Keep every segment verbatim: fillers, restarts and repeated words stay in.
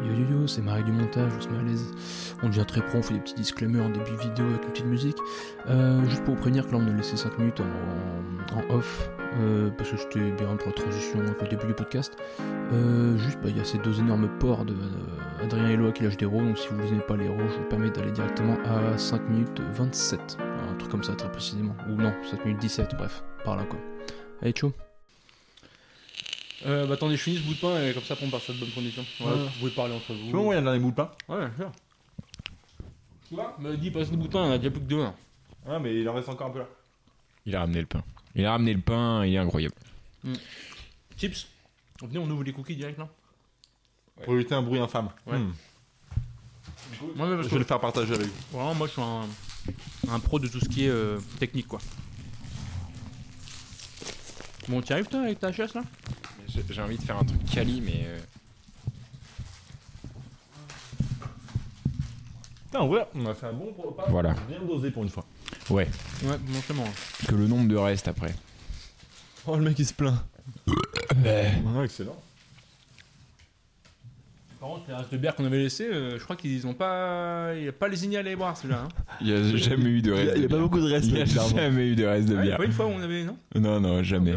Yo yo yo, c'est Marie du montage, on se met à l'aise. On devient très pro, on fait des petits disclaimers en début de vidéo avec une petite musique. Euh, juste pour vous prévenir que là on a laissé cinq minutes en, en off, euh, parce que c'était bien pour la transition avec le début du podcast. Euh, juste, bah il y a ces deux énormes ports de euh, Adrien Hello qui lâchent des héros, donc si vous n'aimez pas les héros, je vous permets d'aller directement à cinq minutes vingt-sept. Un truc comme ça très précisément. Ou non, cinq minutes dix-sept, bref, par là quoi. Allez, ciao. Euh, bah attendez, je finis ce bout de pain et comme ça on part sur de bonnes conditions. Ouais, Ouais. Vous pouvez parler entre vous. Tu vois, moi, il y a un dernier bout de pain. Ouais, sûr. Tu vois, me dis passe le bout de pain, on a déjà plus que deux. Hein. Ouais, mais il en reste encore un peu là. Il a ramené le pain. Il a ramené le pain, il est incroyable. Mm. Chips. Venez, on ouvre les cookies direct là. Ouais. Pour éviter un bruit infâme. Ouais. Hmm. Moi, mais parce Je que vais le faire partager avec vous. vraiment, moi je suis un, un pro de tout ce qui est euh, technique quoi. Bon, t'y arrives toi avec ta chasse là? J'ai, j'ai envie de faire un truc quali, mais. Euh... Putain, en vrai, on a fait un bon repas. Voilà. Bien dosé pour une fois. Ouais. Ouais, bon, c'est bon. Que le nombre de restes après. Oh, le mec il se plaint. Ouais. Ouais, excellent. Par contre, les restes de bière qu'on avait laissés, euh, je crois qu'ils ont pas. Il n'y a pas les ignées à les boire celui-là. Hein. Il n'y a jamais eu de Il reste. y a, il y a pas beaucoup de reste. Il n'y a clairement. jamais eu de reste de Ouais, il y a bière. pas une fois où on avait. Non? Non, non, jamais. Ok.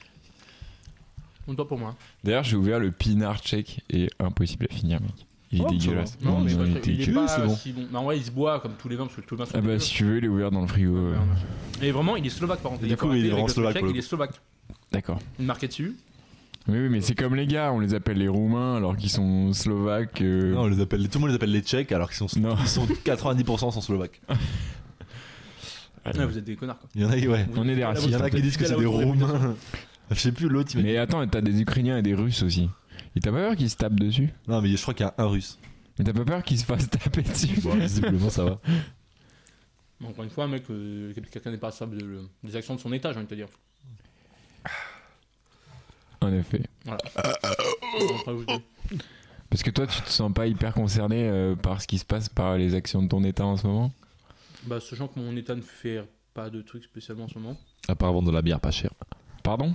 On doit pour moi. D'ailleurs, j'ai ouvert le pinard tchèque et impossible à finir, mec. Il est Oh, ça dégueulasse. va. Non, mais il parce était qu'il est dégueu. pas c'est bon. si bon. Mais en vrai, il se boit comme tous les vins parce que tous les vins sont Ah bah, dégueux. si tu veux, il est ouvert dans le frigo. euh. Et vraiment, il est slovaque par contre. Du Il y a coup, pas il est raté vraiment avec le slovaque, tchèque, pour le Il est slovaque. D'accord. Une marquée dessus. Oui, oui, mais c'est comme les gars, on les appelle les Roumains alors qu'ils sont slovaques. euh. Non, on les appelle, tout le monde les appelle les Tchèques alors qu'ils sont, Non. ils sont quatre-vingt-dix pour cent sont slovaques. Ouais, vous êtes des connards quoi. Il y en a qui, ouais. On est des Il y racistes. en a qui disent que c'est des Roumains. Je sais plus, l'autre il m'a dit. Mais attends, t'as des Ukrainiens et des Russes aussi. Et t'as pas peur qu'ils se tapent dessus? Non, mais je crois qu'il y a un russe. Mais t'as pas peur qu'ils se fassent taper dessus? Bon, visiblement ça va. Mais encore une fois, mec, euh, quelqu'un n'est pas responsable de, des actions de son état, j'ai envie de te dire. En effet. Voilà. Après, vous deux. Parce que toi, tu te sens pas hyper concerné euh, par ce qui se passe, par les actions de ton état en ce moment? Bah, sachant que mon état ne fait pas de trucs spécialement en ce moment. À part vendre de la bière pas chère. Pardon?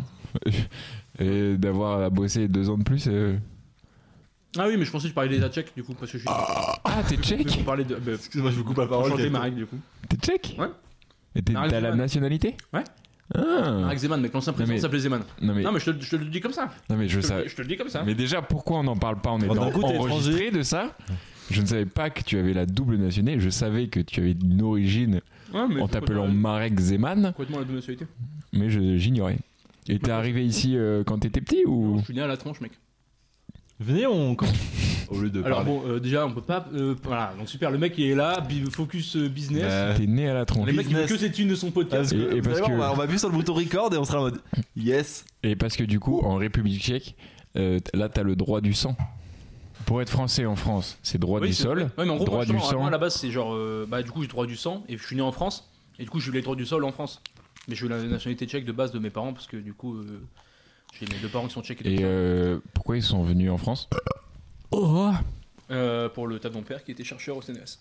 Et d'avoir à bosser deux ans de plus euh... Ah oui, mais je pensais que je parlais des états tchèques du coup, parce que je suis. Ah, t'es Mais tchèque? vous parlez de. Bah, Excuse-moi, je vous coupe la parole. enchanté, Kate. Marek, du coup. T'es tchèque? Ouais. Et t'es, Marek t'as la Zeman. nationalité? Ouais. Ah. Marek Zeman, mec, l'ancien président mais- s'appelait Zeman. Non mais, Non, mais je te, je te le dis comme ça. non mais je Je te, savais. le- je te le dis comme ça. Mais déjà, pourquoi on n'en parle pas en étant d'un coup, t'es enregistré de ça? Je ne savais pas que tu avais la double nationalité. Je savais que tu avais une origine Ouais, mais en t'appelant complètement- Marek Zeman, Complètement la double nationalité. mais je, j'ignorais. Et t'es arrivé ici euh, quand t'étais petit ou? Je suis né à la tronche, mec. Venez, on. Au lieu de Alors parler. bon, euh, déjà, on peut pas. euh, voilà, donc super, le mec il est là, bi- focus euh, business. Bah, T'es né à la tronche. Les mecs, ils veulent business. que ces thunes de son podcast. Parce que, Et- et vous parce allez voir, que- on, va, on va appuyer sur le bouton record et on sera en mode yes. Et parce que du coup, en République tchèque, euh, t- là, t'as le droit du sang. Pour être français en France, c'est droit Oui, du c'est sol, vrai. Ouais, mais en gros, droit moi, du justement, sang. moi, à la base, c'est genre. euh, bah, du coup, j'ai droit du sang et je suis né en France. Et du coup, j'ai eu les droits du sol en France. Mais j'ai eu la nationalité tchèque de base de mes parents parce que du coup, euh, j'ai mes deux parents qui sont tchèques et, Et tout ça. euh, pourquoi ils sont venus en France? Oh, Euh, pour le taf de mon père qui était chercheur au C N R S.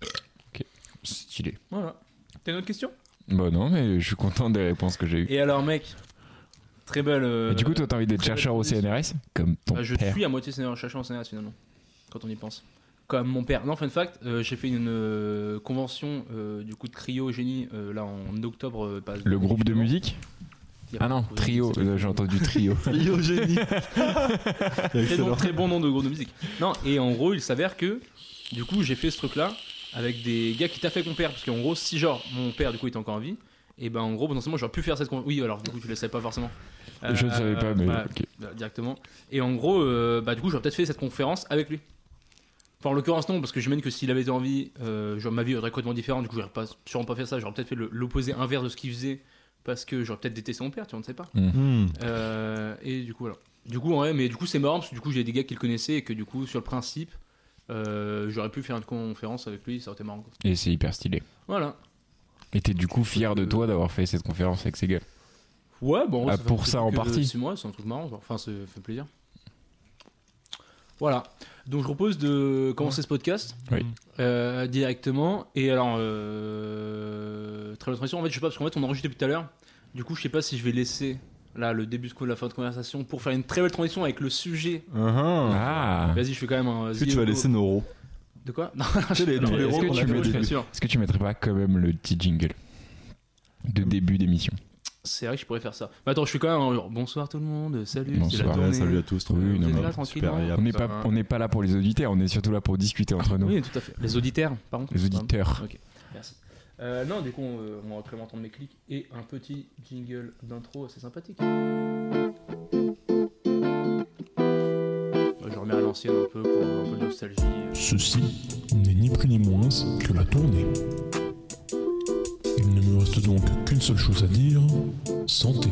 stylé. Voilà. T'as une autre question? Bah non, mais je suis content des réponses que j'ai eues. Et alors, mec, très belle. euh, Et du coup, toi, t'as envie d'être très belle chercheur au C N R S? Comme ton Bah, je père. suis à moitié sénégalais chercheur en C N R S finalement, quand on y pense. Comme mon père. Non, fun fact, euh, j'ai fait une euh, convention euh, du coup de cryogénie euh, là en octobre. euh, pas- Le groupe de musique? Il y a Ah pas non, de groupe de trio, musique, c'est- euh, j'ai entendu trio. Biogénie. Très bon, très bon nom de groupe de musique. Non, et en gros, il s'avère que du coup, j'ai fait ce truc là avec des gars qui t'a fait mon père. Parce qu'en gros, si genre mon père du coup était encore en vie, et ben en gros, potentiellement, j'aurais pu faire cette convention. Oui, alors du coup, tu le savais pas forcément. Je ne savais pas, mais voilà, ok. bah, directement. Et en gros, euh, bah du coup, j'aurais peut-être fait cette conférence avec lui. Enfin, en l'occurrence, non, parce que j'imagine que s'il avait été en vie, euh, genre, ma vie aurait complètement différente. Du coup, j'aurais pas, sûrement pas fait ça. J'aurais peut-être fait le- l'opposé inverse de ce qu'il faisait. Parce que j'aurais peut-être détesté mon père, tu vois, on ne sait pas. Hmm. Euh, et du coup, voilà. Du coup, ouais, mais du coup, c'est marrant parce que du coup, j'ai des gars qui le connaissaient et que du coup, sur le principe, euh, j'aurais pu faire une conférence avec lui, ça aurait été marrant. Quoi. Et c'est hyper stylé. Voilà. Et t'es du coup fier de toi d'avoir fait cette conférence avec ces gars? Ouais, bon, Ah, fait pour un ça, truc en que partie. six mois, c'est un truc marrant, genre. Enfin, ça fait plaisir. Voilà. Donc, je propose de commencer ce podcast Oui. euh, directement. Et alors, euh, très bonne transition. En fait, je sais pas, parce qu'en fait, on enregistre depuis tout à l'heure. Du coup, je sais pas si je vais laisser là, le début de la fin de conversation, pour faire une très belle transition avec le sujet. Uh-huh. Ah. Vas-y, je fais quand même un. Est-ce que tu vas laisser nos ros? De quoi? Non, Tu sais, les non, tous les est-ce ros que qu'on tu a fait veux, au je suis début. sûr. Est-ce que tu mettrais pas quand même le petit jingle de début d'émission? C'est vrai que je pourrais faire ça. Mais attends, je suis quand même un genre, bonsoir tout le monde, salut, c'est la Bonsoir. tournée. Ouais, salut à tous. Oui, trop non, bien. mais là, Super, tranquillement. et On n'est ça pas, va. on n'est pas là pour les auditeurs, on est surtout là pour discuter entre nous. Oui, tout à fait. Les auditeurs, par contre. Les auditeurs. Ok, merci. Euh, non, du coup, on, euh, on va quand même entendre mes clics et un petit jingle d'intro assez sympathique. Ouais, je remets à l'ancienne un peu pour un peu de nostalgie. Ceci n'est ni plus ni moins que la tournée. Il ne me reste donc qu'une seule chose à dire, santé.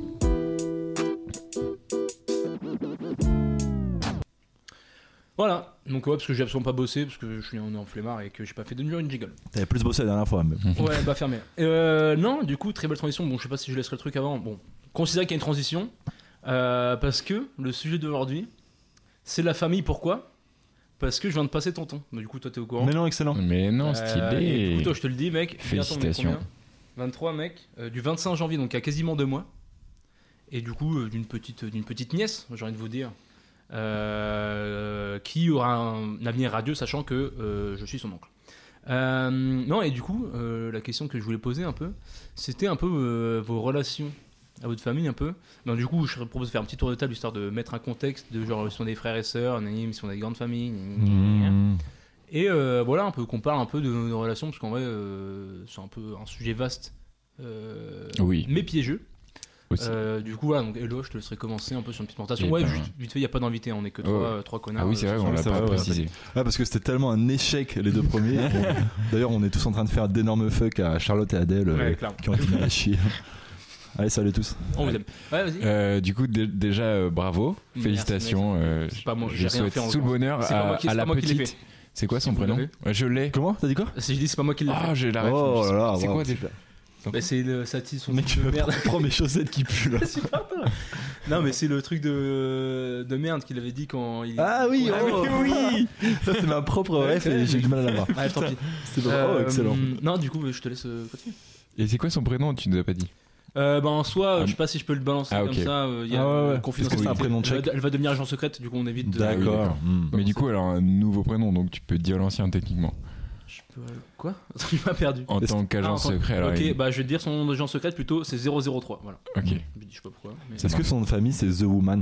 Voilà, donc ouais, parce que j'ai absolument pas bossé, parce que je suis en, en flemmard et que j'ai pas fait de numéro une jingle. T'avais plus bossé la dernière fois. Mais... Ouais, bah fermé. Euh, non, du coup, très belle transition. Bon, je sais pas si je laisserai le truc avant. Bon, considérez qu'il y a une transition. Euh, parce que le sujet d'aujourd'hui, c'est la famille. Pourquoi? Parce que je viens de passer tonton. Bah, du coup, toi, t'es au courant. mais non, excellent. Mais non, Euh, et stylé. du coup, toi, je te le dis, mec. bientôt, on est Félicitations. combien vingt-trois, mec. euh, du vingt-cinq janvier, donc il y a quasiment deux mois. Et du coup, euh, d'une petite, d'une petite nièce, j'ai envie de vous dire. Euh, qui aura un, un avenir radieux, sachant que euh, je suis son oncle. Euh, non, et du coup, euh, la question que je voulais poser un peu, c'était un peu euh, vos relations à votre famille, un peu. Donc, du coup, je propose de faire un petit tour de table histoire de mettre un contexte de genre, si on est des frères et sœurs, si on a des grandes familles. Mmh. Et euh, voilà, un peu qu'on parle un peu de nos relations, parce qu'en vrai, euh, c'est un peu un sujet vaste, euh, Oui. mais piégeux. Aussi. Euh, du coup, voilà, donc Hello, je te laisserai commencer un peu sur une petite présentation. Eh Ouais, ben. juste vite fait, il n'y a pas d'invité, on est que Ouais, trois, ouais. euh, trois connards. Ah oui, c'est vrai, euh, on ce l'a c'est pas vrai, ouais. précisé. Ouais, parce que c'était tellement un échec les deux premiers. Bon, d'ailleurs, on est tous en train de faire d'énormes fuck à Charlotte et Adèle Ouais, euh, clairement. qui ont été mis à chier. Allez, salut tous. On vous aime. Ouais, vas-y. Euh, du coup, dé- déjà, euh, bravo, Merci, félicitations. euh, C'est pas moi, je j'ai rien souhaite fait en tout le bonheur C'est pas à, moi qui- à c'est la pas moi qui l'ai petite. fait. C'est quoi son Vous prénom? l'avez Ouais, je l'ai. Comment? T'as dit quoi? Si je dis, c'est pas moi qui l'ai Ah, fait. j'ai la Oh réponse. là là, C'est wow, quoi déjà? super. Bah, c'est le Satis, son Mec, truc de merde. prends mes chaussettes qui puent là. C'est pas toi. Non, mais c'est le truc de, de merde qu'il avait dit quand il. Ah oui, Ah oh, oui. Ça, c'est ma propre ref et j'ai du mal à l'avoir. Ah, tant pis. C'est pas oh, Euh, excellent. Non, du coup, je te laisse euh, continuer. Et c'est quoi son prénom? Tu nous as pas dit. Euh, bah, en soi, Ah, je sais pas si je peux le balancer ah, comme ok. ça. Il y a Ah, ouais, euh, ouais. confidentialité. Est-ce que c'est un prénom tchèque? Elle va- Elle va devenir agent secrète, du coup, on évite de. D'accord. D'accord. Hmm. Mais du coup, elle a un nouveau prénom, donc tu peux dire l'ancien techniquement. Je peux- Quoi? Tu m'as perdu. En Est-ce- tant Ah, qu'agent en tant- secret, alors. Ok, il- bah je vais te dire son agent secret plutôt, c'est zéro zéro trois. Voilà. Ok. Je dis, je sais pas pourquoi. Mais Est-ce que son nom de famille c'est The Woman?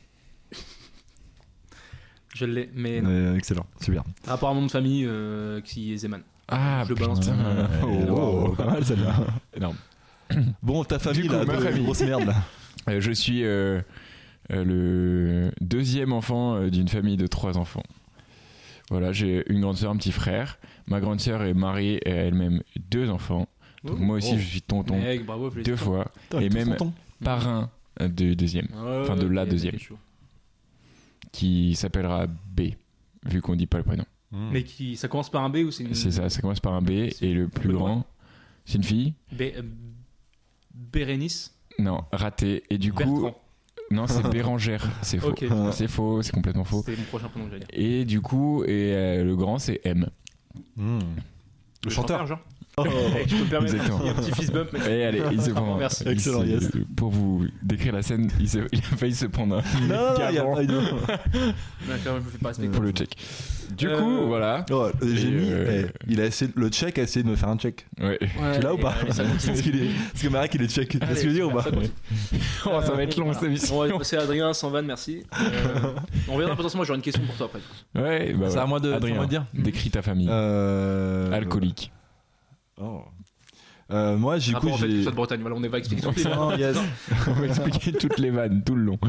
je l'ai, mais non. Euh, Excellent, super. Rapport à mon nom de famille euh, qui est Zeman. Ah, Je le balance. putain. Oh, wow, pas mal celle-là. Énorme. Bon, ta famille Du coup, là, ma de- famille. grosse merde là. Euh, je suis euh, euh, le deuxième enfant euh, d'une famille de trois enfants. Voilà, j'ai une grande sœur, un petit frère. Ma grande sœur est mariée et a elle-même deux enfants. Donc moi aussi, Oh. je suis tonton Mec, bravo, deux félicitations. fois. Putain, Et tout même- son ton. Parrain euh, du deuxième, Ouais, Enfin, de la ok, deuxième. ok, chaud. qui s'appellera B, vu qu'on dit pas le prénom. Mais qui, ça commence par un B ou c'est une. C'est ça, ça commence par un B. C'est Et le plus Benoît. grand, c'est une fille? B, euh, Bérénice. Non, raté. Et du coup, Bertrand. non, c'est Bérangère. C'est faux. Ok. C'est faux, c'est complètement faux. C'était mon prochain prénom que j'allais dire. Et du coup, et euh, le grand, c'est M. Hmm. Le chanteur. genre. Oh. Eh, je peux me permettre. Exactement. Il y a un petit fist bump. mais- Et allez, il se prend. Merci. il Excellent, se- yes. Pour vous décrire la scène, il, se- il a failli se prendre un Non, non, non, il y a carton pas eu de. D'accord, je me fais pas respecter. pour le check. Du Euh, coup, voilà. Oh, j'ai Et, mis. euh, eh, il a essayé, le tchèque a essayé de me faire un check. Ouais. Ouais, Tu l'as ou et, pas allez, ça continue. Parce qu'il est, parce que Marek il est tchèque. Tu vois ce que je veux dire ou pas Ça continue. Oh, ça va être long Voilà. cette émission. On va passer à Adrien sans vanne, merci. Euh, on verra potentiellement, j'aurai une question pour toi après. Ouais, bah C'est ouais. à moi de, c'est à Adrien, moi de dire. décris ta famille. Euh... Alcoolique. Oh. Euh, moi, du coup, Rapport en fait, que tu j'ai. sois de Bretagne, voilà, on est va expliquer. Non, yes. On va expliquer toutes les vannes tout le long.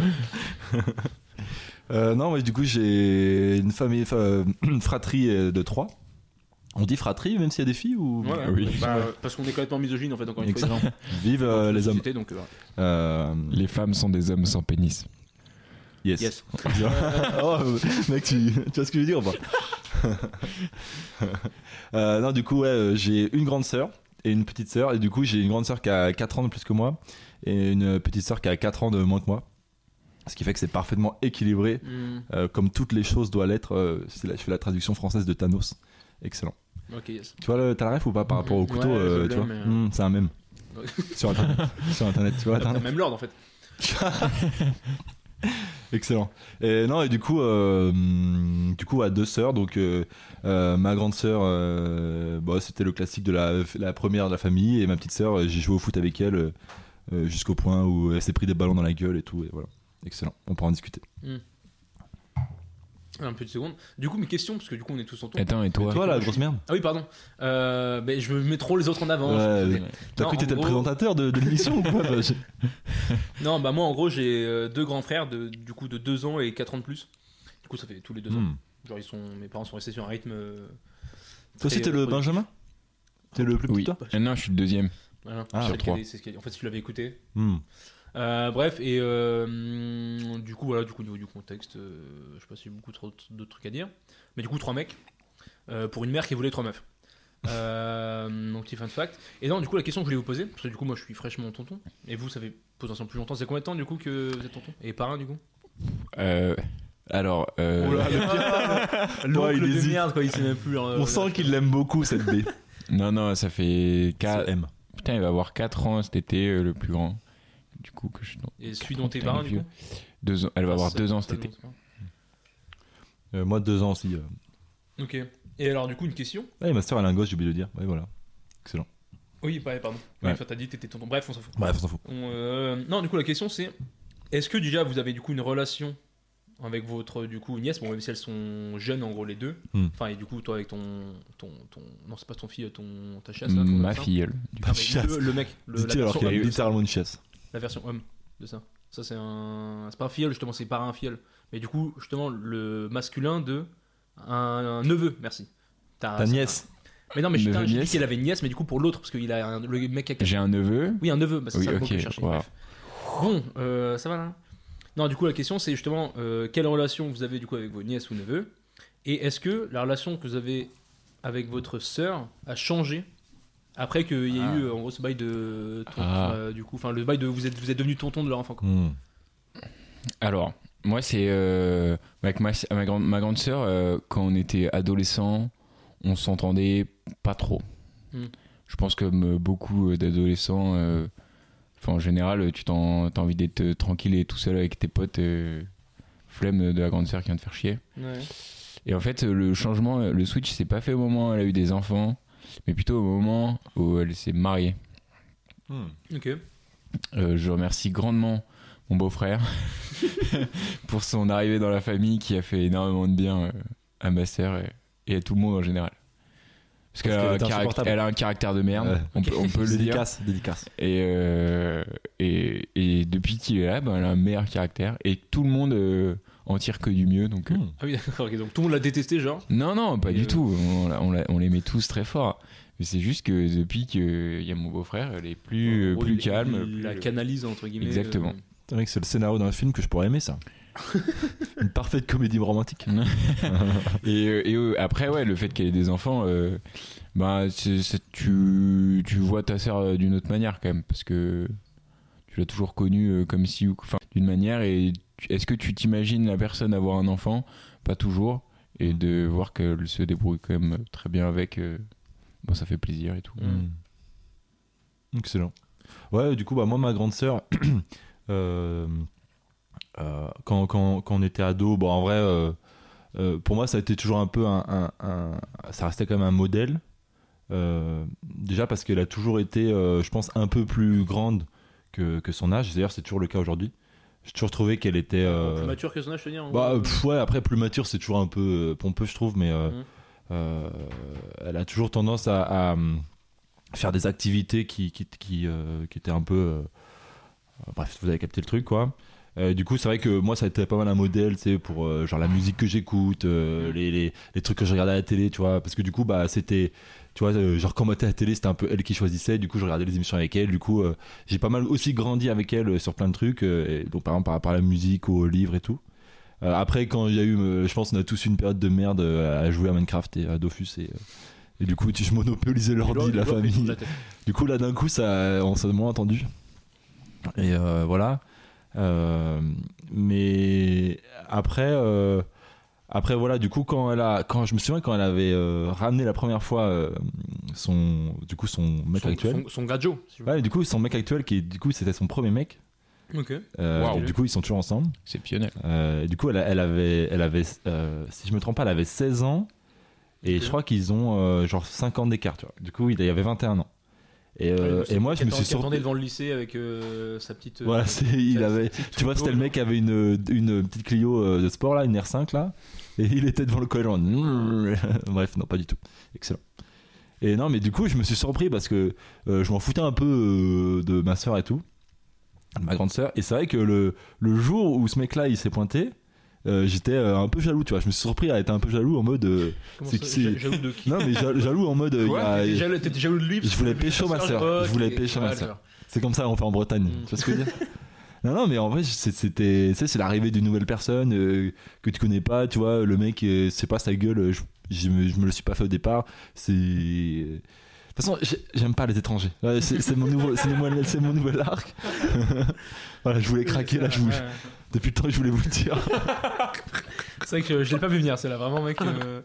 Euh, non, moi, du coup, j'ai une famille, enfin, une fratrie de trois. On dit fratrie même s'il y a des filles ou Voilà. Oui. Bah, euh, parce qu'on est complètement misogyne en fait, encore une fois. Excellent. Vive euh, les hommes. Société, donc, euh, Euh, Les femmes sont des hommes sans pénis. yes. yes. Oh, mec, tu, tu vois ce que je veux dire ou pas? euh, Non, du coup, ouais, euh, j'ai une grande sœur et une petite sœur. Et du coup, j'ai une grande sœur qui a quatre ans de plus que moi et une petite sœur qui a quatre ans de moins que moi. Ce qui fait que c'est parfaitement équilibré, Hmm, euh, comme toutes les choses doivent l'être. Euh, c'est là, je fais la traduction française de Thanos. Excellent. ok, yes. Tu vois, le, t'as la ref ou pas par rapport au couteau Ouais, euh, je tu l'ai, vois mais, euh, Hmm, c'est un mème. Ouais. sur internet. sur internet, tu vois. T'as internet. même l'ordre en fait. Excellent. Et non, et du coup, euh, du coup, à deux sœurs. Donc, euh, euh, ma grande sœur, euh, bah, c'était le classique de la, la première de la famille, et ma petite sœur, euh, j'ai joué au foot avec elle euh, jusqu'au point où elle s'est pris des ballons dans la gueule et tout. Et voilà. Excellent. On pourra en discuter. Mm. Un peu de seconde. Du coup, mes questions, parce que du coup, on est tous en tour. Attends, et toi, Et toi, la grosse merde. Ah oui, pardon. Euh, ben, je mets trop les autres en avant. Ouais, je- ouais. T'as Non, cru que t'étais en le gros- présentateur de, de l'émission ou quoi? Bah, j'ai- Non, bah moi, en gros, j'ai euh, deux grands frères, de, du coup, de deux ans et quatre ans de plus. Du coup, ça fait tous les deux ans. Hmm. Genre, ils sont, mes parents sont restés sur un rythme. euh, Toi, très, c'était euh, le productif. Benjamin? T'es le plus petit, Oui. toi? Ah non, je suis le deuxième. Voilà. Ah, C'est sur le trois. cadet, c'est ce qu'il y a. En fait, si tu l'avais écouté. Hmm. Euh, bref, et euh, hum, du coup, voilà, du coup, au niveau du contexte, euh, je sais pas s'il y a beaucoup trop d'autres trucs à dire. Mais du coup, trois mecs euh, pour une mère qui voulait trois meufs. Euh, donc, petit fun fact. Et non, du coup, la question que je voulais vous poser, parce que du coup, moi je suis fraîchement tonton, et vous, ça fait potentiellement plus longtemps. C'est combien de temps du coup que vous êtes tonton? Et parrain du coup? Euh, alors, euh, Oh là, le L'oncle il de hésite. merde, quoi, il sait même plus. euh, On sent qu'il l'aime beaucoup, cette B. non, non, ça fait quatre. M. Putain, il va avoir quatre ans cet été, euh, le plus grand. Du coup, que je. Et celui dont t'es Putain, parrain il est du vieux. coup? Deux ans. Elle va avoir Ça, deux ans ça, cet été. non, c'est pas- Euh, moi, deux ans aussi. euh. Ok. Et alors, du coup, une question. Ah, et ma soeur, elle a un gosse, j'ai oublié de le dire. Ouais, voilà. Excellent. Oui, pas- pardon. Oui, Ouais. enfin, t'as dit que t'étais tonton. Bref, on s'en fout. Bref, on s'en fout. On, euh, non, du coup, la question c'est est-ce que déjà vous avez du coup une relation avec votre du coup nièce, bon, même si elles sont jeunes en gros les deux. Hmm. Enfin, et du coup, toi avec ton. ton, ton non, c'est pas ton fille, ton, ta chasse là. ton Ma vaccin. filleule. du Ah, coup. mais chasse. le, le mec, le, la, Dit-il alors version qu'il y a homme de ça. littéralement une chasse. La version homme de ça. Ça, c'est un. C'est pas un filleul, justement, c'est pas un filleul. Mais du coup, justement, le masculin de. Un, un neveu, merci. T'as- Ta c'est nièce. un- Mais non, mais je Neveu, j'ai dit nièce. qu'il avait une nièce, mais du coup, pour l'autre, parce qu'il a un, le mec a J'ai un neveu. Oui, un neveu, bah, c'est Oui, ça le mot ok, que je cherchais. wow. Bref. Bon, euh, ça va là. Non, du coup, la question c'est justement euh, quelle relation vous avez du coup avec vos nièces ou neveux, et est-ce que la relation que vous avez avec votre sœur a changé après qu'il y ait Ah. eu en gros ce bail de tonton, Ah. euh, du coup, enfin le bail de vous êtes vous êtes devenu tonton de leur enfant quoi. Hmm. Alors, moi, c'est euh, avec ma, ma, grande, ma grande sœur, euh, quand on était adolescent, on s'entendait pas trop. Hmm. Je pense que comme beaucoup d'adolescents, euh, enfin, en général, tu t'en, t'as envie d'être tranquille et tout seul avec tes potes. euh, flemme de la grande sœur qui vient te faire chier. Ouais. Et en fait, le changement, le switch, s'est pas fait au moment où elle a eu des enfants, mais plutôt au moment où elle s'est mariée. Hmm. Ok. Euh, je remercie grandement mon beau-frère pour son arrivée dans la famille qui a fait énormément de bien euh, à ma sœur et, et à tout le monde en général. Parce, Parce qu'elle a, qu'elle un était caract- insupportable. elle a un caractère de merde, Ouais. on, peut, on peut le dire. Dédicace, dédicace. Et, euh, et, et depuis qu'il est là, ben, elle a un meilleur caractère et tout le monde euh, en tire que du mieux. Donc, euh, Hmm. Ah oui d'accord. Ok, donc tout le monde l'a détesté genre. non, non, pas Et du euh, tout. On, l'a- on, l'a- on l'aimait tous très fort. Mais c'est juste que depuis qu'il y a mon beau-frère, elle est plus, En gros, plus il- calme. Il plus- la canalise entre guillemets. Exactement. euh, C'est vrai que c'est le scénario d'un film que je pourrais aimer, ça. Une parfaite comédie romantique. et euh, et euh, après, ouais, le fait qu'elle ait des enfants, euh, bah, c'est- c'est- tu, tu vois ta sœur euh, d'une autre manière quand même. Parce que tu l'as toujours connue euh, comme si. Enfin, d'une manière. Et tu- est-ce que tu t'imagines la personne avoir un enfant? Pas toujours. Et de voir qu'elle se débrouille quand même très bien avec, euh, bon, ça fait plaisir et tout. Hmm. Excellent. Ouais, du coup, bah, moi, ma grande sœur, euh, euh, quand, quand, quand on était ado, bon, en vrai, euh, euh, pour moi, ça a été toujours un peu un. un- un- ça restait quand même un modèle. Euh, déjà parce qu'elle a toujours été, euh, je pense, un peu plus grande que, que son âge. D'ailleurs, c'est toujours le cas aujourd'hui. J'ai toujours trouvé qu'elle était. euh, Plus mature que son âge, je veux dire. en Bah, gros. pff, ouais, après, plus mature, c'est toujours un peu euh, pompeux, je trouve, mais euh, Mhm. euh, elle a toujours tendance à, à, hum, faire des activités qui, qui, qui, euh, qui étaient un peu. euh, bref, vous avez capté le truc, quoi. Euh, du coup, c'est vrai que moi, ça a été pas mal un modèle, tu sais, pour euh, genre la musique que j'écoute, euh, les, les, les trucs que je regardais à la télé, tu vois. Parce que du coup, bah, c'était. Tu vois, euh, genre quand on était à la télé, c'était un peu elle qui choisissait. Du coup, je regardais les émissions avec elle. Du coup, euh, j'ai pas mal aussi grandi avec elle euh, sur plein de trucs. euh, et donc, par exemple, par rapport à la musique, aux livres et tout. Euh, après, quand il y a eu, euh, je pense, on a tous eu une période de merde euh, à jouer à Minecraft et à Dofus. Et, euh, et du coup, tu, je monopolisais Il doit- l'ordi de la il doit famille. faire de la tête. Du coup, là, d'un coup, ça, on s'est moins entendu. Et euh, voilà. Euh, mais après, euh, après voilà, du coup, quand elle a, quand je me souviens quand elle avait euh, ramené la première fois euh, son, du coup, son mec Son- actuel. Son, son gadjo. si je veux. Ouais, du coup, son mec actuel qui, du coup, c'était son premier mec. Ok. Euh, Wow. Du coup, ils sont toujours ensemble. Exceptionnel. Euh, et du coup, elle, elle avait, elle avait euh, si je me trompe pas, elle avait seize ans. Et Ok. je crois qu'ils ont euh, genre cinq ans d'écart. Tu vois. Du coup, il y avait vingt et un ans. Et, euh, Ouais, et moi, je me qui suis attend- qui attendait surpris. devant le lycée avec euh, sa petite. euh, Voilà, c'est, il sa- avait. sa petite Tu vois, c'était le Twingo, mec qui avait une, une petite Clio euh, de sport là, une R cinq là. Et il était devant le collège. en- Bref, non, pas du tout. Excellent. Et non, mais du coup, je me suis surpris parce que euh, je m'en foutais un peu euh, de ma soeur et tout. De ma grande soeur. Et c'est vrai que le, le jour où ce mec-là il s'est pointé, euh, j'étais euh, un peu jaloux, tu vois. Je me suis surpris à être un peu jaloux en mode. euh, Comment c'est ça, que c'est- ja- Jaloux de qui? Non, mais ja- jaloux en mode. euh, il y Quoi a- T'étais jaloux, t'étais jaloux de lui. parce Je voulais que pécho ma sa sœur. pote, Je voulais et- pécho ma ouais, sœur. C'est comme ça, on fait en Bretagne. Mm. Tu vois ce que je veux dire? Non, non, mais en vrai, c'est- c'était, tu sais, c'est l'arrivée d'une nouvelle personne euh, que tu connais pas, tu vois. Le mec, euh, c'est pas sa gueule. Je, je, me, je me le suis pas fait au départ. C'est. De toute façon, j'ai- j'aime pas les étrangers. Ouais, C'est c'est mon nouveau, c'est mon, c'est mon nouvel arc. Voilà, je voulais craquer là. Je vous, Ouais, ouais. depuis le temps, je voulais vous le dire. C'est vrai que je, je l'ai pas vu venir, c'est là vraiment, mec. euh,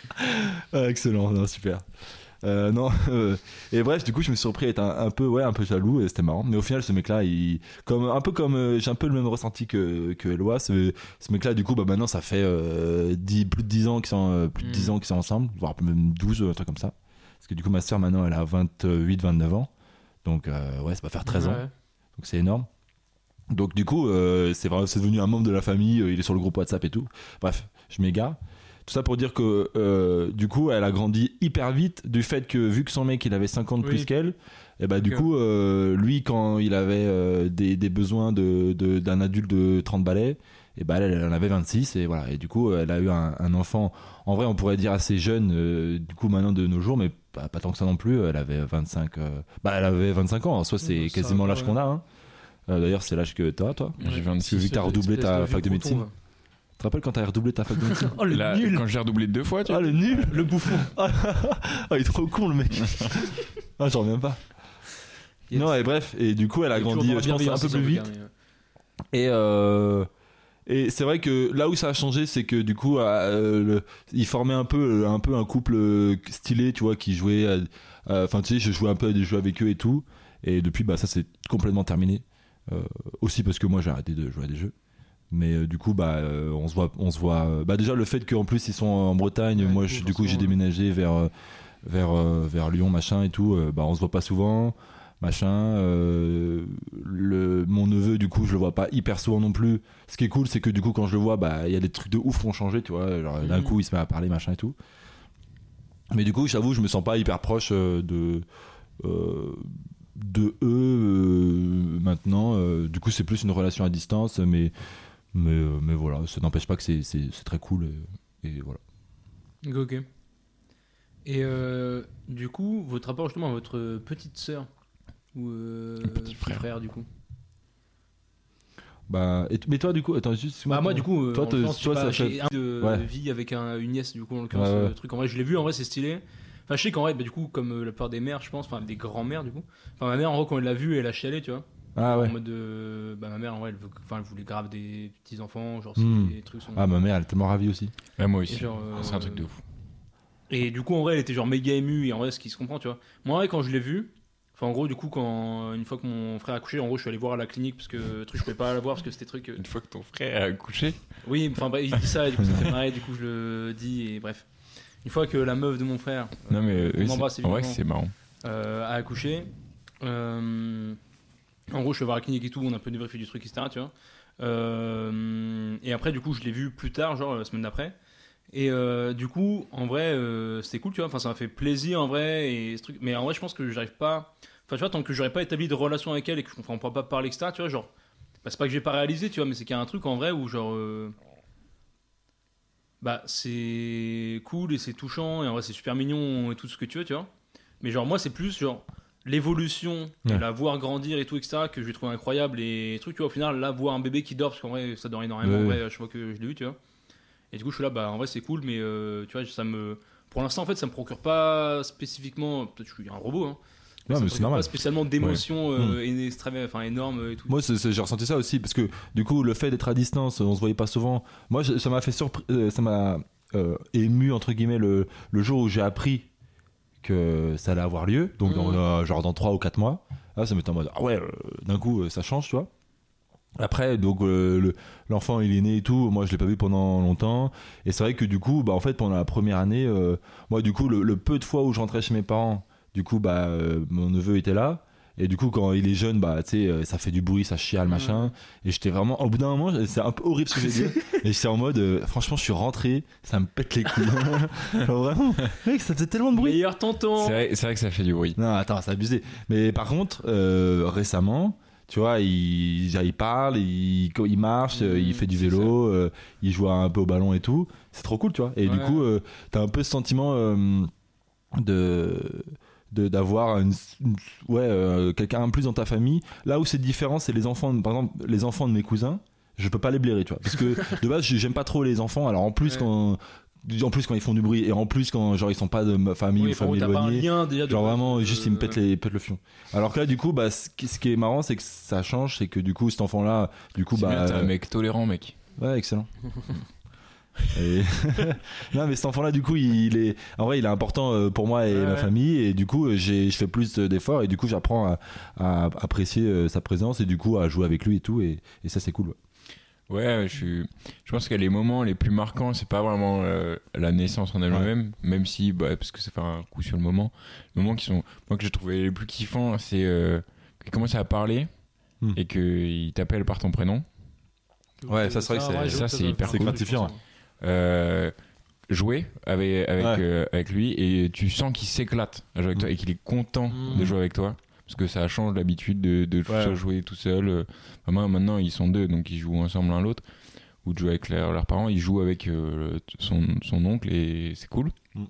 Ah, excellent, non, super. Euh, non, euh, et bref, du coup, je me suis surpris à être un, un peu, ouais, un peu jaloux, et c'était marrant. Mais au final, ce mec-là, il, comme un peu comme, euh, j'ai un peu le même ressenti que que Eloi. Ce, ce mec-là, du coup, bah maintenant, ça fait euh, dix, plus de dix ans qu'ils sont, euh, plus de dix Mm. ans qu'ils sont ensemble, voire même douze, un truc comme ça. Parce que du coup, ma soeur maintenant, elle a vingt-huit, vingt-neuf ans, donc euh, ouais, ça va faire treize ans, ouais. donc c'est énorme. Donc du coup, euh, c'est vraiment, c'est devenu un membre de la famille. euh, Il est sur le groupe WhatsApp et tout. Bref, je m'égare. Tout ça pour dire que euh, du coup, elle a grandi hyper vite du fait que vu que son mec il avait cinq ans de Oui. plus qu'elle, et bah du Ok. coup, euh, lui quand il avait euh, des, des besoins de, de- d'un adulte de trente balais, et bah elle, elle en avait vingt-six et voilà. Et du coup, elle a eu un, un enfant. En vrai, on pourrait dire assez jeune. euh, du coup, maintenant de nos jours, mais pas, pas tant que ça non plus. Elle avait vingt-cinq. euh, bah elle avait vingt-cinq ans. En soi, c'est Oui, ça quasiment va, l'âge ouais. qu'on a. Hein. Euh, D'ailleurs, c'est l'âge que t'as, toi. J'ai Ouais. vingt-six. Vu que t'as redoublé Espèce ta de fac de vieux médecine. crouton, Tu te rappelles quand t'as redoublé ta fac de médecine? va. Oh le Là, nul. quand j'ai redoublé deux fois, tu Ah vois. le nul. Le bouffon. Ah il est trop con le mec. Ah j'en reviens pas. Yes. Non et bref, et du coup elle a Et grandi toujours je pense un bienveillance, peu c'est plus ça, vite. en tout cas, mais, euh, Et euh, et c'est vrai que là où ça a changé, c'est que du coup euh, le, ils formaient un peu un peu un couple euh, stylé, tu vois, qui jouait à- à- enfin tu sais, je jouais un peu à des jeux avec eux et tout, et depuis bah ça c'est complètement terminé. Euh, aussi parce que moi j'ai arrêté de jouer à des jeux. Mais euh, du coup bah euh, on se voit on se voit euh, bah déjà le fait qu'en plus ils sont en Bretagne, Ouais, moi cool, je, du coup j'ai forcément, déménagé vers euh, vers euh, vers Lyon machin et tout, euh, bah on se voit pas souvent machin, euh, le mon neveu du coup je le vois pas hyper souvent non plus. Ce qui est cool c'est que du coup quand je le vois bah il y a des trucs de ouf qui ont changé, tu vois, genre d'un Mhm. coup il se met à parler machin et tout. Mais du coup j'avoue je me sens pas hyper proche euh, de euh, de eux euh, maintenant. Euh, du coup c'est plus une relation à distance, mais mais, euh, mais voilà, ça n'empêche pas que c'est, c'est, c'est très cool et, et voilà. Ok, ok. Et euh, du coup, votre rapport justement à votre petite sœur ou euh, Petit frère. du coup. Bah, et, mais toi du coup, attends juste. Bah moi du coup, euh, toi, en te- l'occurrence, toi, je sais pas, ça fait- j'ai un de Ouais. vie avec un- une nièce du coup en l'occurrence, Ouais, ouais. euh, truc en vrai je l'ai vu en vrai c'est stylé. Enfin je sais qu'en vrai bah, du coup comme euh, la plupart des mères je pense, enfin des grands-mères du coup. Enfin ma mère en gros quand elle l'a vu elle a chialé tu vois. Ah ouais. En mode de bah ma mère en vrai elle, veut- enfin, elle voulait grave des petits enfants genre Hmm. si les trucs sont. Ah ma mère elle est tellement ravie aussi. Ouais, moi Et aussi. genre, euh, C'est un truc de ouf. Et du coup, en vrai, elle était genre méga émue, et en vrai, ce qui se comprend, tu vois. Moi, en vrai, quand je l'ai vue, enfin, en gros, du coup, quand une fois que mon frère a accouché, en gros, je suis allé voir à la clinique parce que le truc, je pouvais pas la voir parce que c'était truc. euh, Une fois que ton frère a accouché, Oui, enfin, bah, il dit ça, et du coup, ça fait marrer, du coup, je le dis, et bref. Une fois que la meuf de mon frère non mais on oui, embrasse, c'est- en vrai évidemment. c'est marrant. euh, a accouché, euh, en gros, je suis allé voir à la clinique et tout, on a un peu débriefé du truc, et cetera, tu vois. Euh, et après, du coup, je l'ai vu plus tard, genre la semaine d'après. Et euh, du coup, en vrai, euh, c'était cool, tu vois. Enfin, ça m'a fait plaisir en vrai. Et ce truc... Mais en vrai, je pense que j'arrive pas. Enfin, tu vois, tant que j'aurais pas établi de relation avec elle et que enfin, on pourra pas parler, et cetera, tu vois, genre. Bah, c'est pas que j'ai pas réalisé, tu vois, mais c'est qu'il y a un truc en vrai où, genre. euh, Bah, c'est cool et c'est touchant. Et en vrai, c'est super mignon et tout ce que tu veux, tu vois. Mais genre, moi, c'est plus, genre. L'évolution, de Ouais. la voir grandir et tout, et cetera, que je trouve incroyable. Et truc, tu vois, au final, là, voir un bébé qui dort, parce qu'en vrai, ça dort énormément, Ouais. en vrai, je vois que je l'ai vu, tu vois. Et du coup, je suis là, bah en vrai, c'est cool, mais euh, tu vois, ça me. Pour l'instant, en fait, ça me procure pas spécifiquement. Peut-être que je suis un robot, hein. Non, ça mais me c'est procure normal. pas spécialement d'émotions euh, Mm. et- extrêmes, enfin énormes et tout. Moi, c'est- c'est- j'ai ressenti ça aussi parce que du coup, le fait d'être à distance, on se voyait pas souvent. Moi, je- ça m'a fait surpris, euh, ça m'a euh, ému entre guillemets le, le jour où j'ai appris que ça allait avoir lieu. Donc, dans, Mhm. euh, genre dans trois ou quatre mois. Là, ça m'était en mode ah ouais, euh, d'un coup, euh, ça change, tu vois. Après, donc euh, le, l'enfant il est né et tout. Moi, je l'ai pas vu pendant longtemps. Et c'est vrai que du coup, bah en fait, pendant la première année, euh, moi, du coup, le, le peu de fois où je rentrais chez mes parents, du coup, bah euh, mon neveu était là. Et du coup, quand il est jeune, bah tu sais, euh, ça fait du bruit, ça chiale, machin. Ouais. Et j'étais vraiment, au bout d'un moment, c'est un peu horrible ce que je vais dire. Et j'étais en mode, euh, franchement, je suis rentré, ça me pète les couilles. Genre vraiment, mec, ça faisait tellement de bruit. Meilleur tonton. C'est vrai, c'est vrai que ça fait du bruit. Non, attends, c'est abusé. Mais par contre, euh, récemment, tu vois, il, il parle, il, il marche, Mmh, il fait du c'est vélo, euh, il joue un peu au ballon et tout. C'est trop cool, tu vois. Et Ouais. du coup, euh, t'as un peu ce sentiment euh, de, de d'avoir une, une- ouais, euh, quelqu'un en plus dans ta famille. Là où c'est différent, c'est les enfants, par exemple, les enfants de mes cousins. Je peux pas les blairer, tu vois, parce que de base, j'aime pas trop les enfants. Alors en plus Ouais. quand en plus quand ils font du bruit et en plus quand genre ils sont pas de ma famille Oui, ou enfin, famille t'as pas un éloignée. lien déjà de Genre base, vraiment, euh, juste il me pète, les, pète le fion. Alors que là, du coup, bah, ce qui, ce qui est marrant, c'est que ça change, c'est que du coup, cet enfant-là, du coup, C'est bah. bien, t'es un euh, mec tolérant, mec. Ouais, excellent. Et... non, mais cet enfant-là, du coup, il est. En vrai, il est important euh, pour moi et Ouais, ma ouais. famille, et du coup, j'ai, je fais plus d'efforts, et du coup, j'apprends à, à apprécier euh, sa présence, et du coup, à jouer avec lui et tout, et, et ça, c'est cool. Ouais. Ouais, je, suis... je pense que les moments les plus marquants, c'est pas vraiment euh, la naissance en elle-même, même si, bah, parce que ça fait un coup sur le moment. Les moments qui sont, moi, que j'ai trouvé les plus kiffants, c'est euh, qu'il commence à parler Hmm. et qu'il t'appelle par ton prénom. Ouais, ça, c'est vrai que c'est- ouais, ça, j'avoue, c'est doit hyper faire cool. cool, je gratifiant, pense, hein. Euh, jouer avec, avec, Ouais. euh, avec lui et tu sens qu'il s'éclate à jouer avec Mm. toi et qu'il est content Mm. de jouer avec toi parce que ça change l'habitude de, de tout Ouais. seul jouer tout seul. Euh, enfin, moi, maintenant ils sont deux donc ils jouent ensemble l'un l'autre ou de jouer avec leur- leurs parents, ils jouent avec euh, son, son oncle et c'est cool. Mm.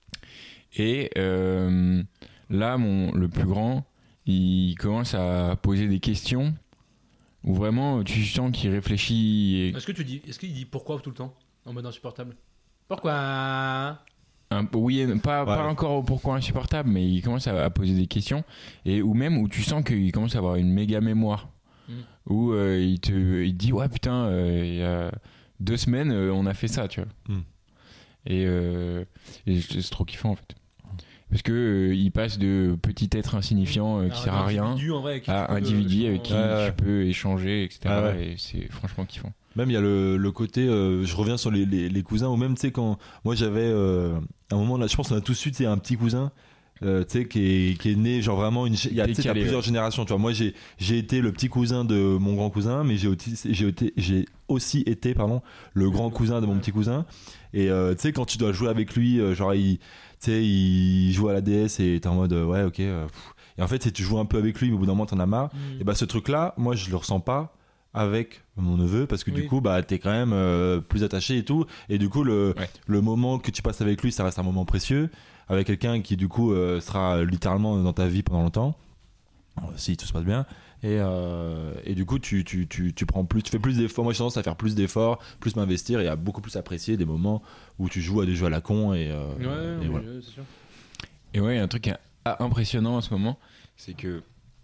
Et euh, là mon, le plus grand il commence à poser des questions où vraiment tu sens qu'il réfléchit et Est-ce que tu dis, est-ce qu'il dit pourquoi tout le temps en mode insupportable? Pourquoi? Un- oui, et- pas, Ouais. pas encore au pourquoi insupportable, mais il commence à, à poser des questions, et ou même où tu sens qu'il commence à avoir une méga mémoire, Mm. où euh, il te il te dit ouais putain, euh, il y a deux semaines euh, on a fait ça, tu vois. Mm. Et, euh, et c'est c'est trop kiffant en fait, parce que euh, il passe de petit être insignifiant euh, qui Un sert à rien individu, en vrai, avec qui tu à peux, euh, individu avec qui Ouais, ouais. tu peux échanger, et cetera. Ah ouais. Et c'est franchement kiffant. Même il y a le, le côté, euh, je reviens sur les, les, les cousins, ou même tu sais quand moi j'avais euh, un moment là, je pense qu'on a tous eu tu sais, un petit cousin, euh, tu sais qui est, qui est né genre vraiment une, il y a tu sais, t'as Décalé, plusieurs ouais. générations, tu vois. Moi j'ai j'ai été le petit cousin de mon grand cousin, mais j'ai aussi j'ai été j'ai aussi été pardon le grand cousin de mon petit cousin. Et euh, tu sais quand tu dois jouer avec lui, euh, genre il tu sais il joue à la D S et t'es en mode euh, ouais ok. euh, pff. Et en fait si tu joues un peu avec lui, mais au bout d'un moment t'en as marre. Mm. Et bah ce truc là, moi je le ressens pas avec mon neveu parce que du Oui. coup bah t'es quand même euh, plus attaché et tout, et du coup le Ouais. le moment que tu passes avec lui ça reste un moment précieux avec quelqu'un qui du coup euh, sera littéralement dans ta vie pendant longtemps euh, si tout se passe bien, et euh, et du coup tu tu tu tu prends plus, tu fais plus d'efforts. Moi j'ai tendance à faire plus d'efforts, plus m'investir et à beaucoup plus apprécier des moments où tu joues à des jeux à la con et, euh, Ouais, et oui, voilà. ouais, c'est sûr. Et ouais, il y a un truc qui est ah, impressionnant en ce moment, c'est que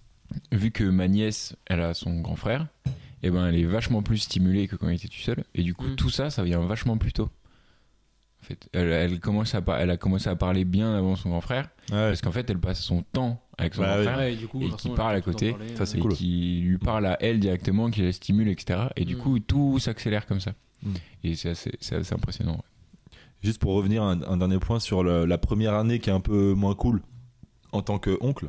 vu que ma nièce, elle a son grand frère, et ben elle est vachement plus stimulée que quand elle était toute seule. Et du coup, Mm. tout ça, ça vient vachement plus tôt. En fait, elle, elle commence à, par- elle a commencé à parler bien avant son grand frère, Ouais. parce qu'en fait, elle passe son temps avec son Bah grand oui. frère. Ouais, du coup, et forcément, qui parle elle à peut tout côté. en parler, Ça, c'est Et cool. qui lui parle à elle directement, qui la stimule, et cetera. Et du Mm. coup, tout s'accélère comme ça. Mm. Et c'est assez, c'est assez impressionnant. ouais. Juste pour revenir un, un dernier point sur le- la première année qui est un peu moins cool en tant qu'oncle,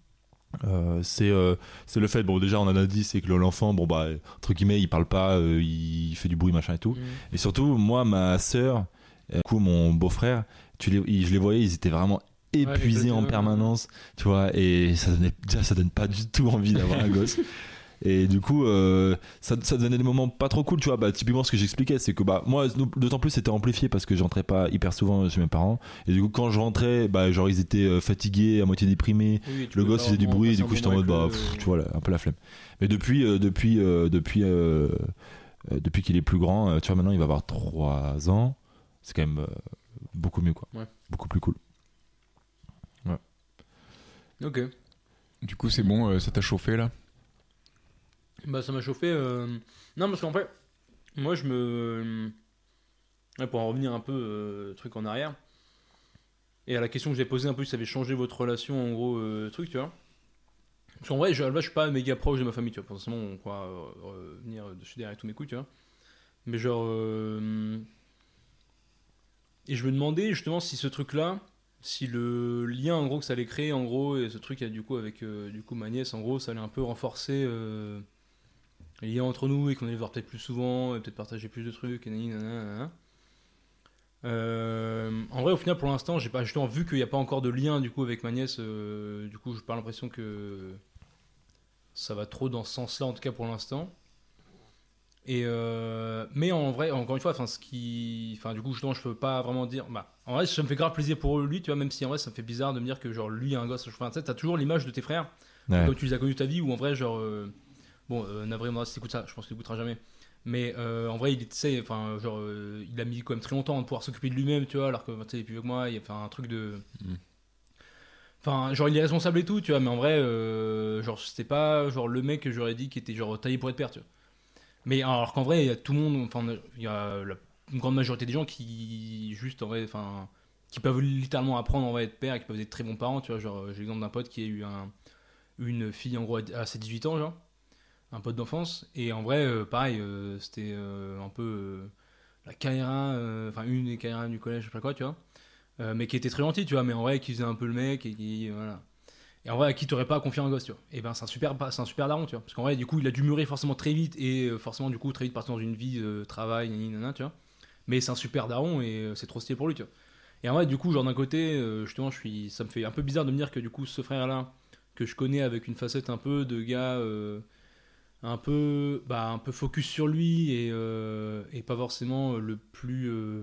euh, c'est euh, c'est le fait, bon déjà on en a dit, c'est que l'enfant, bon bah entre guillemets il parle pas, euh, il fait du bruit machin et tout, Mm. et surtout moi ma sœur, et du coup mon beau-frère, tu les, ils- je les voyais, ils étaient vraiment épuisés en exactement. permanence, tu vois, et ça donnait, déjà ça donne pas du tout envie d'avoir un gosse. Et du coup, euh, ça, ça donnait des moments pas trop cool, tu vois. Bah, typiquement, ce que j'expliquais, c'est que bah, moi, d'autant plus, c'était amplifié parce que j'entrais pas hyper souvent chez mes parents. Et du coup, quand je rentrais, bah, genre, ils étaient euh, fatigués, à moitié déprimés. Oui, tu Le peux gosse pas faisait du vraiment bruit, et passer du un coup, j'étais en mode, moment bah, avec pff, le- tu vois, là, un peu la flemme. Mais depuis, euh, depuis, euh, depuis, euh, euh, depuis qu'il est plus grand, euh, tu vois, maintenant, il va avoir trois ans. C'est quand même euh, beaucoup mieux, quoi. Ouais. Beaucoup plus cool. Ok. Du coup, c'est bon, euh, ça t'a chauffé là? Bah ça m'a chauffé. euh, Non parce qu'en fait, moi je me... Ouais, pour en revenir un peu euh, truc en arrière, et à la question que j'ai posée un peu, si ça avait changé votre relation en gros, euh, truc tu vois. Parce qu'en vrai, je, là, je suis pas méga proche de ma famille, tu vois. Forcément, on pourra euh, venir dessus derrière tous mes coups, tu vois. Mais genre. Euh... Et je me demandais justement si ce truc-là, si le lien en gros que ça allait créer, en gros, et ce truc du coup avec euh, du coup ma nièce, en gros, ça allait un peu renforcer euh, les liens entre nous et qu'on allait voir peut-être plus souvent, et peut-être partager plus de trucs, et nanana, nanana. Euh, en vrai, au final, pour l'instant, j'ai pas justement vu qu'il n'y a pas encore de lien du coup avec ma nièce. Euh, du coup, j'ai pas l'impression que ça va trop dans ce sens-là, en tout cas pour l'instant. Et euh, mais en vrai, encore une fois, enfin, ce qui, enfin, du coup, justement, je peux pas vraiment dire. Bah, en vrai, ça me fait grave plaisir pour lui, tu vois, même si en vrai, ça me fait bizarre de me dire que genre lui a un gosse. Enfin, tu sais, t'as toujours l'image de tes frères, Ouais. comme tu les as connus de ta vie, où en vrai, genre, euh, bon, euh, Navré, moi, si t'écoutes ça, je pense qu'il écoutera jamais. Mais euh, en vrai, il était, enfin, genre, euh, il a mis quand même très longtemps à pouvoir s'occuper de lui-même, tu vois, alors que tu sais, il est plus vieux que moi, il a fait un truc de. Mm. Enfin, genre, il est responsable et tout, tu vois, mais en vrai, euh, genre, c'était pas genre le mec que j'aurais dit qui était genre taillé pour être père, tu vois. Mais alors qu'en vrai, il y a tout le monde, enfin, il y a la une grande majorité des gens qui, juste, en vrai, enfin, qui peuvent littéralement apprendre en vrai à être père et qui peuvent être très bons parents, tu vois. Genre, j'ai l'exemple d'un pote qui a eu un, une fille, en gros, à ses dix-huit ans, genre, un pote d'enfance. Et en vrai, euh, pareil, euh, c'était euh, un peu euh, la K R un, enfin, euh, une des K R un du collège, je sais pas quoi, tu vois. Euh, mais qui était très gentil, tu vois, mais en vrai, qui faisait un peu le mec et qui, voilà. Et en vrai, à qui t'aurais pas confié un gosse, tu vois. Et ben, c'est un super, c'est un super daron, tu vois. Parce qu'en vrai, du coup, il a dû mûrir forcément très vite et euh, forcément, du coup, très vite partir dans une vie, euh, travail, nanana, tu vois. Mais c'est un super daron et euh, c'est trop stylé pour lui, tu vois. Et en vrai, du coup, genre d'un côté, euh, justement, je suis, ça me fait un peu bizarre de me dire que du coup, ce frère-là, que je connais avec une facette un peu de gars, euh, un peu, bah, un peu focus sur lui et, euh, et pas forcément le plus. Euh,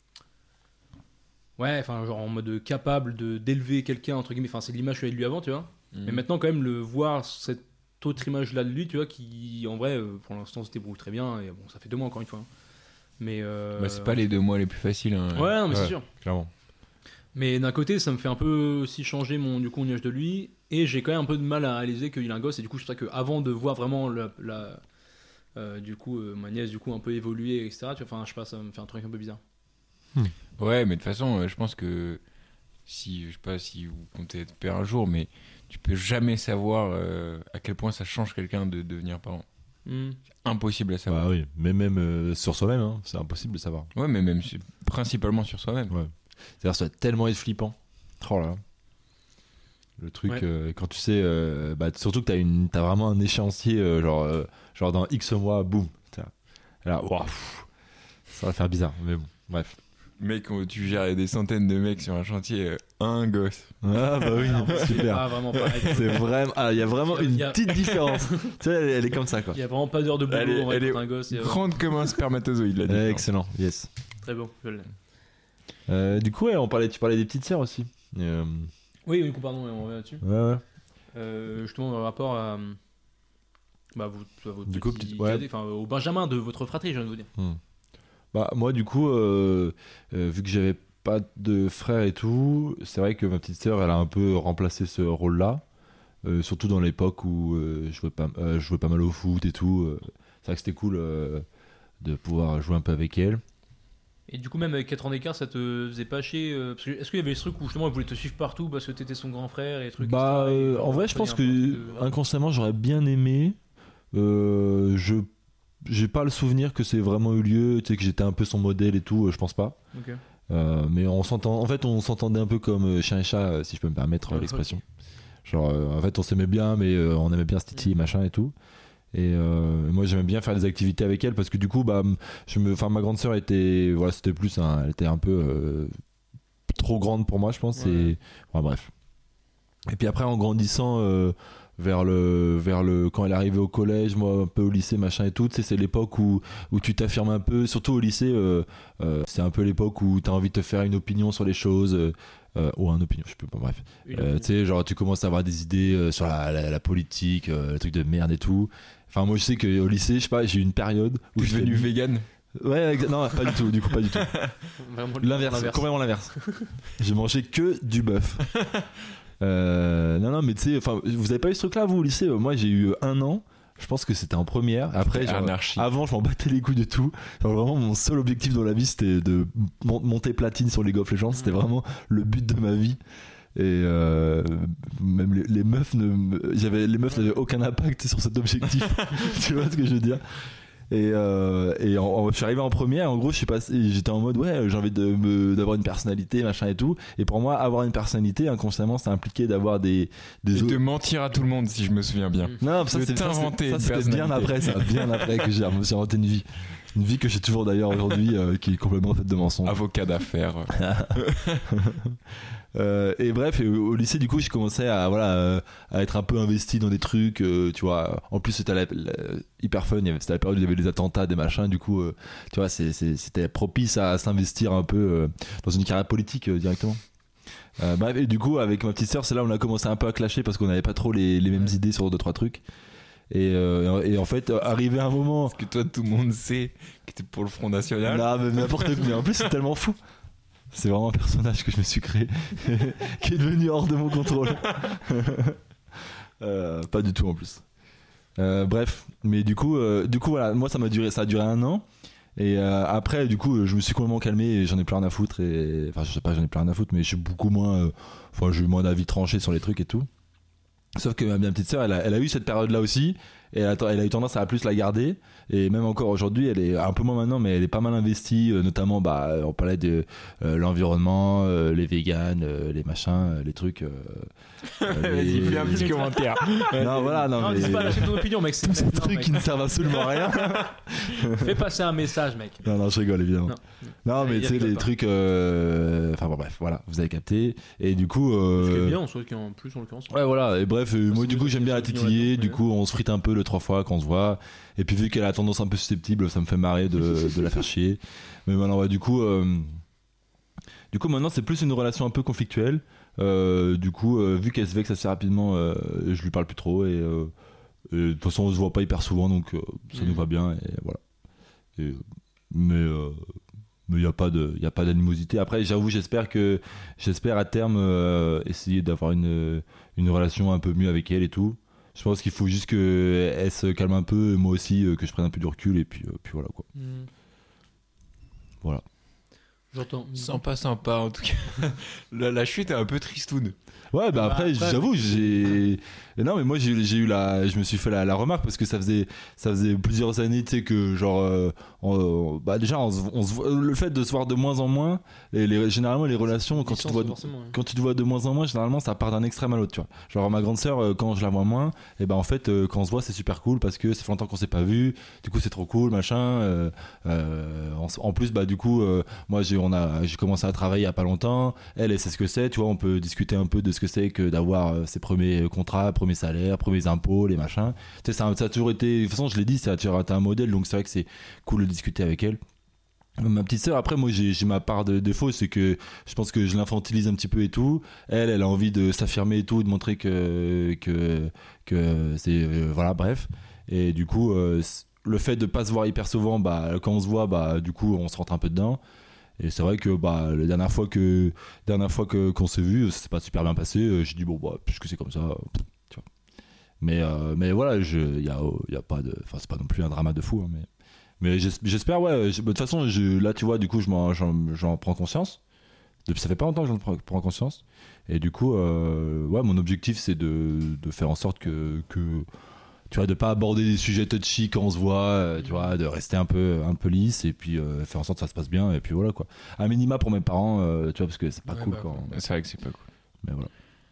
Ouais, enfin, genre en mode capable de, d'élever quelqu'un, entre guillemets. Enfin, c'est l'image que j'avais de lui avant, tu vois. Mm. Mais maintenant, quand même, le voir cette autre image-là de lui, tu vois, qui, en vrai, euh, pour l'instant, se débrouille très bien. Et bon, ça fait deux mois, encore une fois. Hein. Mais. Euh... Bah, c'est pas les deux mois les plus faciles. Hein. Ouais, non, mais Ouais. c'est sûr. Clairement. Mais d'un côté, ça me fait un peu aussi changer mon, du coup, mon image de lui. Et j'ai quand même un peu de mal à réaliser qu'il a un gosse. Et du coup, c'est pour ça qu'avant de voir vraiment la. la euh, du coup, euh, ma nièce, du coup, un peu évoluer, et cetera. Tu vois, enfin, je sais pas, ça me fait un truc un peu bizarre. Ouais, mais de toute façon, euh, je pense que si, je sais pas si vous comptez être père un jour, mais tu peux jamais savoir euh, à quel point ça change quelqu'un de devenir parent. Mm. Impossible à savoir. Bah oui, mais même euh, sur soi-même, hein, c'est impossible de savoir. Ouais, mais même sur- principalement sur soi-même. Ouais. C'est-à-dire, ça doit tellement être flippant. Oh là là. Le truc, Ouais. euh, quand tu sais, euh, bah, surtout que t'as, une, t'as vraiment un échéancier, euh, genre, euh, genre dans X mois, boum. T'as- Là, wow, pff, ça va faire bizarre, mais bon, bref. Mec, quand tu gères des centaines de mecs sur un chantier, euh, un gosse. Ah bah oui, C'est super. pas vraiment pareil. C'est vraiment, ah, il y a vraiment Il une y a- petite différence. Tu sais, elle, elle est comme ça, quoi. Il y a vraiment pas d'heure de boulot Elle est- en vrai, elle est quand un gosse. et, euh, Grande comme un spermatozoïde, la Eh, différence. excellent, yes. Très bon, je l'aime. Euh, du coup, ouais, on parlait, tu parlais des petites sœurs aussi. Euh, Oui, oui, pardon, on revient là-dessus. ouais, ouais. Euh, justement, dans le rapport à, bah, vous, à votre Du coup, petit petite- ouais. cadet, enfin, au Benjamin de votre fratrie, je viens de vous dire. Bah, moi, du coup, euh, euh, vu que j'avais pas de frère et tout, c'est vrai que ma petite sœur, elle a un peu remplacé ce rôle-là. Euh, surtout dans l'époque où euh, je, jouais pas, euh, je jouais pas mal au foot et tout. euh, c'est vrai que c'était cool euh, de pouvoir jouer un peu avec elle. Et du coup, même avec quatre ans d'écart, ça te faisait pas chier euh, parce que, est-ce qu'il y avait ce truc où justement elle voulait te suivre partout parce que t'étais son grand frère et trucs Bah, et cetera, et, euh, genre, en vrai, je il y a pense un que peu de- inconsciemment, j'aurais bien aimé. Euh, je j'ai pas le souvenir que c'est vraiment eu lieu, tu sais, que j'étais un peu son modèle et tout. euh, je pense pas. Ok. Euh, mais on s'entend. En fait, on s'entendait un peu comme euh, chien et chat, euh, si je peux me permettre euh, Ouais, l'expression. Genre, euh, en fait, on s'aimait bien, mais euh, on aimait bien se titiller, machin et tout. Et euh, moi, j'aimais bien faire des activités avec elle parce que du coup, bah, je me, enfin, ma grande sœur était, voilà, c'était plus, un, elle était un peu euh, trop grande pour moi, je pense. Ouais. Et enfin, bref. Et puis après, en grandissant. Euh, vers le vers le quand elle est arrivée au collège, moi un peu au lycée, machin et tout, tu sais, c'est l'époque où où tu t'affirmes un peu, surtout au lycée. Euh, euh, c'est un peu l'époque où t'as envie de te faire une opinion sur les choses, euh, euh, ou un opinion, je sais pas, bref. Une- Euh, tu sais, genre tu commences à avoir des idées euh, sur la, la, la politique, euh, le truc de merde et tout. Enfin, moi je sais qu'au lycée, je sais pas, j'ai eu une période où T'es j'étais devenu vegan. Ouais, exa- non, pas du tout, du coup, pas du tout. Vraiment L'inverse, complètement l'inverse. J'ai mangé que du bœuf. Euh, non, non, mais tu sais, enfin, vous avez pas eu ce truc-là, vous, au lycée? Moi, j'ai eu un an. Je pense que c'était en première. Après, genre, Anarchie. avant, je m'en battais les couilles de tout. Genre, vraiment, mon seul objectif dans la vie, c'était de mon- monter platine sur League of Legends. C'était vraiment le but de ma vie. Et euh, même les, les meufs ne me- j'avais les meufs n'avaient aucun impact sur cet objectif. Tu vois ce que je veux dire? Et, euh, et en, en- je suis arrivé en première. En gros, je suis passé, j'étais en mode ouais, j'ai envie de me, d'avoir une personnalité, machin et tout. Et pour moi, avoir une personnalité, inconsciemment, ça impliquait d'avoir des des Et autres- de mentir à tout le monde, si je me souviens bien. Non, ça de c'est ça, t'inventer c'est- ça, une c'était bien personnalité. après, ça, bien après que j'ai, je me suis inventé une vie, une vie que j'ai toujours d'ailleurs aujourd'hui, euh, qui est complètement faite de mensonges. Avocat d'affaires. Euh, et bref, et au, au lycée, du coup, j'ai commencé à voilà euh, à être un peu investi dans des trucs, euh, tu vois. En plus, c'était la, la- hyper fun. Il y avait, c'était la période où il y avait des attentats, des machins. Du coup, euh, tu vois, c'est, c'est, c'était propice à, s'investir un peu euh, dans une carrière politique euh, directement. Euh, bref, et du coup, avec ma petite sœur, c'est là où on a commencé un peu à clasher parce qu'on n'avait pas trop les, les mêmes idées sur deux trois trucs. Et, euh, et en fait, arrivé un moment. Parce que toi, tout le monde sait que t'es pour le Front National. Non, mais n'importe quoi. Mais en plus, c'est tellement fou. C'est vraiment un personnage que je me suis créé qui est devenu hors de mon contrôle. Euh, pas du tout en plus. Euh, bref, mais du coup, euh, du coup voilà, moi ça m'a duré, ça a duré un an. Et euh, après, du coup, je me suis complètement calmé et j'en ai plus rien à foutre. Et enfin, je sais pas, j'en ai plus rien à foutre, mais je suis beaucoup moins. euh, Enfin, j'ai eu moins d'avis tranché sur les trucs et tout. Sauf que ma, ma petite sœur, elle a, elle a eu cette période-là aussi, et elle a, elle a eu tendance à plus la garder. Et même encore aujourd'hui, elle est un peu moins maintenant, mais elle est pas mal investie, euh, notamment, bah, on parlait de euh, l'environnement, euh, les véganes, euh, les machins, euh, les trucs. Euh, euh, Vas-y, les- fais un petit commentaire. Non, voilà, non, Non, mais dis pas lâcher ton opinion, mec. C'est tous ces non, trucs mec. qui ne servent absolument à rien. Fais passer un message, mec. Non, non, je rigole évidemment. Non. Non, Ouais, mais il tu sais, rigole les pas. trucs. euh, Enfin, bon, bref, voilà, vous avez capté. Et du coup. Ce qui euh, est bien, en soit en plus, en l'occurrence. Ouais, voilà, et bref, euh, Parce moi que du coup déjà, j'aime bien la c'est titiller, opinion du là-dedans, coup on se frite un peu deux trois fois quand on se voit, et puis vu qu'elle a tendance un peu susceptible, ça me fait marrer de, de la faire chier. Mais maintenant, ouais, du coup, euh, du coup maintenant c'est plus une relation un peu conflictuelle. Euh, du coup, euh, vu qu'elle se vexe assez rapidement, euh, je lui parle plus trop, et euh, et de toute façon on se voit pas hyper souvent, donc euh, ça Mhm. nous va bien, et voilà. Et, mais euh, mais il n'y a pas de y a pas d'animosité. Après, j'avoue, j'espère que j'espère à terme euh, essayer d'avoir une une relation un peu mieux avec elle et tout. Je pense qu'il faut juste que elle se calme un peu, et moi aussi, euh, que je prenne un peu du recul, et puis euh, puis voilà quoi. Hmm. Voilà. J'entends. Sympa, sympa en tout cas. La, la chute est un peu tristoune. Ouais, bah Bah, après, après- j'avoue, j'ai. Non, mais moi, j'ai j'ai eu la. Je me suis fait la, la remarque parce que ça faisait, ça faisait plusieurs années, tu sais, que genre. euh, on- bah, déjà, on se- on se voit- le fait de se voir de moins en moins, et les, généralement, les relations, quand tu, te vois, forcément, hein. quand tu te vois de moins en moins, généralement, ça part d'un extrême à l'autre, tu vois. Genre, ma grande sœur, euh, quand je la vois moins, et ben en fait, euh, quand on se voit, c'est super cool parce que ça fait longtemps qu'on s'est pas vu, du coup, c'est trop cool, machin. euh, euh, en, en plus, bah, du coup, euh, moi, j'ai on a, j'ai commencé à travailler il y a pas longtemps. Elle, elle sait ce que c'est, tu vois, on peut discuter un peu de ce que c'est que d'avoir euh, ses premiers contrats, premiers salaires, premiers impôts, les machins. Tu sais, ça, ça a toujours été, de toute façon, je l'ai dit, ça a toujours été un modèle, donc c'est vrai que c'est cool de discuter avec elle. Ma petite sœur, après, moi, j'ai, j'ai ma part de défaut, c'est que je pense que je l'infantilise un petit peu et tout. Elle, elle a envie de s'affirmer et tout, de montrer que, que, que c'est, euh, voilà, bref. Et du coup, euh, le fait de pas se voir hyper souvent, bah, quand on se voit, bah, du coup, on se rentre un peu dedans. Et c'est vrai que bah la dernière fois que dernière fois que qu'on s'est vu, ça s'est pas super bien passé. Euh, J'ai dit bon bah puisque c'est comme ça, euh, tu vois. Mais euh, mais voilà, je il y a il y a pas de, enfin c'est pas non plus un drama de fou, hein, mais mais j'es- j'espère ouais. je- De toute façon, je, là tu vois, du coup je m'en j'en, j'en prends conscience. Depuis ça fait pas longtemps que j'en prends, prends conscience. Et du coup euh, ouais, mon objectif c'est de de faire en sorte que que tu vois, de pas aborder des sujets touchy quand on se voit, euh, tu vois, de rester un peu un peu lisse et puis euh, faire en sorte que ça se passe bien, et puis voilà quoi. Un minima pour mes parents, euh, tu vois, parce que c'est pas Ouais, cool bah, quand. C'est vrai que c'est pas cool. Mais voilà.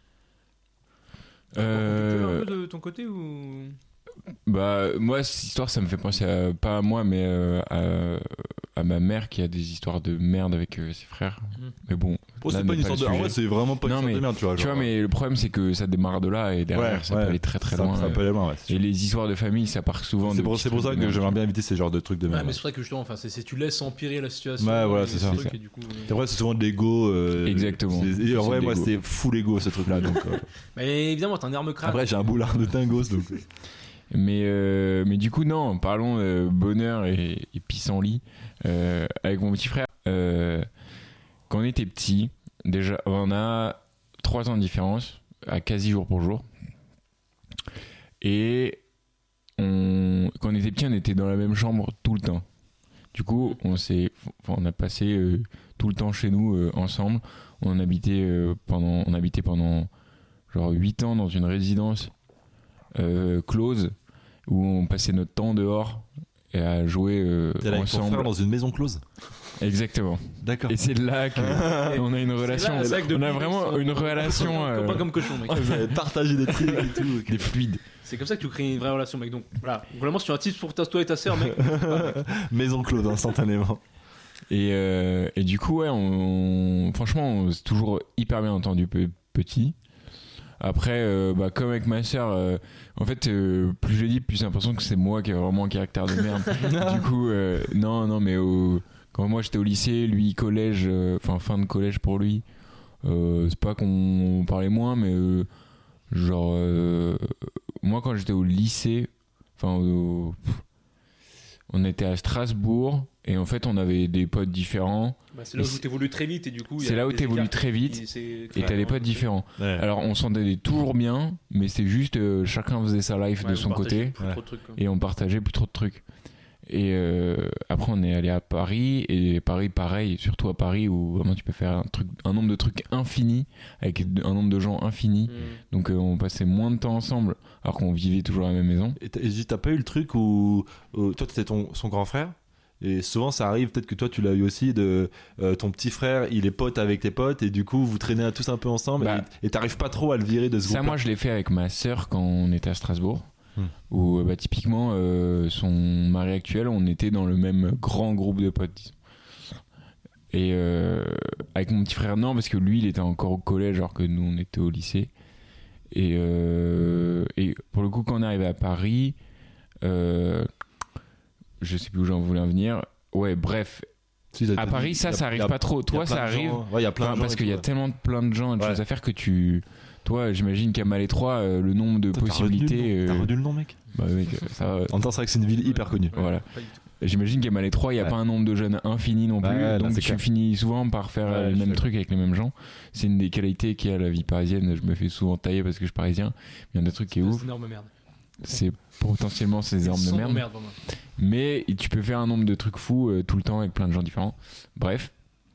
Euh, Un peu de ton côté ou. Bah, moi, cette histoire, ça me fait penser à, pas à moi, mais euh, à, à ma mère qui a des histoires de merde avec euh, ses frères. Mhm. Mais bon, Oh, là c'est pas n'est une histoire le de. Ah sujet. ouais, c'est vraiment pas une Non, histoire mais- de merde, tu vois. Tu genre. vois, mais le problème, c'est que ça démarre de là et derrière, Ouais, ça ouais. peut aller très très ça, loin. Ça euh. peut aller loin, ouais. c'est Et sûr. les histoires de famille, ça part souvent. C'est de pour, petits c'est pour ça trucs que de j'aimerais merde. bien éviter ces genres de trucs de Ouais, merde. mais c'est vrai que justement, enfin, c'est, c'est- tu laisses empirer la situation. Ouais, voilà, et c'est ce ça. truc, C'est ça. et du coup, euh, Et vrai, c'est souvent de l'ego. euh, Exactement. c'est- Et en C'est vrai, de moi, l'ego. c'est full ego ce truc-là. Donc, euh, Mais évidemment, t'as un arme crâne. après, j'ai un boulard de dingos, donc. Mais, euh, mais du coup, non, parlons euh, bonheur et, et pissenlit. Euh, avec mon petit frère, euh, quand on était petit, déjà, on a trois ans de différence, à quasi jour pour jour. Et on, quand on était petit, on était dans la même chambre tout le temps. Du coup, on, s'est, on a passé euh, tout le temps chez nous euh, ensemble. on habitait euh, pendant, on habitait pendant genre huit ans dans une résidence euh, close où on passait notre temps dehors et à jouer euh, T'es là avec ton ensemble. frère dans une maison close. Exactement. D'accord. Et c'est là qu'on a une relation. là, c'est vrai que on depuis, a vraiment ils sont- une relation euh, Copain comme cochon, mec. Vous avez partagé des trucs et tout. ok. des fluides. C'est comme ça que tu crées une vraie relation, mec. Donc voilà. Donc, vraiment, si tu as un tips pour ta, toi et ta sœur, mec. Maison close instantanément. Et, euh, et du coup, ouais, on, on- franchement, on s'est toujours hyper bien entendu pe- petit. Après, euh, bah, comme avec ma sœur, euh, en fait, euh, plus je dis, plus j'ai l'impression que c'est moi qui ai vraiment un caractère de merde. Du coup, euh, non, non, mais au- quand moi j'étais au lycée, lui collège, euh, enfin fin de collège pour lui, euh, c'est pas qu'on parlait moins, mais euh, genre, euh, moi quand j'étais au lycée, enfin, au- on était à Strasbourg et en fait on avait des potes différents. Bah, c'est là Et où c'est- t'évolues très vite et du coup. il y a C'est là où des t'évolues écarts très qui- vite c'est et t'as clairement- des potes différents. Ouais. Alors on s'entendait toujours bien, mais c'est juste euh, chacun faisait sa life Ouais, de vous son partagez côté plus Ouais. trop de trucs, quoi. et on partageait plus trop de trucs. Et euh, après on est allé à Paris et Paris pareil, surtout à Paris où vraiment tu peux faire un truc, un nombre de trucs infini avec un nombre de gens infini. Mm. Donc euh, on passait moins de temps ensemble alors qu'on vivait toujours à la même maison. Et t'as- et t'as pas eu le truc où, où toi t'étais ton, son grand frère et souvent ça arrive, peut-être que toi tu l'as eu aussi, de euh, ton petit frère il est pote avec tes potes et du coup vous traînez tous un peu ensemble Bah, et et t'arrives pas trop à le virer de ce Ça groupe. moi je l'ai fait avec ma sœur quand on était à Strasbourg. Hmm. Où bah, typiquement euh, son mari actuel, on était dans le même grand groupe de potes, disons. Et euh, avec mon petit frère, non, parce que lui il était encore au collège alors que nous on était au lycée. Et, euh, et pour le coup, quand on est arrivé à Paris, euh, je sais plus où j'en voulais en venir. Ouais, bref, Si, t'as- à Paris, ça, y a- ça arrive y a- pas trop. y a Toi, plein ça de arrive. gens- Ouais, il y a plein Enfin, de gens parce et qu'il y a tout, tellement plein de gens et de Ouais. choses à faire que tu. Toi, j'imagine qu'à Malétroit, euh, le nombre de ouais. T'as retenu le possibilités. nom- T'as euh, retenu le nom, mec bah, mec, euh, ça va. En même temps, c'est vrai que c'est une ville hyper connue. Ouais, Voilà. pas du tout. J'imagine qu'à Malétroit, il n'y a Ouais. pas un nombre de jeunes infini non plus. Ouais, ouais, non, donc c'est tu clair. finis souvent par faire Ouais, euh, je les suis mêmes d'accord. trucs avec les mêmes gens. C'est une des qualités qu'il y a à la vie parisienne. Je me fais souvent tailler parce que je suis parisien. Il y a un des trucs qui est C'est ouf. une énorme merde. C'est potentiellement ces armes de Sans merde. merde, vraiment. Mais tu peux faire un nombre de trucs fous euh, tout le temps avec plein de gens différents. Bref.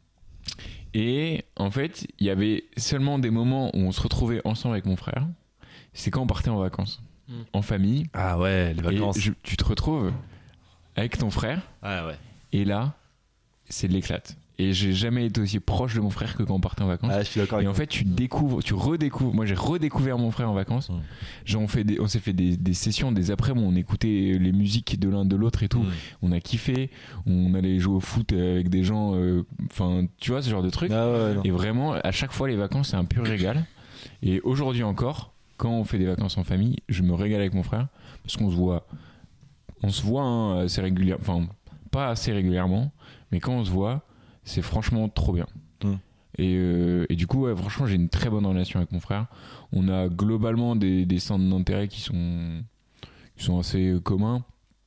Et en fait, il y avait seulement des moments où on se retrouvait ensemble avec mon frère. C'est quand on partait en vacances. Mm. En famille. Ah ouais, les vacances. Et je- tu te retrouves avec ton frère. Ah ouais. Et là, c'est de l'éclate. Et j'ai jamais été aussi proche de mon frère que quand on partait en vacances. Ah, je suis d'accord Et avec en fait, tu découvres, tu redécouvres. Moi, j'ai redécouvert mon frère en vacances. Mm. Genre, on, fait des, on s'est fait des, des sessions, des après où on écoutait les musiques de l'un de l'autre et tout. Mm. On a kiffé. On allait jouer au foot avec des gens. Enfin, tu vois, ce genre de truc. Ah ouais, non. Et vraiment, à chaque fois, les vacances, c'est un pur régal. Et aujourd'hui encore, quand on fait des vacances en famille, je me régale avec mon frère. Parce qu'on se voit. On se voit hein, assez régulièrement. Enfin, pas assez régulièrement. Mais quand on se voit, c'est franchement trop bien. Mm. Et, euh, et du coup, ouais, franchement, j'ai une très bonne relation avec mon frère. On a globalement des, des centres d'intérêt qui sont, qui sont assez euh, communs.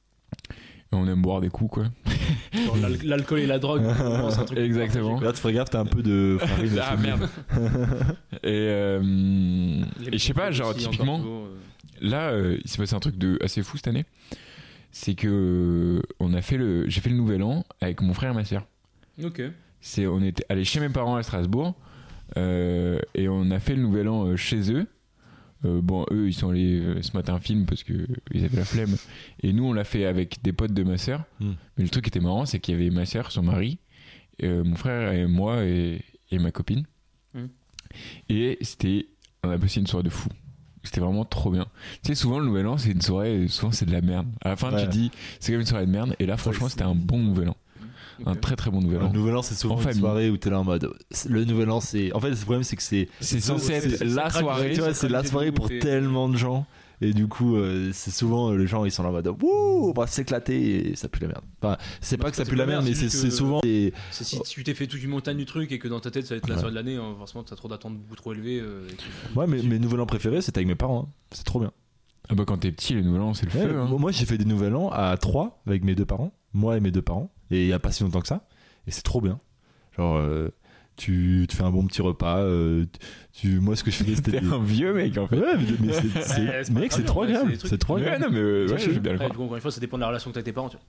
Et on aime boire des coups, quoi. Genre, l'al- L'alcool et la drogue, vraiment, c'est un truc. Exactement. Là, tu fais gaffe, t'as un peu de farine. Ah merde. Et, euh, et je sais pas, genre Aussi, typiquement, encore toujours, euh, là, euh, il s'est passé un truc de assez fou cette année. C'est que euh, on a fait le, j'ai fait le nouvel an avec mon frère et ma sœur. Ok. C'est, on était allé chez mes parents à Strasbourg euh, et on a fait le nouvel an euh, chez eux. Euh, bon, eux, ils sont allés euh, se mater un film parce que ils avaient la flemme. Et nous, on l'a fait avec des potes de ma sœur. Mm. Mais le truc qui était marrant, c'est qu'il y avait ma sœur, son mari, euh, mon frère et moi et, et ma copine. Mm. Et c'était, on a passé une soirée de fou. C'était vraiment trop bien. Tu sais, souvent le nouvel an, c'est une soirée, souvent c'est de la merde. À la fin, Ouais. tu te dis, c'est comme une soirée de merde. Et là, franchement, c'était un bon nouvel an. Un Ok. très très bon nouvel Le an. nouvel an, c'est souvent En une famille. soirée où t'es là en mode. Le nouvel an, c'est. En fait, le problème, c'est que c'est. C'est censé c'est- être c'est- la c'est- soirée. Tu vois, c'est la soirée pour tellement de gens. Et du coup, euh, c'est souvent euh, les gens, ils sont là en mode. Wouh, on va s'éclater et ça pue la merde. Enfin, c'est Non, pas que ça c'est pue la pas merde, merde, mais c'est c'est juste c'est que- souvent. des- C'est si tu t'es fait toute une montagne du truc et que dans ta tête ça va être la Ouais. soirée de l'année, hein, forcément t'as trop d'attentes beaucoup trop élevées. euh, et que- Ouais, mais mes nouvel an préférés, c'était avec mes parents. hein. C'est trop bien. Ah bah quand t'es petit, le nouvel an, c'est le Ouais, feu. hein. Moi, j'ai fait des nouvel an à trois avec mes deux parents. Moi et mes deux parents. Et il y a pas si longtemps que ça. Et c'est trop bien. Genre. euh, Tu, tu fais un bon petit repas. euh, tu, moi, ce que je faisais, c'était. T'es des- un vieux mec en fait. Ouais, mais, mais c'est, c'est- Ouais, c'est pas mec, grave, c'est trop en fait, c'est agréable. des trucs- C'est trop Ouais, agréable. non, mais euh, Ça, ouais, je- je vais bien le Après, croire. du coup, encore une fois, ça dépend de la relation que t'as avec tes parents. Tu vois.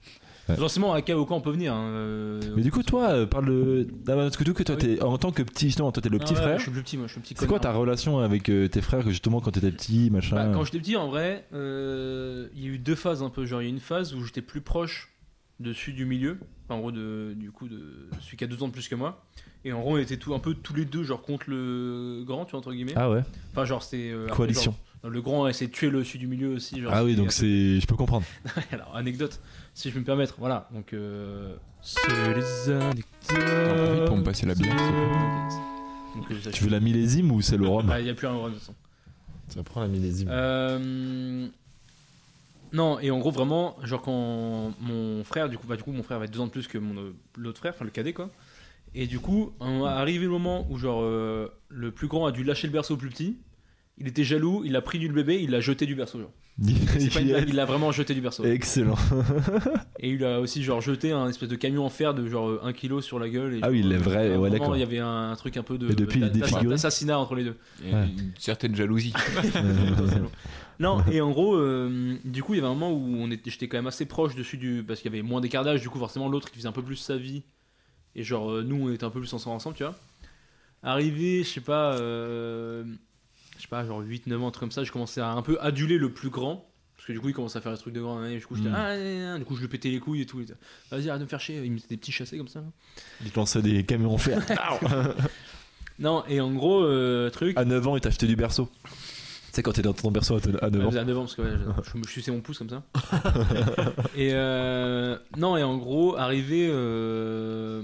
Ouais. Forcément, à K, au camp, on peut venir. Hein. euh, Mais du coup, toi, euh, parle de. Parce que, que toi, Oui. t'es, en tant que petit, justement, toi, t'es le ah petit ouais, frère. Je suis le plus petit, moi, je suis le petit C'est quoi ta connard. relation avec euh, tes frères, justement, quand t'étais petit, machin Bah, quand j'étais petit, en vrai, euh, il y a eu deux phases un peu. Genre, il y a une phase où j'étais plus proche de celui du milieu. Enfin, en gros, de, du coup, de celui qui a deux ans de plus que moi. Et en gros, on était tout, un peu tous les deux, genre, contre le grand, tu vois, entre guillemets. Ah ouais. Enfin, genre, c'était. euh, après, Coalition. genre, le grand a essayé de tuer le celui du milieu aussi. Genre, Ah oui, c'était donc un peu- c'est. Je peux comprendre. Alors, anecdote, si je peux me permettre. Voilà, donc. Euh... C'est les anecdotes. T'en profites pour me passer la bière, s'il te plaît. Ok. Donc, euh, ça, Tu je- veux la millésime ou c'est le rhum Ah, il n'y a plus un rhum, de toute façon. Tu vas prendre la millésime. Euh... Non, et en gros, vraiment, genre quand mon frère, du coup, bah, du coup, mon frère avait deux ans de plus que mon, euh, l'autre frère, enfin le cadet, quoi. Et du coup, on a arrivé le moment où, genre, euh, le plus grand a dû lâcher le berceau au plus petit. Il était jaloux, il a pris du bébé, il l'a jeté du berceau, genre. C'est pas une blague, il l'a vraiment jeté du berceau. Excellent. Et il a aussi, genre, jeté un espèce de camion en fer de genre un kilo sur la gueule. Et, Ah oui, genre, il est vrai, euh, ouais, vraiment, d'accord. Il y avait un, un truc un peu de. Et depuis, il est d'a- défiguré. d'assassinat entre les deux. Il y a une certaine jalousie. Non, et en gros, euh, du coup, il y avait un moment où on était, j'étais quand même assez proche dessus du. Parce qu'il y avait moins d'écart d'âge, du coup, forcément, l'autre qui faisait un peu plus sa vie. Et genre, euh, nous, on était un peu plus ensemble, ensemble tu vois. Arrivé, je sais pas, euh, je sais pas, genre huit neuf ans, un truc comme ça, je commençais à un peu aduler le plus grand. Parce que du coup, il commençait à faire des trucs de grand. Et du coup, j'étais. Mm. Ah, ah, ah, du coup, je lui pétais les couilles et tout. Il était, vas-y, arrête de me faire chier. Il me mettait des petits chassés comme ça. Il te lançait des camions en fer. Non, et en gros, euh, truc. À neuf ans, il t'a acheté du berceau. Tu sais, quand t'es dans ton berceau à neuf Ouais, ans. à neuf ans parce que ouais, je, je me suçais mon pouce comme ça. et euh, non, et en gros, arrivé. Euh,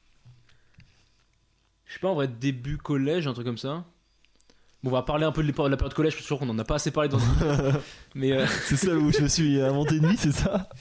je sais pas, en vrai, début collège, un truc comme ça. Bon, on va parler un peu de l'époque- de la période collège, je suis sûr qu'on en a pas assez parlé dans ce Mais euh, C'est ça où je me suis inventé une vie, c'est ça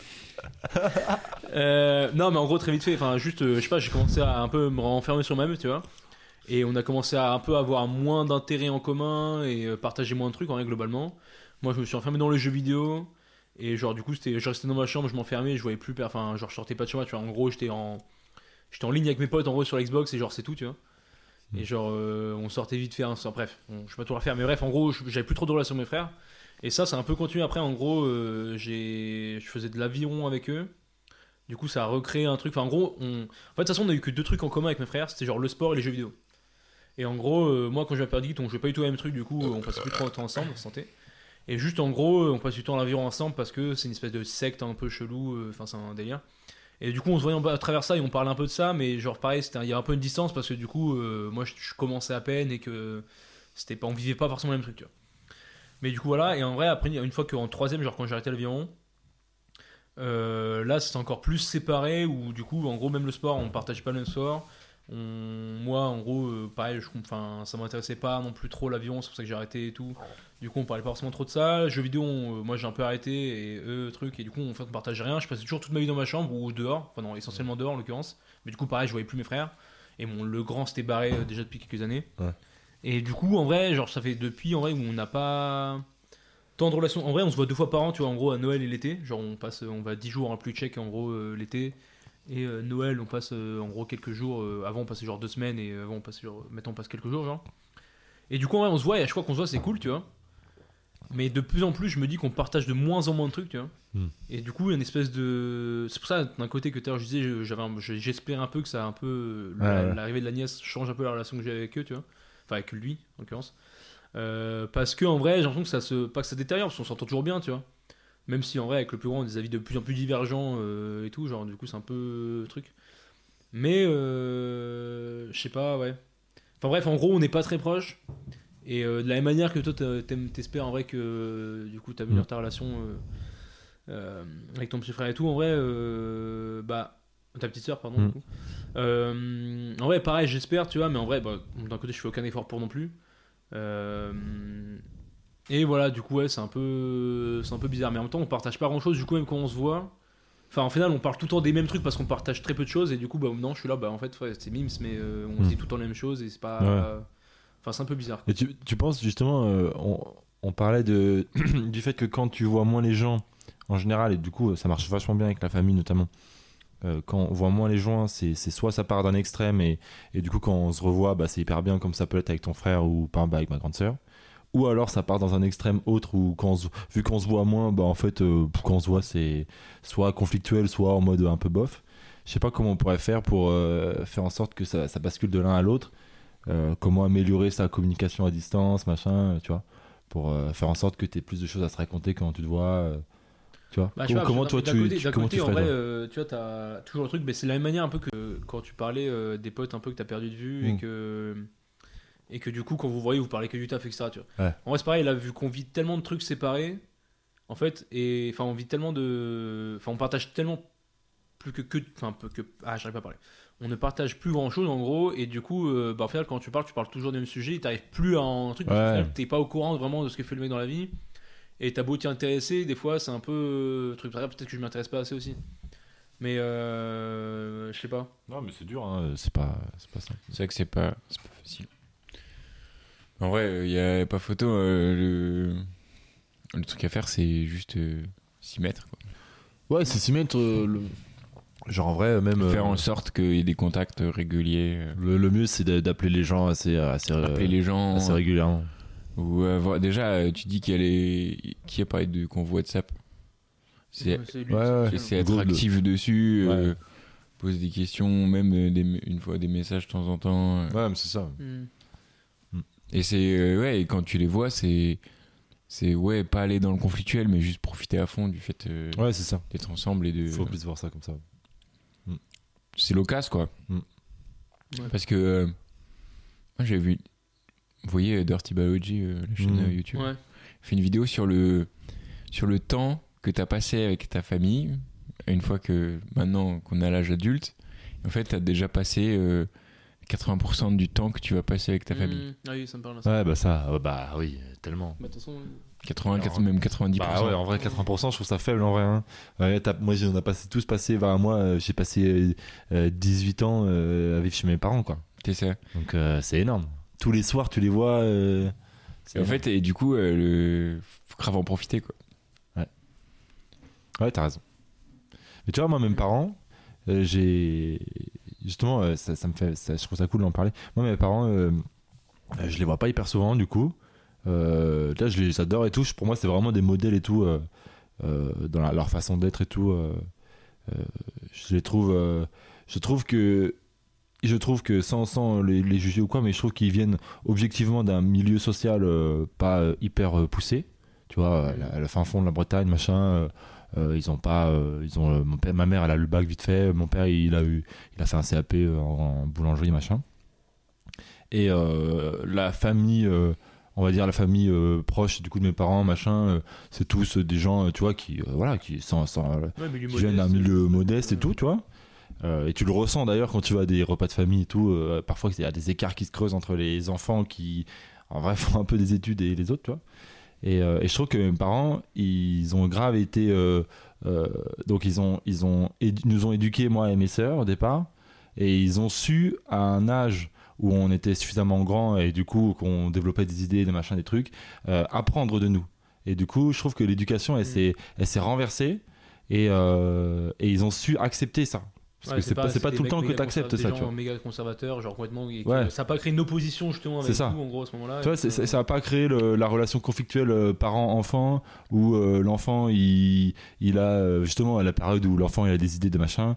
euh, non, mais en gros, très vite fait, enfin, juste, euh, je sais pas, j'ai commencé à un peu me renfermer sur moi-même, tu vois. Et on a commencé à un peu avoir moins d'intérêts en commun et euh, partager moins de trucs en vrai, globalement. Moi, je me suis enfermé dans les jeux vidéo. Et genre, du coup, c'était, je restais dans ma chambre, je m'enfermais, je voyais plus. per- Enfin, genre, je sortais pas de chez moi, tu vois. En gros, j'étais en, j'étais en ligne avec mes potes, en gros, sur l'Xbox, et genre, c'est tout, tu vois. Et genre, euh, on sortait vite fait, hein, sans- bref, on- je vais pas tout refaire, mais bref, en gros, je- j'avais plus trop de relations avec mes frères. Et ça, ça a un peu continué après. En gros, euh, j'ai, je faisais de l'aviron avec eux. Du coup, ça a recréé un truc. Enfin, en gros, on... en fait, de toute façon, on a eu que deux trucs en commun avec mes frères, c'était genre le sport et les jeux vidéo. Et en gros, euh, moi, quand je vais à Perdit, on jouait pas du tout au même truc, du coup, euh, on passait plus trop de temps ensemble, santé. Et juste, en gros, euh, on passe du temps à l'aviron ensemble parce que c'est une espèce de secte un peu chelou, euh, enfin, c'est un délire. Et du coup, on se voyait à travers ça et on parlait un peu de ça, mais genre, pareil, c'était un- il y a un peu une distance parce que du coup, euh, moi, je, je commençais à peine et que c'était pas, on vivait pas forcément le même truc, tu vois. Mais du coup, voilà, et en vrai, après, une fois qu'en troisième, genre, quand j'ai arrêté l'aviron, euh, là, c'est encore plus séparé où du coup, en gros, même le sport, on partageait pas le même sport. On- moi, en gros, euh, pareil, je, enfin, ça m'intéressait pas non plus trop l'avion, c'est pour ça que j'ai arrêté et tout. Du coup, on parlait pas forcément trop de ça. Jeux vidéo, on- euh, moi j'ai un peu arrêté et eux, truc, et du coup, en fait, on partageait rien. Je passais toujours toute ma vie dans ma chambre ou dehors, enfin, non, essentiellement dehors en l'occurrence. Mais du coup, pareil, je voyais plus mes frères. Et mon, le grand s'était barré euh, déjà depuis quelques années. Ouais. Et du coup, en vrai, genre, ça fait depuis en vrai où on n'a pas tant de relations. En vrai, on se voit deux fois par an, tu vois, en gros, à Noël et l'été. Genre, on passe, on va dix jours en plus tchèque, en gros, euh, l'été. Et euh, Noël, on passe euh, en gros quelques jours. euh, avant, on passait genre deux semaines et euh, avant, on passait genre. Maintenant, on passe quelques jours, genre. Et du coup, en vrai, on se voit et à chaque fois qu'on se voit, c'est cool, tu vois. Mais de plus en plus, je me dis qu'on partage de moins en moins de trucs, tu vois. Mm. Et du coup, il y a une espèce de. C'est pour ça, d'un côté, que tout à l'heure, je disais, je- j'avais un- j'espère un peu que ça a un peu. Ouais, la- ouais. L'arrivée de la nièce change un peu la relation que j'ai avec eux, tu vois. Enfin, avec lui, en l'occurrence. Euh, parce que, en vrai, j'ai l'impression que ça se. Pas que ça détériore, parce qu'on s'entend toujours bien, tu vois. Même si, en vrai, avec le plus grand, on a des avis de plus en plus divergents euh, et tout, genre, du coup, c'est un peu. euh, truc. Mais. euh, Je sais pas, ouais. Enfin, bref, en gros, on n'est pas très proches. Et euh, de la même manière que toi, t'as- t'aimes- t'espères en vrai que euh, du coup, t'améliores ta relation euh, euh, avec ton petit frère et tout, en vrai, euh, bah, ta petite soeur, pardon, Mm. du coup. Euh, en vrai, pareil, j'espère, tu vois, mais en vrai, bah, d'un côté, je fais aucun effort pour non plus. Euh, et voilà, du coup, ouais, c'est un peu, c'est un peu bizarre, mais en même temps, on partage pas grand chose, du coup, même quand on se voit. Enfin, en final, on parle tout le temps des mêmes trucs parce qu'on partage très peu de choses, et du coup, bah, non, je suis là, bah, en fait, ouais, c'est mimes, mais euh, on Mm. se dit tout le temps les mêmes choses, et c'est pas. Ouais. Enfin, c'est un peu bizarre, quoi. Et tu, tu penses justement, euh, on, on parlait de, du fait que quand tu vois moins les gens en général, et du coup ça marche vachement bien avec la famille notamment, euh, quand on voit moins les gens, c'est, c'est soit ça part d'un extrême et, et du coup quand on se revoit, bah, c'est hyper bien comme ça peut être avec ton frère ou par exemple avec ma grande sœur, ou alors ça part dans un extrême autre où quand on se- vu qu'on se voit moins, bah en fait euh, quand on se voit c'est soit conflictuel, soit en mode un peu bof. Je sais pas comment on pourrait faire pour euh, faire en sorte que ça, ça bascule de l'un à l'autre. Euh, comment améliorer sa communication à distance, machin, tu vois, pour euh, faire en sorte que tu aies plus de choses à se raconter quand tu te vois. euh, tu vois. Bah, je sais pas, comment parce toi que d'un tu, côté- tu- d'un comment côté, tu en ferais vrai, toi euh, tu vois, t'as toujours le truc, mais c'est la même manière un peu que quand tu parlais euh, des potes un peu que t'as perdu de vue et Mm. que et que du coup quand vous voyez vous parlez que du taf, et cetera. Tu vois. Ouais. En vrai c'est pareil, là vu qu'on vit tellement de trucs séparés, en fait, et enfin on vit tellement de, enfin on partage tellement plus que que, enfin peu que, ah j'arrive pas à parler. On ne partage plus grand chose en gros, et du coup, euh, bah, au final quand tu parles, tu parles toujours du même sujet, et t'arrives plus à un truc, parce qu'au Ouais. final, t'es pas au courant vraiment de ce que fait le mec dans la vie. Et t'as beau t'y intéresser, des fois c'est un peu euh, truc pareil, peut-être que je m'intéresse pas assez aussi. Mais euh, je sais pas. Non mais c'est dur, hein, c'est pas, c'est pas simple. C'est vrai que c'est pas, c'est pas facile. En vrai, il n'y a pas photo. euh, le... le truc à faire, c'est juste euh, s'y mettre. Quoi. Ouais, c'est s'y mettre. euh, le... Genre en vrai, même. Faire euh, en sorte qu'il y ait des contacts réguliers. euh, le, le mieux c'est d'a- d'appeler les gens assez, assez, euh, appeler les gens. assez régulièrement. Ou avoir... Déjà, euh, tu dis qu'il y a les... qui a parlé de convoi WhatsApp. C'est lui, ouais, ouais. c'est Le être groupe de- actif dessus, euh, Ouais. poser des questions, même euh, des... une fois des messages de temps en temps. euh. Ouais, mais c'est ça. Hmm. Et c'est euh, ouais, et quand tu les vois, c'est c'est ouais, pas aller dans le conflictuel, mais juste profiter à fond du fait euh, Ouais, c'est ça. d'être ensemble et de. Faut plus voir ça comme ça. C'est l'occasion quoi. Mm. Ouais. Parce que euh, moi j'ai vu, vous voyez Dirty Biology, euh, la chaîne Mm. euh, YouTube, Ouais. fait une vidéo sur le sur le temps que t'as passé avec ta famille une fois que maintenant qu'on a l'âge adulte. En fait, t'as déjà passé euh, quatre-vingts pour cent du temps que tu vas passer avec ta famille. Hmm. Ah oui, ça me parle. Ça. Ouais, bah ça, ouais, bah oui, tellement. Bah, de toute façon, quatre-vingts, Alors, même quatre-vingt-dix pour cent. Bah ouais, en vrai, quatre-vingts pour cent, je trouve ça faible en vrai. Hein. Ouais, t'as- moi, j'ai- on a passé, tous passé, bah, moi, euh, j'ai passé euh, dix-huit ans euh, à vivre chez mes parents, quoi. C'est ça. Donc, euh, c'est énorme. Tous les soirs, tu les vois. euh, c'est Et en énorme. fait, et du coup, euh, le... faut grave en profiter quoi. Ouais, t'as raison. Mais tu vois, moi, mes parents, euh, j'ai. Justement, euh, ça, ça me fait. Ça, je trouve ça cool d'en parler. Moi, mes parents, euh, euh, je les vois pas hyper souvent, du coup. Euh, là, je les adore et tout. Je- Pour moi, c'est vraiment des modèles et tout. euh, euh, dans la- leur façon d'être et tout. euh, euh, je les trouve. euh, je trouve que. Je trouve que sans, sans les, les juger ou quoi, mais je trouve qu'ils viennent objectivement d'un milieu social euh, pas euh, hyper euh, poussé. Tu vois, euh, la- le fin fond de la Bretagne, machin. euh, euh, ils ont pas. euh, ils ont, euh, mon père, ma mère, elle a eu le bac vite fait. Mon père, il a, eu, il a fait un C A P euh, en, en boulangerie, machin. Et euh, la famille. euh, on va dire la famille euh, proche du coup de mes parents, machin. euh, c'est tous euh, des gens, euh, tu vois, qui. euh, voilà, qui sont. sont, euh, ouais, milieu qui viennent d'un modeste, milieu euh, modeste et ouais. tout, tu vois. Euh, et tu le ressens d'ailleurs quand tu vas à des repas de famille et tout. euh, parfois, il y a des écarts qui se creusent entre les enfants qui, en vrai, font un peu des études et les autres, tu vois. Et, euh, et je trouve que mes parents, ils ont grave été. euh, euh, donc, ils, ont, ils ont édu- nous ont éduqués, moi et mes sœurs, au départ. Et ils ont su, à un âge où on était suffisamment grand et du coup, qu'on développait des idées, des machins, des trucs, euh, apprendre de nous. Et du coup, je trouve que l'éducation, elle, Mm. s'est, elle s'est renversée. Et, euh, et ils ont su accepter ça. Parce Ouais, que c'est pas, c'est pas des tout le mecs temps que méga tu acceptes conserv- ça, des tu gens vois. méga conservateurs, genre complètement. et que Ouais. Ça a pas créé une opposition justement avec C'est ça. vous en gros à ce moment-là. Tu vois, et c'est- que- c'est- ça va pas créer le- la relation conflictuelle euh, parent-enfant où euh, l'enfant il, il a euh, justement à la période où l'enfant il a des idées de machin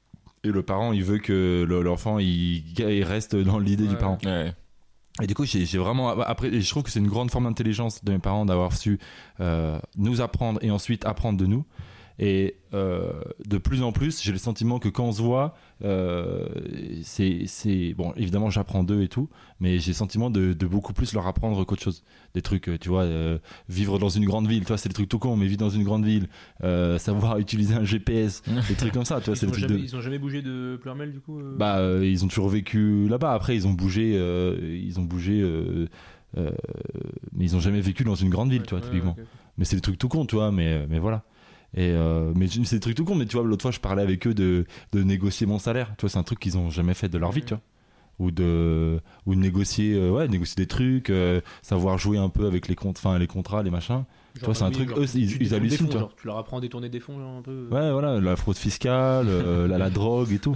et le parent il veut que le- l'enfant il, il reste dans l'idée du Ouais. parent. Ouais. Et du coup, j'ai j'ai vraiment. Après, et je trouve que c'est une grande forme d'intelligence de mes parents d'avoir su euh, nous apprendre et ensuite apprendre de nous. Et euh, de plus en plus, j'ai le sentiment que quand on se voit, euh, c'est. c'est- Bon, évidemment, j'apprends d'eux et tout, mais j'ai le sentiment de, de beaucoup plus leur apprendre qu'autre chose. Des trucs, euh, tu vois, euh, vivre dans une grande ville, tu vois, c'est des trucs tout con, mais vivre dans une grande ville, euh, savoir utiliser un G P S, des trucs comme ça, tu vois, Ils c'est ont, le truc jamais, de. ils ont jamais bougé de Pleurmel du coup euh Bah, euh, ils ont toujours vécu là-bas. Après, ils ont bougé, euh, ils ont bougé, euh, euh, mais ils ont jamais vécu dans une grande ville, tu vois, Ouais, typiquement. ok, ok. Mais c'est des trucs tout con, tu vois, mais, mais voilà. Et euh, mais c'est des trucs tout con, mais tu vois, l'autre fois, je parlais avec eux de, de négocier mon salaire. Tu vois, c'est un truc qu'ils ont jamais fait de leur vie, Mhm. tu vois. Ou de, ou de négocier, euh, ouais, négocier des trucs, euh, savoir jouer un peu avec les comptes, enfin, les contrats, les machins. Genre, vois, c'est un oui, truc, genre, eux, tu- ils- tu ils détournes des hallucinent, fonds, tu vois. genre, tu leur apprends à détourner des fonds, genre un peu. Ouais, voilà, la fraude fiscale, euh, la, la drogue et tout.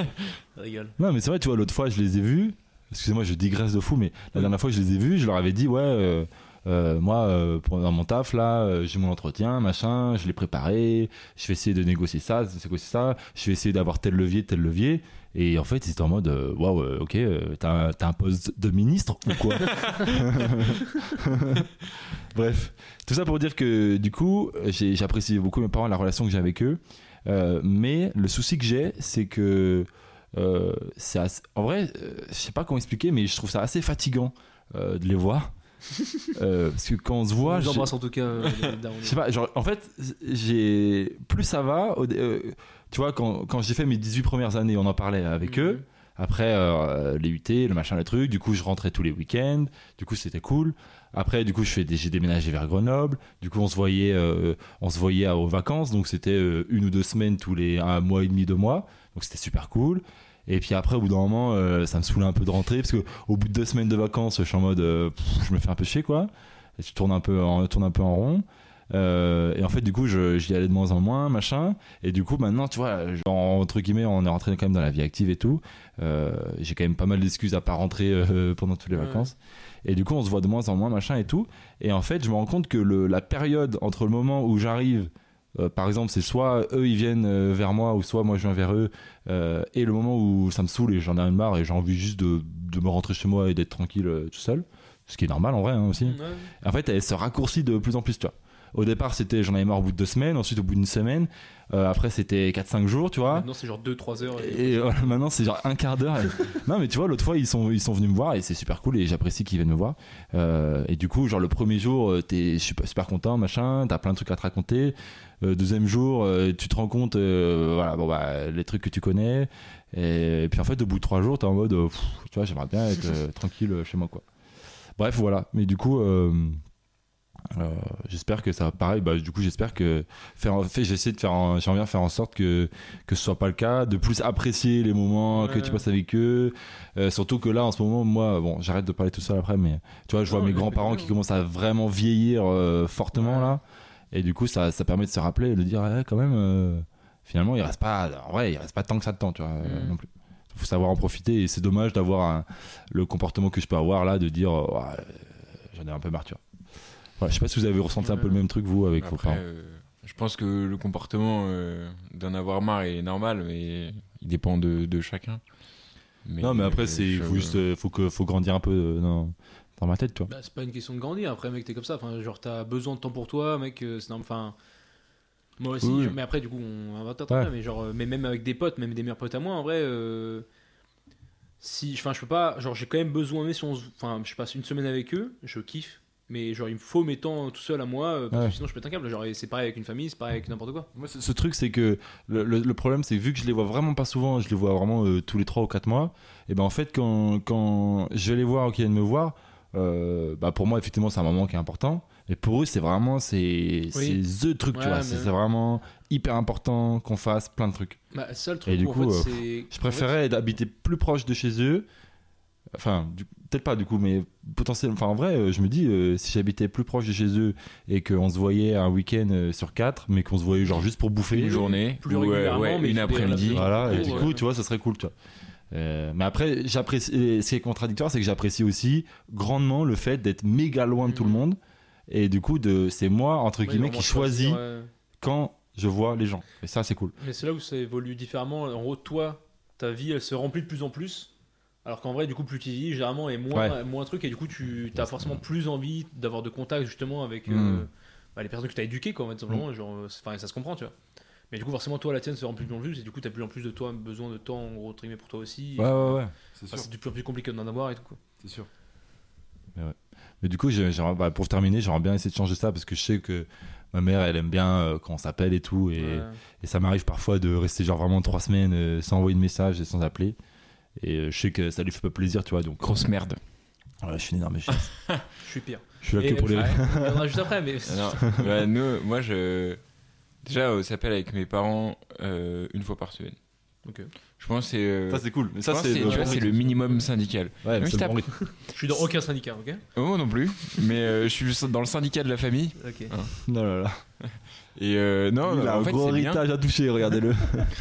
Ça régale. Non, mais c'est vrai, tu vois, l'autre fois, je les ai vus. Excusez-moi, je digresse de fou, mais la Oui. dernière fois que je les ai vus, je leur avais dit, ouais, euh, Euh, moi, euh, pour, dans mon taf, là, euh, j'ai mon entretien, machin, je l'ai préparé, je vais essayer de négocier ça, de négocier ça, je vais essayer d'avoir tel levier, tel levier. Et en fait, ils étaient en mode, euh, waouh, euh, ok, euh, t'as, t'as un poste de ministre ou quoi? Bref, tout ça pour dire que du coup, j'ai, j'apprécie beaucoup mes parents, la relation que j'ai avec eux. Euh, mais le souci que j'ai, c'est que euh, c'est assez... en vrai, euh, je sais pas comment expliquer, mais je trouve ça assez fatigant euh, de les voir. euh, parce que quand on se voit, Je vous j'ai- embrasse en tout cas. euh, les darons. je sais pas, genre, en fait, j'ai plus ça va. Au... euh, tu vois, quand, quand j'ai fait mes dix-huit premières années, on en parlait avec Mhm. eux. Après, euh, les U T, le machin, le truc. Du coup, je rentrais tous les week-ends. Du coup, c'était cool. Après, du coup, je fais des... j'ai déménagé vers Grenoble. Du coup, on se voyait, euh, on se voyait aux vacances. Donc, c'était euh, une ou deux semaines tous les un mois et demi, deux mois. Donc, c'était super cool. Et puis après, au bout d'un moment, euh, ça me saoulait un peu de rentrer. Parce qu'au bout de deux semaines de vacances, je suis en mode, euh, pff, je me fais un peu chier, quoi. Et je tourne un peu en, tourne un peu en rond. Euh, et en fait, du coup, je, j'y allais de moins en moins, machin. Et du coup, maintenant, tu vois, genre, entre guillemets, on est rentré quand même dans la vie active et tout. Euh, j'ai quand même pas mal d'excuses à pas rentrer euh, pendant toutes les Ouais. vacances. Et du coup, on se voit de moins en moins, machin et tout. Et en fait, je me rends compte que le, la période entre le moment où j'arrive, euh, par exemple, c'est soit eux ils viennent euh, vers moi, ou soit moi je viens vers eux, euh, et le moment où ça me saoule et j'en ai une marre et j'ai envie juste de, de me rentrer chez moi et d'être tranquille euh, tout seul. Ce qui est normal en vrai hein, aussi. Ouais. En fait, elle se raccourcit de plus en plus, tu vois. Au départ, c'était j'en avais marre au bout de deux semaines, ensuite au bout d'une semaine, euh, après c'était quatre cinq jours, tu vois. Maintenant, c'est genre deux trois heures. Et... Et voilà, maintenant c'est genre un quart d'heure. Et... non mais tu vois, l'autre fois ils sont, ils sont venus me voir et c'est super cool et j'apprécie qu'ils viennent me voir. Euh, et du coup, genre le premier jour, euh, t'es super, super content, machin, t'as plein de trucs à te raconter. Euh, deuxième jour, euh, tu te rends compte, euh, voilà, bon bah les trucs que tu connais. Et, et puis en fait, au bout de trois jours, t'es en mode, euh, pff, tu vois, j'aimerais bien être euh, tranquille chez moi quoi. Bref, voilà. Mais du coup. Euh, Euh, j'espère que ça va pareil bah du coup j'espère que faire en fait j'essaie de faire en, j'aimerais bien faire en sorte que que ce soit pas le cas, de plus apprécier les moments Ouais. que tu passes avec eux, euh, surtout que là en ce moment moi bon j'arrête de parler tout seul après mais tu vois je vois Non, mes mais grands-parents c'est qui bien. commencent à vraiment vieillir euh, fortement Ouais. là et du coup ça ça permet de se rappeler et de dire ouais, quand même euh, finalement il reste pas en vrai il reste pas tant que ça de temps tu vois euh, Mm. non plus faut savoir en profiter et c'est dommage d'avoir un- le comportement que je peux avoir là de dire euh, ouais, euh, j'en ai un peu marre tu vois. Ouais, je sais pas si vous avez ressenti un peu le même truc vous avec vos Après, parents. euh, je pense que le comportement euh, d'en avoir marre est normal, mais il dépend de, de chacun. Mais, Non mais après euh, c'est je- faut juste euh, faut que faut grandir un peu euh, dans, dans ma tête toi. Bah, c'est pas une question de grandir. Après, mec, t'es comme ça. Enfin, genre, t'as besoin de temps pour toi, mec. euh, C'est normal. Enfin, moi aussi. Oui. je- Mais après, du coup, on va vingt Ouais. Mais genre, euh, mais même avec des potes, même des meilleurs potes à moi, en vrai. euh, Si, enfin, je peux pas. Genre, j'ai quand même besoin. Mais si on, se- enfin, je passe une semaine avec eux, je kiffe. Mais genre, il me faut mes temps tout seul à moi, euh, parce Ouais. que sinon, je pète un câble. Genre, et c'est pareil avec une famille, c'est pareil avec n'importe quoi. Moi ce, ce truc c'est que le, le, le problème c'est que vu que je les vois vraiment pas souvent, je les vois vraiment euh, tous les trois ou quatre mois, et ben en fait quand quand je vais les voir ou qu'ils viennent me voir, euh, bah pour moi effectivement c'est un moment qui est important, mais pour eux c'est vraiment c'est Oui. c'est the truc tu Ouais, vois, mais- c'est c'est vraiment hyper important qu'on fasse plein de trucs. Bah, ça, le truc, Et du où, en coup, fait, euh, c'est. Je préférais d'habiter plus proche de chez eux. Enfin, du- peut-être pas du coup, mais potentiellement. Enfin, en vrai, euh, je me dis, euh, si j'habitais plus proche de chez eux et qu'on se voyait un week-end euh, sur quatre, mais qu'on se voyait genre juste pour bouffer Une journée, Plus ou, euh, régulièrement, ouais, mais une il faut des après-midi. relations. Voilà, et Ouais. du coup, tu vois, ça serait cool, tu vois. Euh, mais après, j'apprécie. et Ce qui est contradictoire, c'est que j'apprécie aussi grandement le fait d'être méga loin de tout le Mhm. monde. Et du coup, de, c'est moi, entre Ouais, guillemets, vraiment qui choisis choisir, ouais. quand je vois les gens. Et ça, c'est cool. Mais c'est là où ça évolue différemment. En gros, toi, ta vie, elle se remplit de plus en plus. Alors qu'en vrai, du coup, plus tu vis, généralement, et moins, Ouais. moins truc. Et du coup, tu as forcément plus envie d'avoir de contact justement avec euh, Mm. bah, les personnes que tu as éduquées, quoi, en fait, simplement. Genre, euh, c'est- enfin, ça se comprend, tu vois. Mais du coup, forcément, toi, la tienne se remplit de plus en plus. Et du coup, tu as plus en plus de toi, besoin de temps, en gros, entre guillemets, pour toi aussi. Ouais, ouais, ouais. C'est Enfin, c'est de plus en plus compliqué d'en avoir et tout, quoi. C'est sûr. Mais, ouais. Mais du coup, j'ai- j'aimerais- bah, pour terminer, j'aimerais bien essayer de changer ça parce que je sais que ma mère, elle aime bien euh, quand on s'appelle et tout. Et, Ouais. et ça m'arrive parfois de rester genre vraiment trois semaines euh, sans envoyer de message et sans appeler. Et euh, je sais que ça lui fait pas plaisir, tu vois. Donc, Grosse merde. ouais, je suis une énorme chiasse. Je suis pire. Je suis là Et- que pour les. ouais, on reviendra juste après, mais. Non, bah, nous, moi, je. Déjà, on s'appelle avec mes parents euh, une fois par semaine. Ok. Je pense que c'est. euh, Ça, c'est cool. Mais je ça, pense c'est que c'est, tu vois, c'est le minimum syndical. Ouais, Même c'est si le t'as- bon rythme. Je suis dans aucun syndicat, ok. Oh, moi non plus, mais euh, je suis dans le syndicat de la famille. Ok. Non, là, là. Et euh, non, Il a en un fait, gros c'est bien. héritage à toucher, regardez-le.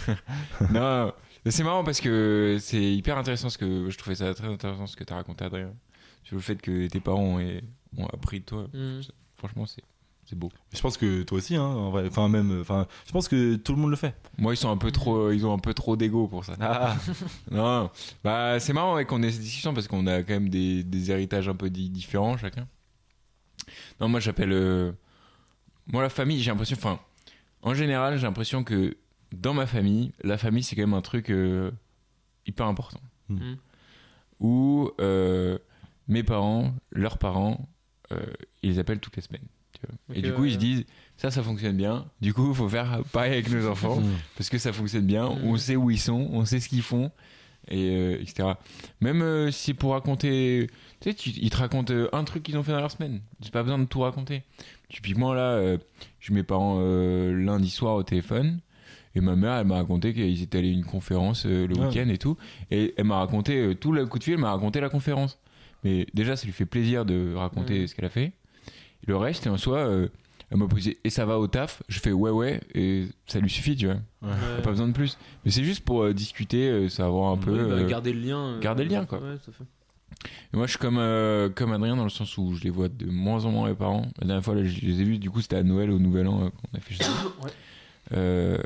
Non, mais c'est marrant parce que c'est hyper intéressant ce que je trouvais ça très intéressant ce que tu as raconté, Adrien, sur le fait que tes parents ont, ont appris de toi. Mm. Franchement, c'est, c'est beau. Je pense que toi aussi, hein, en vrai. Enfin, même. Enfin, je pense que tout le monde le fait. Moi, ils sont un peu trop, ils ont un peu trop d'ego pour ça. Ah, Non, bah c'est marrant ouais, qu'on ait cette discussion parce qu'on a quand même des, des héritages un peu di- différents chacun. Non, moi j'appelle. euh, Moi, la famille, j'ai l'impression. Enfin, en général, j'ai l'impression que dans ma famille, la famille c'est quand même un truc euh, hyper important. Mm. Où euh, mes parents, leurs parents, euh, ils les appellent toutes les semaines. Tu vois. Ok, Et du coup, ouais. ils se disent ça, ça fonctionne bien. Du coup, il faut faire pareil avec nos enfants. Mm. Parce que ça fonctionne bien, Mm. on sait où ils sont, on sait ce qu'ils font, et euh, et cetera. Même euh, si pour raconter, tu sais, tu- ils te racontent euh, un truc qu'ils ont fait dans leur semaine, j'ai pas besoin de tout raconter. Typiquement là, euh, j'ai mes parents euh, lundi soir au téléphone, et ma mère elle m'a raconté qu'ils étaient allés à une conférence euh, le Ah. week-end et tout, et elle m'a raconté, euh, tout le coup de fil, elle m'a raconté la conférence. Mais déjà, ça lui fait plaisir de raconter Mm. ce qu'elle a fait. Et le reste, et en soi, euh, elle m'a posé et ça va au taf, je fais ouais ouais, et ça lui suffit, tu vois. Ouais. T'as pas besoin de plus. Mais c'est juste pour euh, discuter, euh, savoir un Ouais, peu. Ouais, bah, euh, garder le lien. euh, garder le lien, quoi. Ouais, tout à fait. et moi, je suis comme, euh, comme Adrien dans le sens où je les vois de moins en moins, mes parents. La dernière fois, là, je les ai vus, du coup, c'était à Noël, au Nouvel An, euh, qu'on a fait chez eux. Ouais. Euh,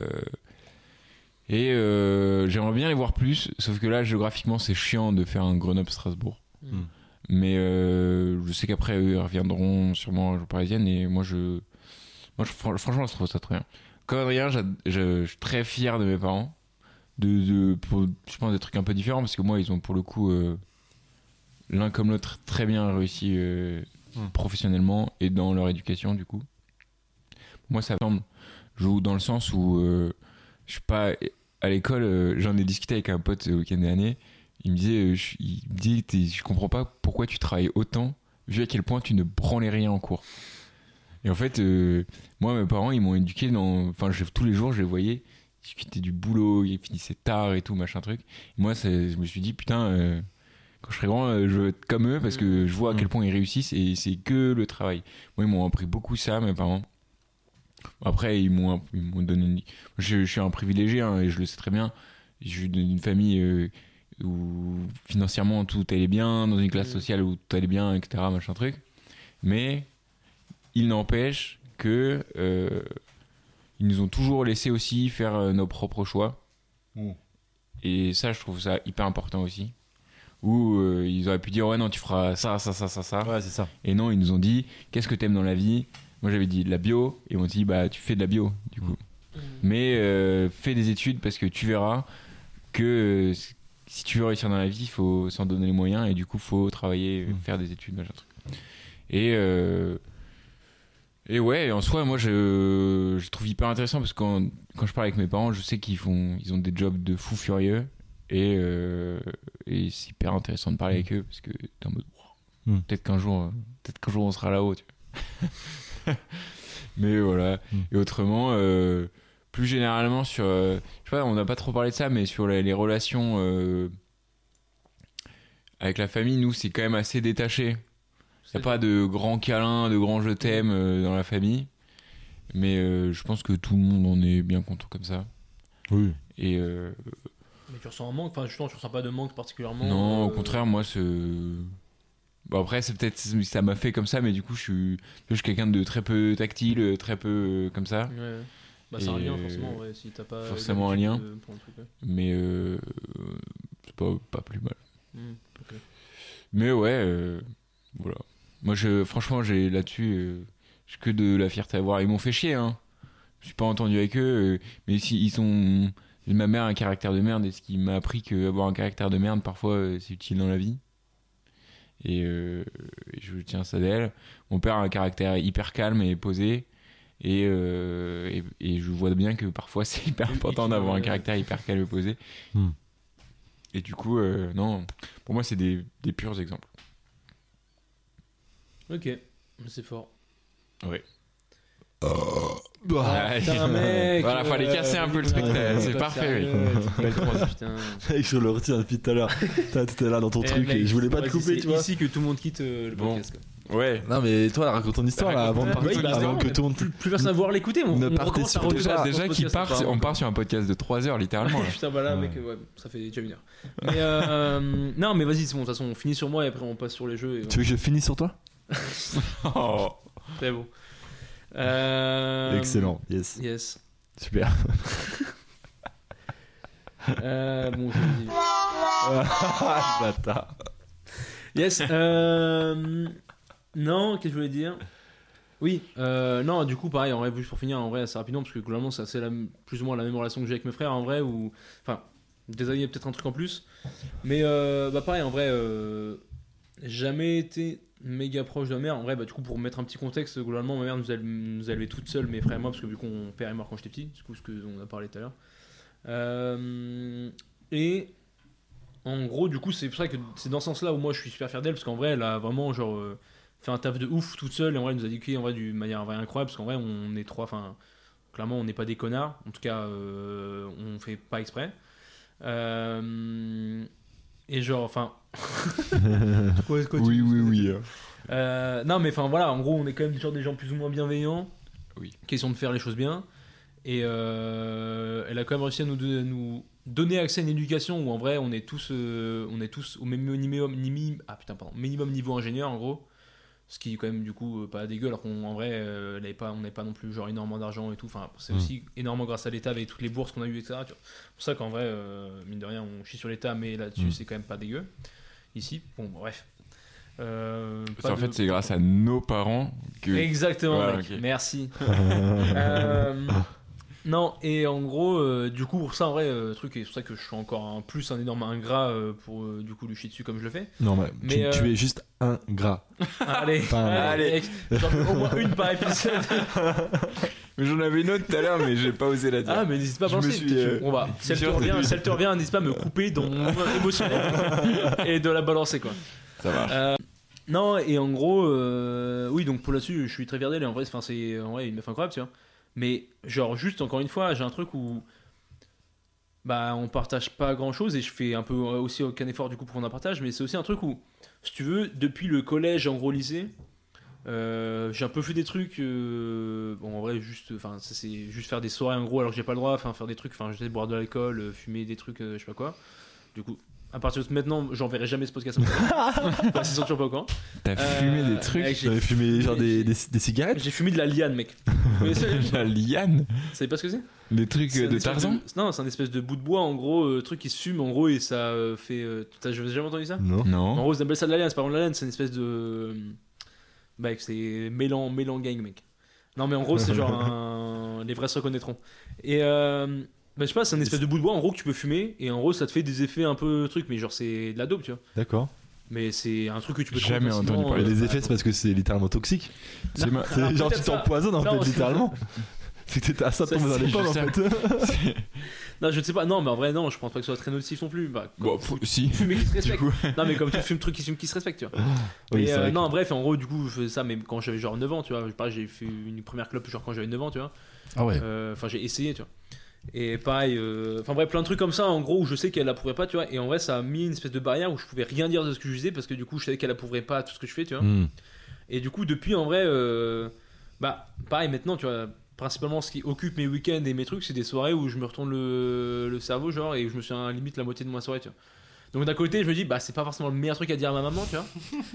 Et euh, j'aimerais bien les voir plus, sauf que là, géographiquement, c'est chiant de faire un Grenoble-Strasbourg. Mm. Mais euh, je sais qu'après, eux, ils reviendront sûrement en région parisienne, et moi, je. Moi, je, fran- franchement, je trouve ça très bien. Comme Adrien, j'ad- je, je suis très fier de mes parents. De, de, pour, je pense des trucs un peu différents, parce que moi, ils ont pour le coup, euh, l'un comme l'autre, très bien réussi euh, Mm. professionnellement et dans leur éducation, du coup. Moi, ça me semble. Je joue dans le sens où euh, je suis pas. À l'école, euh, j'en ai discuté avec un pote le week-end dernier. Il me disait, euh, je, il me dit, t'es- je comprends pas pourquoi tu travailles autant, vu à quel point tu ne branlais rien en cours. Et en fait, euh, moi, mes parents, ils m'ont éduqué dans. Enfin, je- tous les jours, je les voyais. Ils discutaient du boulot, ils finissaient tard et tout, machin truc. Et moi, c'est- je me suis dit, putain, euh, quand je serai grand, euh, je veux être comme eux parce que je vois à quel point ils réussissent et c'est que le travail. Moi, ils m'ont appris beaucoup ça, mes parents. Après, ils m'ont, ils m'ont donné. Une... Je, je suis un privilégié hein, et je le sais très bien. Je suis d'une famille euh, où financièrement tout allait bien, dans une classe Mm. sociale où tout allait bien, et cetera. Machin truc. Mais il n'empêche que euh, ils nous ont toujours laissé aussi faire euh, nos propres choix. Mm. Et ça, je trouve ça hyper important aussi. Où euh, ils auraient pu dire ouais non tu feras ça, ça, ça, ça, ça. Ouais, c'est ça. Et non, ils nous ont dit qu'est-ce que t'aimes dans la vie. Moi j'avais dit de la bio et ils m'ont dit bah tu fais de la bio du coup. Mm. Mais euh, fais des études parce que tu verras que euh, si tu veux réussir dans la vie, il faut s'en donner les moyens et du coup faut travailler, Mm. faire des études, machin truc. Et euh, et ouais, en soi, moi je, je trouve hyper intéressant parce que quand, quand je parle avec mes parents, je sais qu'ils font, ils ont des jobs de fous furieux et, euh, et c'est hyper intéressant de parler avec eux parce que t'es en mode wow, Mm. peut-être qu'un jour, euh, peut-être qu'un jour on sera là-haut. Tu vois. Mais voilà. Mm. Et autrement, euh, plus généralement sur, euh, je sais pas, on n'a pas trop parlé de ça, mais sur les, les relations euh, avec la famille, nous c'est quand même assez détaché. Il n'y a pas de grands câlins, de grands je t'aime euh, dans la famille. Mais euh, je pense que tout le monde en est bien content comme ça. Oui. Et euh, Mais tu ressens un manque, enfin justement tu ressens pas de manque particulièrement. non, au euh, contraire, moi c'est. Bon, après, c'est peut-être ça m'a fait comme ça, mais du coup, je suis, je suis quelqu'un de très peu tactile, très peu euh, comme ça. Ouais. Bah c'est un Et, lien euh, forcément, ouais, si t'as pas. forcément un l'habitude lien. de- pour un truc, ouais. Mais euh, c'est pas, pas plus mal. Mm. Ok. Mais ouais, euh, voilà. Moi, je, franchement, j'ai là-dessus, euh, j'ai que de la fierté à voir. Ils m'ont fait chier, hein. Je suis pas entendu avec eux, euh, mais si ils sont. Ma mère a un caractère de merde, et ce qui m'a appris qu'avoir un caractère de merde, parfois, euh, c'est utile dans la vie. Et, euh, et je tiens ça d'elle. Mon père a un caractère hyper calme et posé. Et, euh, et, et je vois bien que parfois, c'est hyper Et- important et- d'avoir un ouais. caractère hyper calme et posé. Hmm. Et du coup, euh, non, pour moi, c'est des, des purs exemples. Ok, c'est fort. Ouais. Bah, Putain, mec, Voilà, fallait euh, casser un peu le putain, truc, là, c'est pas parfait, sérieux, mec. c'est belle transition, putain. mec, je le retiens depuis tout à l'heure. Putain, T'étais là dans ton Eh, truc mec, et je voulais pas te vas-y, couper, c'est tu vois. ici que tout le monde quitte euh, le Bon. podcast. Quoi. Ouais. Non, mais toi, raconte ton histoire là avant de Ouais, partir. oui, bah, avant non, que mais tout le monde. plus, plus personne va vouloir l'écouter. On, Ne on partez recommence à surtout refaire Déjà, ce déjà qui podcast, part, c'est pas on un part sur un podcast de trois heures, littéralement. là. Putain, voilà, Ouais. mec, ouais, ça fait déjà une heure. Mais euh, non, mais vas-y, c'est bon, de toute façon, on finit sur moi et après on passe sur les jeux. Et Tu veux que je finisse sur toi? Oh. Très bon. Euh... Excellent, yes. Yes. Super. Euh, bon, je vais dire. Bâtard. Yes. Euh... Non, qu'est-ce que je voulais dire? Oui. Euh, non, du coup, pareil. En vrai, juste pour finir, en vrai, assez rapidement, parce que globalement, c'est assez la, plus ou moins la même relation que j'ai avec mes frères, en vrai, ou enfin, des années, peut-être un truc en plus. Mais euh, bah pareil, en vrai, euh, jamais été méga proche de ma mère. En vrai, bah du coup, pour mettre un petit contexte, globalement, ma mère nous a, nous a élevés toutes seules, mes frères et moi, parce que du coup, mon père est mort quand j'étais petit, du coup, ce qu'on a parlé tout à l'heure. Euh, et en gros, du coup, c'est pour ça que c'est dans ce sens-là où moi je suis super fier d'elle, parce qu'en vrai, elle a vraiment genre euh, fait un taf de ouf toute seule, et en vrai, elle nous a éduqués en vrai d'une manière vrai, incroyable, parce qu'en vrai, on est trois, enfin, clairement, on n'est pas des connards, en tout cas, euh, on fait pas exprès. Euh, et genre, enfin. Oui, oui, oui. Euh, non, mais enfin voilà, en gros, on est quand même genre des gens plus ou moins bienveillants. Oui. Question de faire les choses bien. Et euh, elle a quand même réussi à nous, de, nous donner accès à une éducation où en vrai, on est tous, euh, on est tous au même minimum, minimum, ah, putain, pardon, minimum niveau ingénieur en gros. Ce qui est quand même du coup pas dégueu, alors qu'en vrai, euh, elle avait pas, on n'avait pas non plus genre énormément d'argent et tout. Enfin, c'est Mm. aussi énormément grâce à l'État avec toutes les bourses qu'on a eues, et cetera. C'est pour ça qu'en vrai, euh, mine de rien, on chie sur l'État, mais là-dessus, Mm. c'est quand même pas dégueu. Ici, bon, bref. Euh, Parce pas qu'en de- fait, c'est grâce à nos parents que. Exactement, Voilà, mec. ok. Merci. Euh, non, et en gros, euh, du coup, pour ça, en vrai, euh, truc, et c'est pour ça que je suis encore un plus un énorme ingrat euh, pour euh, du coup lui chier dessus comme je le fais. Non, mais, Mais, tu, euh, tu es juste un gras. Allez, Enfin, allez, mec, j'en fais au moins une par épisode. Mais j'en avais une autre tout à l'heure, mais j'ai pas osé la dire. Ah, mais n'hésite pas à Je me penser. suis, peut-être euh, que- on va. Si elle te sûr, revient, début. si elle te revient, n'hésite pas à me couper dans mon émotionnel et de la balancer quoi. Ça marche. Euh, non, et en gros, euh, oui, donc pour là-dessus, je suis très fier d'elle. Et en vrai, enfin, c'est en vrai une meuf incroyable, tu vois. Mais genre, juste encore une fois, j'ai un truc où bah, on partage pas grand-chose et je fais un peu aussi aucun effort du coup pour qu'on en partage. Mais c'est aussi un truc où, si tu veux, depuis le collège, en gros lycée, euh, j'ai un peu fait des trucs. Euh, bon, en vrai, juste, enfin, ça, c'est juste faire des soirées en gros alors que j'ai pas le droit. Enfin, faire des trucs, enfin, je sais boire de l'alcool, euh, fumer des trucs, euh, je sais pas quoi. Du coup. À partir de maintenant, j'enverrai jamais ce podcast. Parce qu'ils sont toujours pas au courant. T'as Euh, fumé des trucs. mec, j'ai J'avais fumé genre des, j'ai- des, des cigarettes. J'ai fumé de la liane, mec. Vous savez La liane. vous savez pas ce que c'est? Les trucs C'est euh, un de espèce Tarzan. Non, c'est un espèce de bout de bois, en gros, euh, truc qui se fume, en gros, et ça euh, fait. Euh, t'as jamais entendu ça? Non. En Non. gros, ils appellent ça de la liane, c'est pas vraiment de la liane, c'est une espèce de. euh, Bah, c'est mélan, mélan gang, mec. Non, mais en gros, c'est genre un. Les vrais se reconnaîtront. Et. Euh... Bah, je sais pas, c'est une espèce de bout de bois, en gros, que tu peux fumer, et en gros, ça te fait des effets un peu truc, mais genre, c'est de la dope, tu vois. D'accord. Mais c'est un truc que tu peux Jamais trouver entendu facilement, parler. Et euh, les bah, effets, c'est parce que c'est littéralement toxique. C'est ma- C'est Alors, genre tu peut-être ça. t'empoisonnes en Non, fait, c'est- littéralement. C'est que t'étais à ça de Ça, tomber dans c'est les pommes en juste fait. Non, je ne sais pas, non, mais en vrai, non, je pense pas que ce soit très nocif non plus. Bah, Bon, faut- si. fumer qui se Du respecte. coup. Non, mais comme tu fumes truc qui fume qui se respecte, tu vois. Oui, Et, c'est euh, vrai. non, bref, en gros, du coup, je faisais ça, mais quand j'avais genre neuf ans, tu vois. Pareil, j'ai fait une première clope genre quand j'avais neuf ans, tu vois. Ah ouais. Euh, Enfin, j'ai essayé, tu vois. Et pareil, euh, enfin bref, plein de trucs comme ça, en gros, où je sais qu'elle approuverait pas, tu vois. Et en vrai, ça a mis une espèce de barrière où je pouvais rien dire de ce que je disais parce que du coup, je savais qu'elle approuverait pas tout ce que je fais, tu vois. Hmm. Et du coup, depuis, en vrai, euh, bah, pareil, maintenant, tu vois, principalement ce qui occupe mes week-ends et mes trucs, c'est des soirées où je me retourne le, le cerveau, genre, et où je me suis à limite la moitié de ma soirée, tu vois. Donc d'un côté, je me dis, bah, c'est pas forcément le meilleur truc à dire à ma maman, tu vois.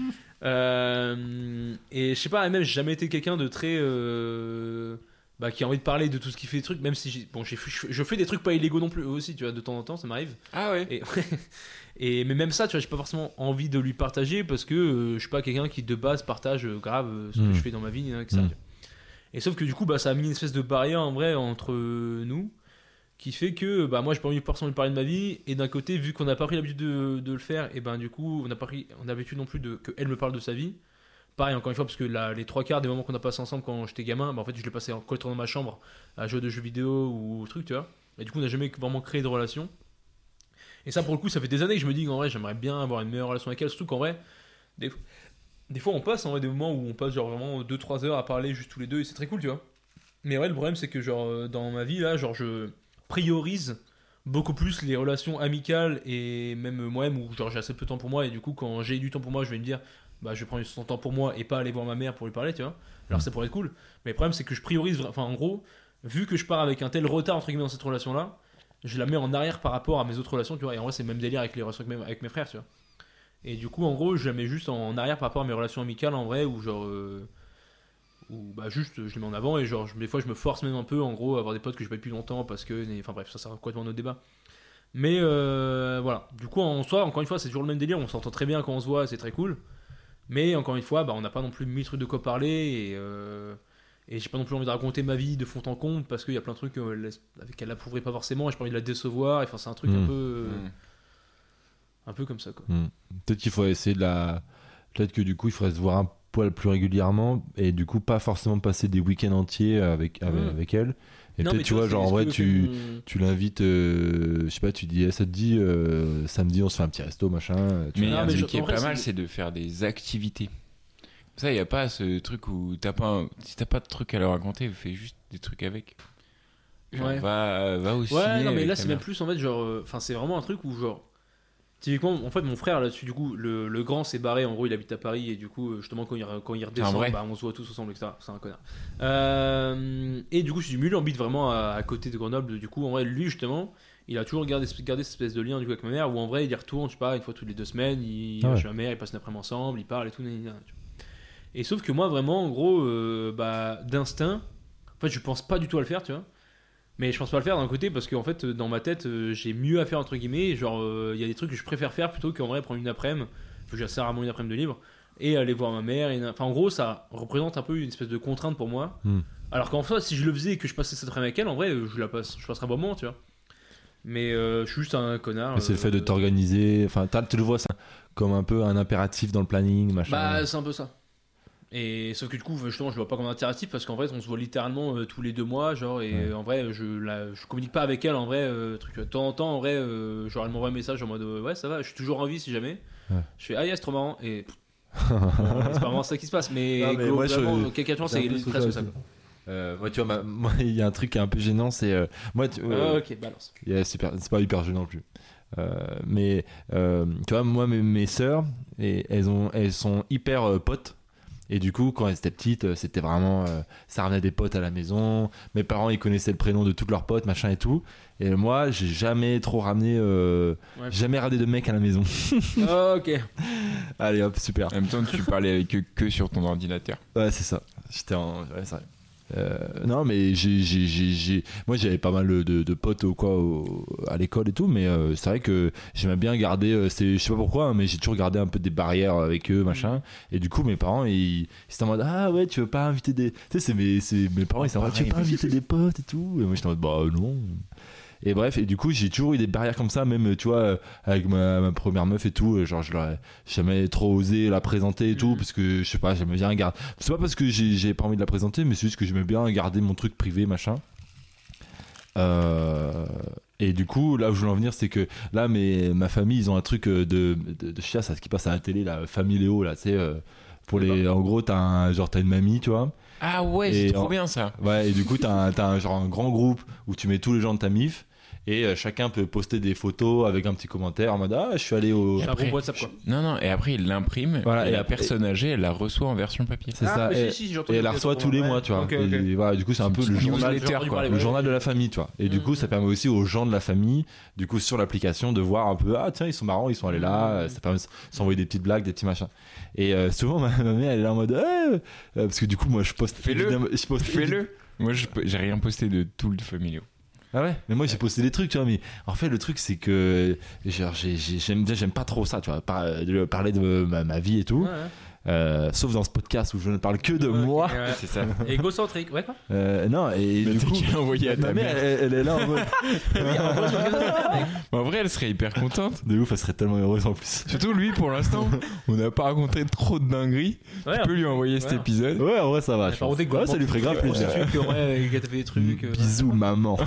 Euh, et je sais pas, même, j'ai jamais été quelqu'un de très. Euh, bah, qui a envie de parler de tout ce qui fait des trucs, même si j'ai, bon, j'ai, je fais des trucs pas illégaux non plus, eux aussi, tu vois, de temps en temps, ça m'arrive. Ah ouais. Et, et mais même ça, tu vois, j'ai pas forcément envie de lui partager parce que euh, je suis pas quelqu'un qui de base partage euh, grave euh, ce Mm. que je fais dans ma vie, et cetera. Mm. tu vois. Et sauf que du coup, bah, ça a mis une espèce de barrière en vrai entre euh, nous, qui fait que bah, moi j'ai pas envie de forcément lui parler de ma vie, et d'un côté, vu qu'on n'a pas pris l'habitude de, de le faire, et ben du coup, on n'a pas pris, on a l'habitude non plus de que elle me parle de sa vie. Pareil, encore une fois, parce que la- les trois quarts des moments qu'on a passé ensemble quand j'étais gamin, bah, en fait, je les passais en coltant dans ma chambre à jouer de jeux vidéo ou truc, tu vois. Et du coup, on n'a jamais vraiment créé de relation. Et ça, pour le coup, ça fait des années que je me dis qu'en vrai, j'aimerais bien avoir une meilleure relation avec elle, surtout qu'en vrai, des, des fois, on passe en vrai des moments où on passe genre vraiment deux trois heures à parler juste tous les deux et c'est très cool, tu vois. Mais ouais, le problème, c'est que genre euh, dans ma vie, là, genre je priorise beaucoup plus les relations amicales et même moi-même où genre j'ai assez peu de temps pour moi et du coup, quand j'ai du temps pour moi, je vais me dire, bah je vais prendre son temps pour moi et pas aller voir ma mère pour lui parler, tu vois. Alors ça pourrait être cool. Mais le problème, c'est que je priorise, vra- enfin en gros, vu que je pars avec un tel retard entre guillemets dans cette relation-là, je la mets en arrière par rapport à mes autres relations, tu vois. Et en vrai, c'est le même délire avec les relations avec mes, avec mes frères, tu vois. Et du coup, en gros, je la mets juste en arrière par rapport à mes relations amicales en vrai, où genre. Euh, où bah juste je les mets en avant et genre je, des fois je me force même un peu en gros à avoir des potes que je pas depuis longtemps parce que. Enfin bref, ça sert complètement notre débat. Mais euh, voilà, du coup en soi, encore une fois, c'est toujours le même délire, on s'entend très bien quand on se voit, c'est très cool. Mais encore une fois, bah, on n'a pas non plus mille trucs de quoi parler et, euh, et j'ai pas non plus envie de raconter ma vie de fond en comble parce qu'il y a plein de trucs euh, avec qu'elle l'approuverait pas forcément et j'ai pas envie de la décevoir. Enfin, c'est un truc mmh. un peu. Euh, mmh. Un peu comme ça quoi. Mmh. Peut-être qu'il faudrait essayer de la. Peut-être que du coup il faudrait se voir un poil plus régulièrement et du coup pas forcément passer des week-ends entiers avec, avec, mmh. avec elle. Et non, peut-être tu vois, vois genre en vrai tu, que... tu l'invites, euh, je sais pas, tu dis, eh, ça te dit euh, samedi on se fait un petit resto machin. Tu mais vois, un truc qui est pas mal, c'est de faire des activités. Ça, il y a pas ce truc où t'as pas, un... si t'as pas de truc à leur raconter, fais juste des trucs avec. Genre, ouais. va, va aussi. Ouais, non mais là c'est même plus en fait genre, enfin euh, c'est vraiment un truc où genre. Typiquement, en fait, mon frère là-dessus, du coup, le, le grand s'est barré. En gros, il habite à Paris et du coup, justement, quand il, quand il redescend, bah, on se voit tous ensemble, et cetera. C'est un connard. Euh, et du coup, je suis du on habite vraiment à, à côté de Grenoble. Du coup, en vrai, lui, justement, il a toujours gardé, gardé cette espèce de lien du coup, avec ma mère où en vrai, il y retourne, je sais pas, une fois toutes les deux semaines. Il ah ouais. va chez ma mère, il passe une après-midi ensemble, il parle et tout. Et sauf que moi, vraiment, en gros, euh, bah, d'instinct, en fait, je pense pas du tout à le faire, tu vois. Mais je pense pas le faire d'un côté parce qu'en fait dans ma tête euh, j'ai mieux à faire entre guillemets, genre il euh, y a des trucs que je préfère faire plutôt qu'en vrai prendre une après-midi, faut que j'ai assez rarement une après-midi de libre et aller voir ma mère et... enfin en gros ça représente un peu une espèce de contrainte pour moi mm. alors qu'en fait si je le faisais et que je passais cette après-midi avec elle en vrai je la passe, je passerais un bon moment tu vois mais euh, je suis juste un connard mais c'est euh, le fait de t'organiser, enfin tu le vois ça comme un peu un impératif dans le planning machin. Bah c'est un peu ça. Et sauf que du coup justement je le vois pas comme interactif parce qu'en vrai on se voit littéralement euh, tous les deux mois genre et ouais. euh, en vrai je la, je communique pas avec elle en vrai euh, truc de temps en temps en vrai euh, genre elle m'envoie un message en mode euh, ouais ça va je suis toujours en vie si jamais ouais. Je fais ah yes trop marrant et bon, c'est pas vraiment ça qui se passe mais, non, mais globalement moi, je... quelqu'un de chance c'est presque ça quoi. Euh, moi tu vois moi il y a un truc qui est un peu gênant c'est euh, moi tu, euh, ah, ok balance yeah, c'est, c'est pas hyper gênant plus euh, mais euh, tu vois moi mes, mes sœurs et, elles, ont, elles sont hyper euh, potes. Et du coup, quand elles étaient petites, c'était vraiment. Euh, ça ramenait des potes à la maison. Mes parents, ils connaissaient le prénom de tous leurs potes, machin et tout. Et moi, j'ai jamais trop ramené. Euh, ouais. Jamais ramené de mecs à la maison. Oh, ok. Allez hop, super. En même temps, tu parlais avec eux que sur ton ordinateur. Ouais, c'est ça. J'étais en. Ouais, c'est vrai. Euh, non mais j'ai, j'ai, j'ai, j'ai... moi j'avais pas mal de, de potes ou quoi au, à l'école et tout mais euh, c'est vrai que j'aimais bien garder euh, c'est, je sais pas pourquoi hein, mais j'ai toujours gardé un peu des barrières avec eux machin et du coup mes parents ils, ils étaient en mode ah ouais tu veux pas inviter des tu sais c'est mes, c'est mes parents ils étaient en mode tu veux pas inviter des potes et tout et moi j'étais en mode bah euh, non. Et bref, et du coup, j'ai toujours eu des barrières comme ça, même, tu vois, avec ma, ma première meuf et tout, genre, je l'aurais jamais trop osé la présenter et tout, mmh. parce que, je sais pas, j'aimais bien garder. C'est pas parce que j'ai, j'ai pas envie de la présenter, mais c'est juste que j'aimais bien garder mon truc privé, machin. Euh, et du coup, là où je voulais en venir, c'est que là, mes, ma famille, ils ont un truc de, de, de chasse, ce qui passe à la télé, la famille Léo, là, tu sais, euh, pour les, en gros, t'as un, genre, t'as une mamie, tu vois. Ah ouais, c'est trop en, bien ça. Ouais, et du coup, t'as un, t'as un, genre, un grand groupe où tu mets tous les gens de ta mif. Et euh, chacun peut poster des photos avec un petit commentaire en mode ah je suis allé au. C'est un groupe WhatsApp quoi. Non non et après il l'imprime voilà, et, et la après... personne âgée elle la reçoit en version papier. C'est ah, ça. Et, si, si, et elle la reçoit tous les mois tu vois. Okay, okay. Et voilà du coup c'est un peu le journal, quoi, le journal de la famille tu vois. Et mmh. du coup ça permet aussi aux gens de la famille du coup sur l'application de voir un peu ah tiens ils sont marrants ils sont allés là mmh. ça permet de s'envoyer des petites blagues des petits machins. Et euh, souvent ma, ma mère elle est là en mode eh! euh, parce que du coup moi je poste. Fais-le. Je poste. Fais-le. Moi je, j'ai rien posté de tout le familial. Ah ouais, mais moi j'ai posté des trucs, tu vois, mais en fait le truc c'est que genre, j'ai, j'ai, j'aime, j'aime pas trop ça, tu vois, par, de parler de ma, ma vie et tout. Ouais, ouais. Euh, sauf dans ce podcast où je ne parle que de okay, moi. Ouais. C'est ça. Égocentrique, ouais quoi. Euh, non, et mais du coup, envoyé à ta mère, elle, elle est là en mode. En vrai, elle serait hyper contente. De ouf, elle serait tellement heureuse en plus. Surtout lui, pour l'instant, on n'a pas raconté trop de dingueries. Ouais, tu peux lui envoyer ouais. cet épisode. Ouais, en vrai, ça va. Ouais, ça lui ferait grave plaisir. Ouais, qu'elle t'a fait des trucs. Bisous, maman.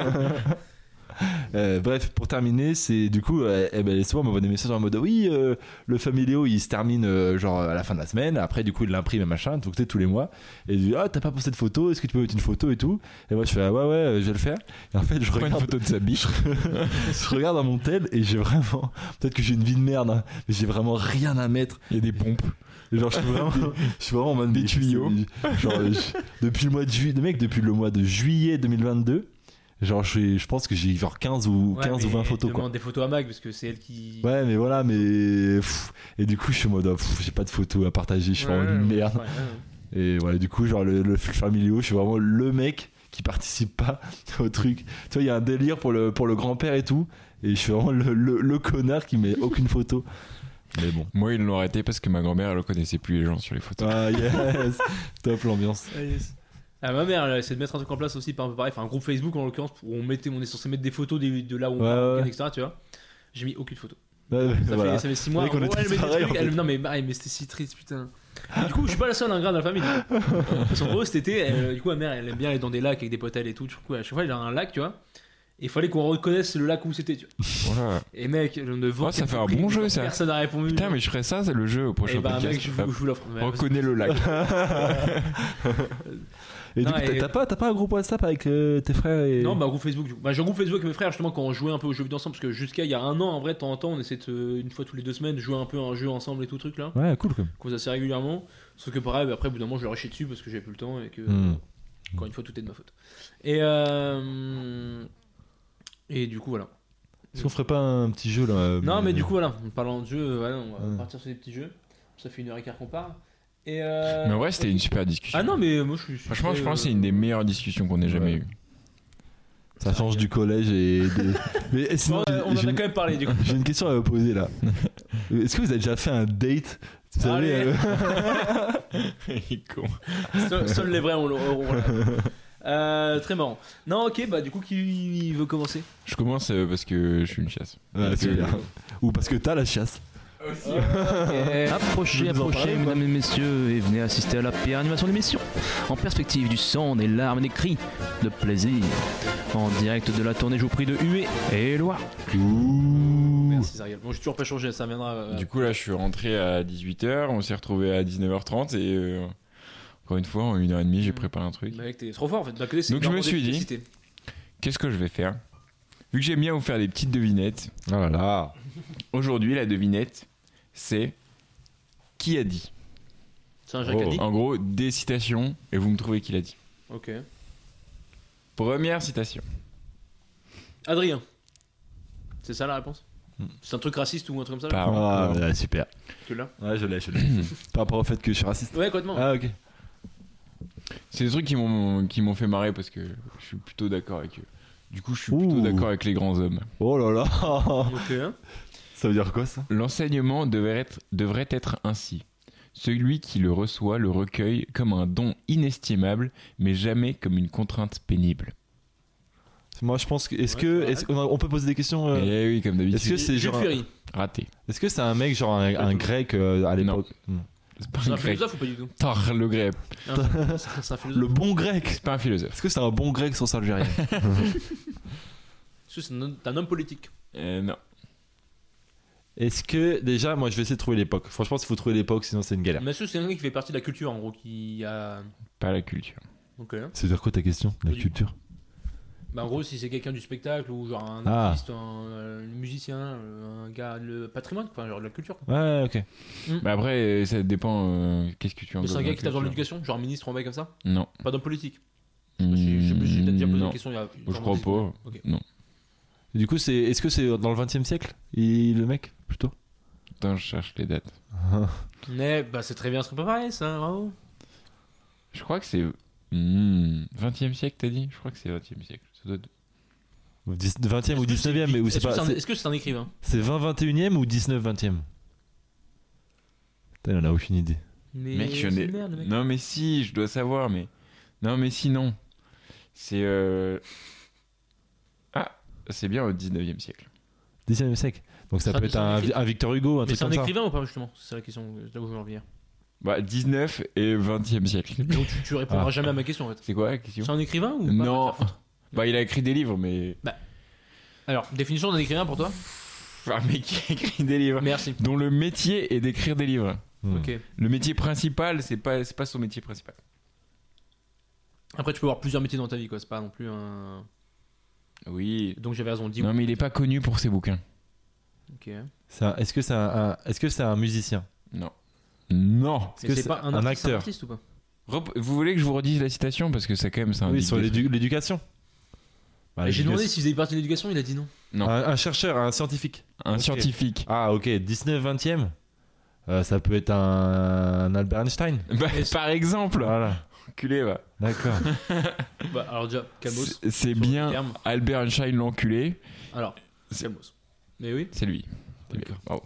Euh, bref, pour terminer, c'est du coup, euh, eh ben, souvent on m'envoie des messages en mode oui, euh, le familio il se termine euh, genre à la fin de la semaine. Après, du coup, il l'imprime et machin, donc tu sais, tous les mois. Et il dit ah, t'as pas posté de photo, est-ce que tu peux mettre une photo et tout. Et moi, je fais ah, ouais, ouais, je vais le faire. Et en fait, je regarde une photo de sa biche. Je regarde dans mon tel et j'ai vraiment, peut-être que j'ai une vie de merde, hein, mais j'ai vraiment rien à mettre. Il y a des pompes. Genre, je suis vraiment, je suis vraiment en mode des tuyaux. Genre, je, depuis le mois de juillet, mec, depuis le mois de juillet deux mille vingt-deux. Genre, je, suis- je pense que j'ai genre quinze ou, Ouais, quinze ou mais vingt photos, quoi. demande des photos à Mag parce que c'est elle qui. Ouais, mais voilà, mais. pff, et du coup, je suis en mode, oh, pff, j'ai pas de photos à partager, je suis Ouais, vraiment une ouais, merde. ouais, ouais. Et voilà, du coup, genre, le, le familial, je suis vraiment le mec qui participe pas au truc. Tu vois, il y a un délire pour le, pour le grand-père et tout. Et je suis vraiment le, le, le connard qui met aucune photo. Mais bon. Moi, ils l'ont arrêté parce que ma grand-mère, elle reconnaissait plus les gens sur les photos. Ah, yes! Top l'ambiance. Ah, yes. Ah, ma mère, elle essaie de mettre un truc en place aussi, par un peu pareil, enfin un groupe Facebook en l'occurrence, où on, mettait, on est censé mettre des photos des- de là où on Ouais, parle, ouais. et cetera. Tu vois. J'ai mis aucune photo. Ouais, ouais, Ça, voilà. fait, ça fait six mois. C'est vrai qu'on Oh, était elle met des pareil, trucs, en elle- fait. non mais, ah, mais c'était si triste, putain. Et du coup, je suis pas la seule ingrat dans la famille. Du coup. Parce qu'en gros, cet été, elle- du coup, ma mère, elle aime bien aller dans des lacs avec des potes elle et tout. Du coup, à chaque fois, il y a un lac, tu vois. Et il fallait qu'on reconnaisse le lac où c'était, tu vois. Voilà. Et mec, je ne vois Oh, ça fait un bon jeu, ça. Personne n'a répondu. Putain, mais je ferais ça, c'est le jeu au prochain Et bah, podcast. mec, je vous, je vous l'offre. Ouais, Reconnais le lac. Et Non, du coup, t'as- et- t'as pas, t'as pas un groupe WhatsApp avec euh, tes frères et... Non, bah, groupe Facebook. Du coup. Bah, j'ai un groupe Facebook avec mes frères, justement, quand on jouait un peu aux jeux vidéo ensemble. Parce que jusqu'à il y a un an, en vrai, de temps en temps, on essaie de, une fois tous les deux semaines, de jouer un peu à un jeu ensemble et tout truc là. Ouais, cool, quoi. Qu'on faisait assez régulièrement. Sauf que pareil, bah, après, au bout d'un moment, je leur ai chié dessus parce que j'avais plus le temps et que. Hmm. Encore une fois, tout est de ma faute. Et. Euh... Et du coup, voilà. Est-ce qu'on ferait pas un petit jeu là euh, Non, mais du coup, voilà, en parlant de jeu, euh, voilà, on va Ouais. partir sur des petits jeux. Ça fait une heure et quart qu'on parle. Et. Euh... Mais en vrai, c'était une super discussion. Ah non, mais moi, je suis. Franchement, je très, pense que c'est euh, une des meilleures discussions qu'on ait jamais Ouais. eues. Ça change du collège et. Des... mais et sinon, Bon, euh, on en a j'ai quand une- même parlé du coup. j'ai une question à vous poser là. Est-ce que vous avez déjà fait un date? Vous savez, Allez. euh, Il est con. Seuls seuls les vrais ont le. auront la- Euh, très marrant. Non, ok, bah du coup, qui veut commencer? Je commence euh, parce que je suis une chasse. ouais, c'est Euh, bien. Ou parce que t'as la chasse. Approchez, Vous en approchez, parlez, quoi mesdames et messieurs, et venez assister à la pire animation de l'émission. En perspective du sang, des larmes et des cris de plaisir. En direct de la tournée, je vous prie de huer et Éloi. Merci, Zariel. Bon, j'ai toujours pas changé, ça viendra. euh, Du coup, là, je suis rentré à dix-huit heures, on s'est retrouvé à dix-neuf heures trente et euh, encore une fois, en une heure et demie, j'ai préparé un truc. Mec, t'es trop fort en fait. D'un côté, c'est Donc, je me énormément suis dit- d'efficacité. Qu'est-ce que je vais faire? Vu que j'aime bien vous faire des petites devinettes, Oh là là. aujourd'hui, la devinette, c'est qui a dit? C'est un Jacques a dit. En gros, des citations et vous me trouvez qui l'a dit. Ok. Première citation. Adrien. C'est ça la réponse? Hmm. C'est un truc raciste ou un truc comme ça? Pas- Ah, non. ouais, super. Que là. Ouais, je l'ai, je l'ai. Par rapport au fait que je suis raciste. Ouais, complètement. Ah, ok. C'est des trucs qui m'ont qui m'ont fait marrer parce que je suis plutôt d'accord avec eux. Du coup, je suis plutôt Ouh. d'accord avec les grands hommes. Oh là là. Ok. Hein. Ça veut dire quoi ça? L'enseignement devrait être, devrait être ainsi. Celui qui le reçoit le recueille comme un don inestimable, mais jamais comme une contrainte pénible. Moi je pense que. Est-ce Ouais, que. c'est vrai. Est-ce qu'on a- on peut poser des questions euh, Eh oui, comme d'habitude. Est-ce que c'est Jules genre. un- Ferry. Raté. Est-ce que c'est un mec genre un, un grec euh, à l'époque? Non. C'est pas C'est un un grec. philosophe ou pas du tout? Tar, le grec. Non, c'est- C'est c'est un philosophe. Le bon grec. C'est pas un philosophe. Est-ce que c'est un bon grec sans algérien? Est-ce que c'est un, un homme politique? Euh, non. Est-ce que déjà, moi je vais essayer de trouver l'époque. Franchement, il faut trouver l'époque, sinon c'est une galère. Mais est-ce que c'est un gars qui fait partie de la culture en gros qui a. Pas la culture. Ok. C'est-à-dire quoi ta question? La Oui. culture? Bah en gros, si c'est quelqu'un du spectacle ou genre un Ah. artiste, un, euh, musicien, euh, un gars, le patrimoine, enfin genre de la culture. Quoi. Ouais, ok. Mais après, euh, ça dépend. euh, Qu'est-ce que tu Mais englobles c'est un gars dans qui tape dans culture. l'éducation, genre ministre ou un mec comme ça? Non. Pas d'homme politique. Je sais pas si- je sais pas si j'ai peut-être déjà posé non. la question il y a. Je crois pas. Ok. Non. Et du coup, c'est, est-ce que c'est dans le vingtième siècle? Il, le mec, plutôt? Attends, je cherche les dates. Mais bah c'est très bien, c'est pas pareil ça, bravo. Je crois que c'est. Hmm, vingtième siècle, t'as dit? Je crois que c'est vingtième siècle. Ça doit être- dix- vingtième ou Est-ce que dix-neuvième, c'est- mais où est-ce c'est que pas. un- C'est, Est-ce que c'est un écrivain? c'est vingt vingt-et-unième ou dix-neuf vingtième? Putain, il en a aucune idée. Mais Mec, je c'est n'ai. une merde, le mec. Non, mais si, je dois savoir, mais. Non, mais si, non. C'est. euh, Ah, c'est bien au dix-neuvième siècle. dix-neuvième siècle. Donc ça Ça- peut être ça un, écrit- un Victor Hugo, un Mais truc c'est un comme ça. écrivain ou pas justement? C'est la question, là où je veux en venir. Bah, dix-neuf et vingtième siècle. Donc tu, tu répondras Ah. jamais à ma question en fait. C'est quoi la question? C'est un écrivain ou pas? Non. Va te faire foutre. Bah, il a écrit des livres, mais. Alors, définition d'un écrivain pour toi? Un mec qui a écrit des livres. Merci. Dont le métier est d'écrire des livres. Hmm. Ok. Le métier principal, c'est pas, c'est pas son métier principal. Après, tu peux avoir plusieurs métiers dans ta vie, quoi. C'est pas non plus un. Oui. Donc j'avais raison. Dis Non, mais il est pas connu pour ses bouquins. Ok. C'est un- est-ce que c'est un, un- est-ce que c'est un musicien? Non. Non. Est-ce Mais que c'est c'est pas un, un artiste, un acteur? artiste ou pas? Rep- Vous voulez que je vous redise la citation parce que ça quand même ça Oui, indique sur des l'édu- l'éducation. Bah, Et j'ai l'éducation- demandé s'il faisait partie de l'éducation, il a dit non. Non. Un, un chercheur, un scientifique. Un Ok. scientifique. Ah, ok, dix-neuf vingtième. Euh, ça peut être un, un Albert Einstein. Bah, Et c'est- par exemple. Voilà, Enculé, va. d'accord. Bah, alors déjà, calmos. C'est c'est sur le bien terme. Albert Einstein l'enculé. Alors, C'est- calmos. Mais oui. C'est lui. C'est lui. D'accord. Bravo.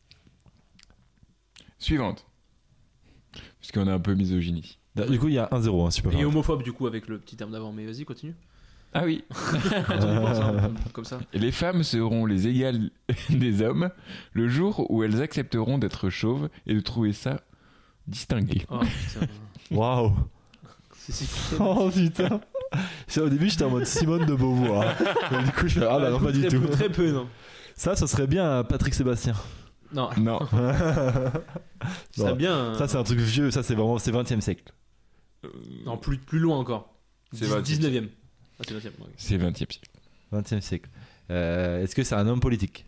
Suivante. Parce qu'on a un peu misogynie. Du coup, il y a un zéro, hein, super. Et homophobe du coup avec le petit terme d'avant, mais vas-y, continue. Ah oui. Quand on y pense, hein, comme- comme ça. Les femmes seront les égales des hommes le jour où elles accepteront d'être chauves et de trouver ça distingué. Oh putain. Waouh. C'est si Oh putain. Au début, j'étais en mode Simone de Beauvoir. Mais du coup, je fais ah bah non, pas du très tout. Peu, très peu, non. Ça, ça serait bien Patrick Sébastien. Non, Non. ça serait Non. bien. Ça, c'est un truc vieux. Ça, c'est vraiment c'est vingtième siècle. Non, plus, plus loin encore. C'est Dix- vingtième. dix-neuvième. Ah, c'est vingtième. ok. C'est vingtième siècle. vingtième siècle. Euh, Est-ce que c'est un homme politique?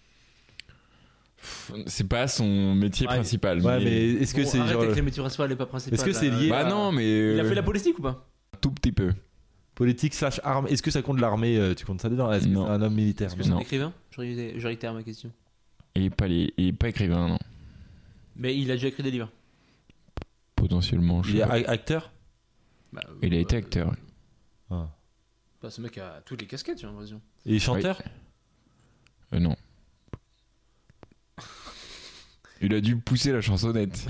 C'est pas son métier Ouais. principal. Ouais, mais est-ce que Bon, c'est arrête genre avec les métiers principaux et pas principaux. Est-ce que c'est là. lié Bah à- non, mais. Il a euh, fait la politique ou pas? un tout petit peu. politique slash arme? Est-ce que ça compte l'armée? euh, Tu comptes ça dedans? Est-ce que Non. c'est un homme militaire? Est-ce que c'est un Non. écrivain? J'aurais j'aurais été à ma question. Il est pas, les... il est pas écrivain, non. Mais il a déjà écrit des livres. Potentiellement. je Il est sais pas. a- acteur? Bah, Il a euh, été acteur. ouais. Ah. Bah, ce mec a toutes les casquettes, j'ai l'impression. Et chanteur? Euh, non. Il a dû pousser la chansonnette.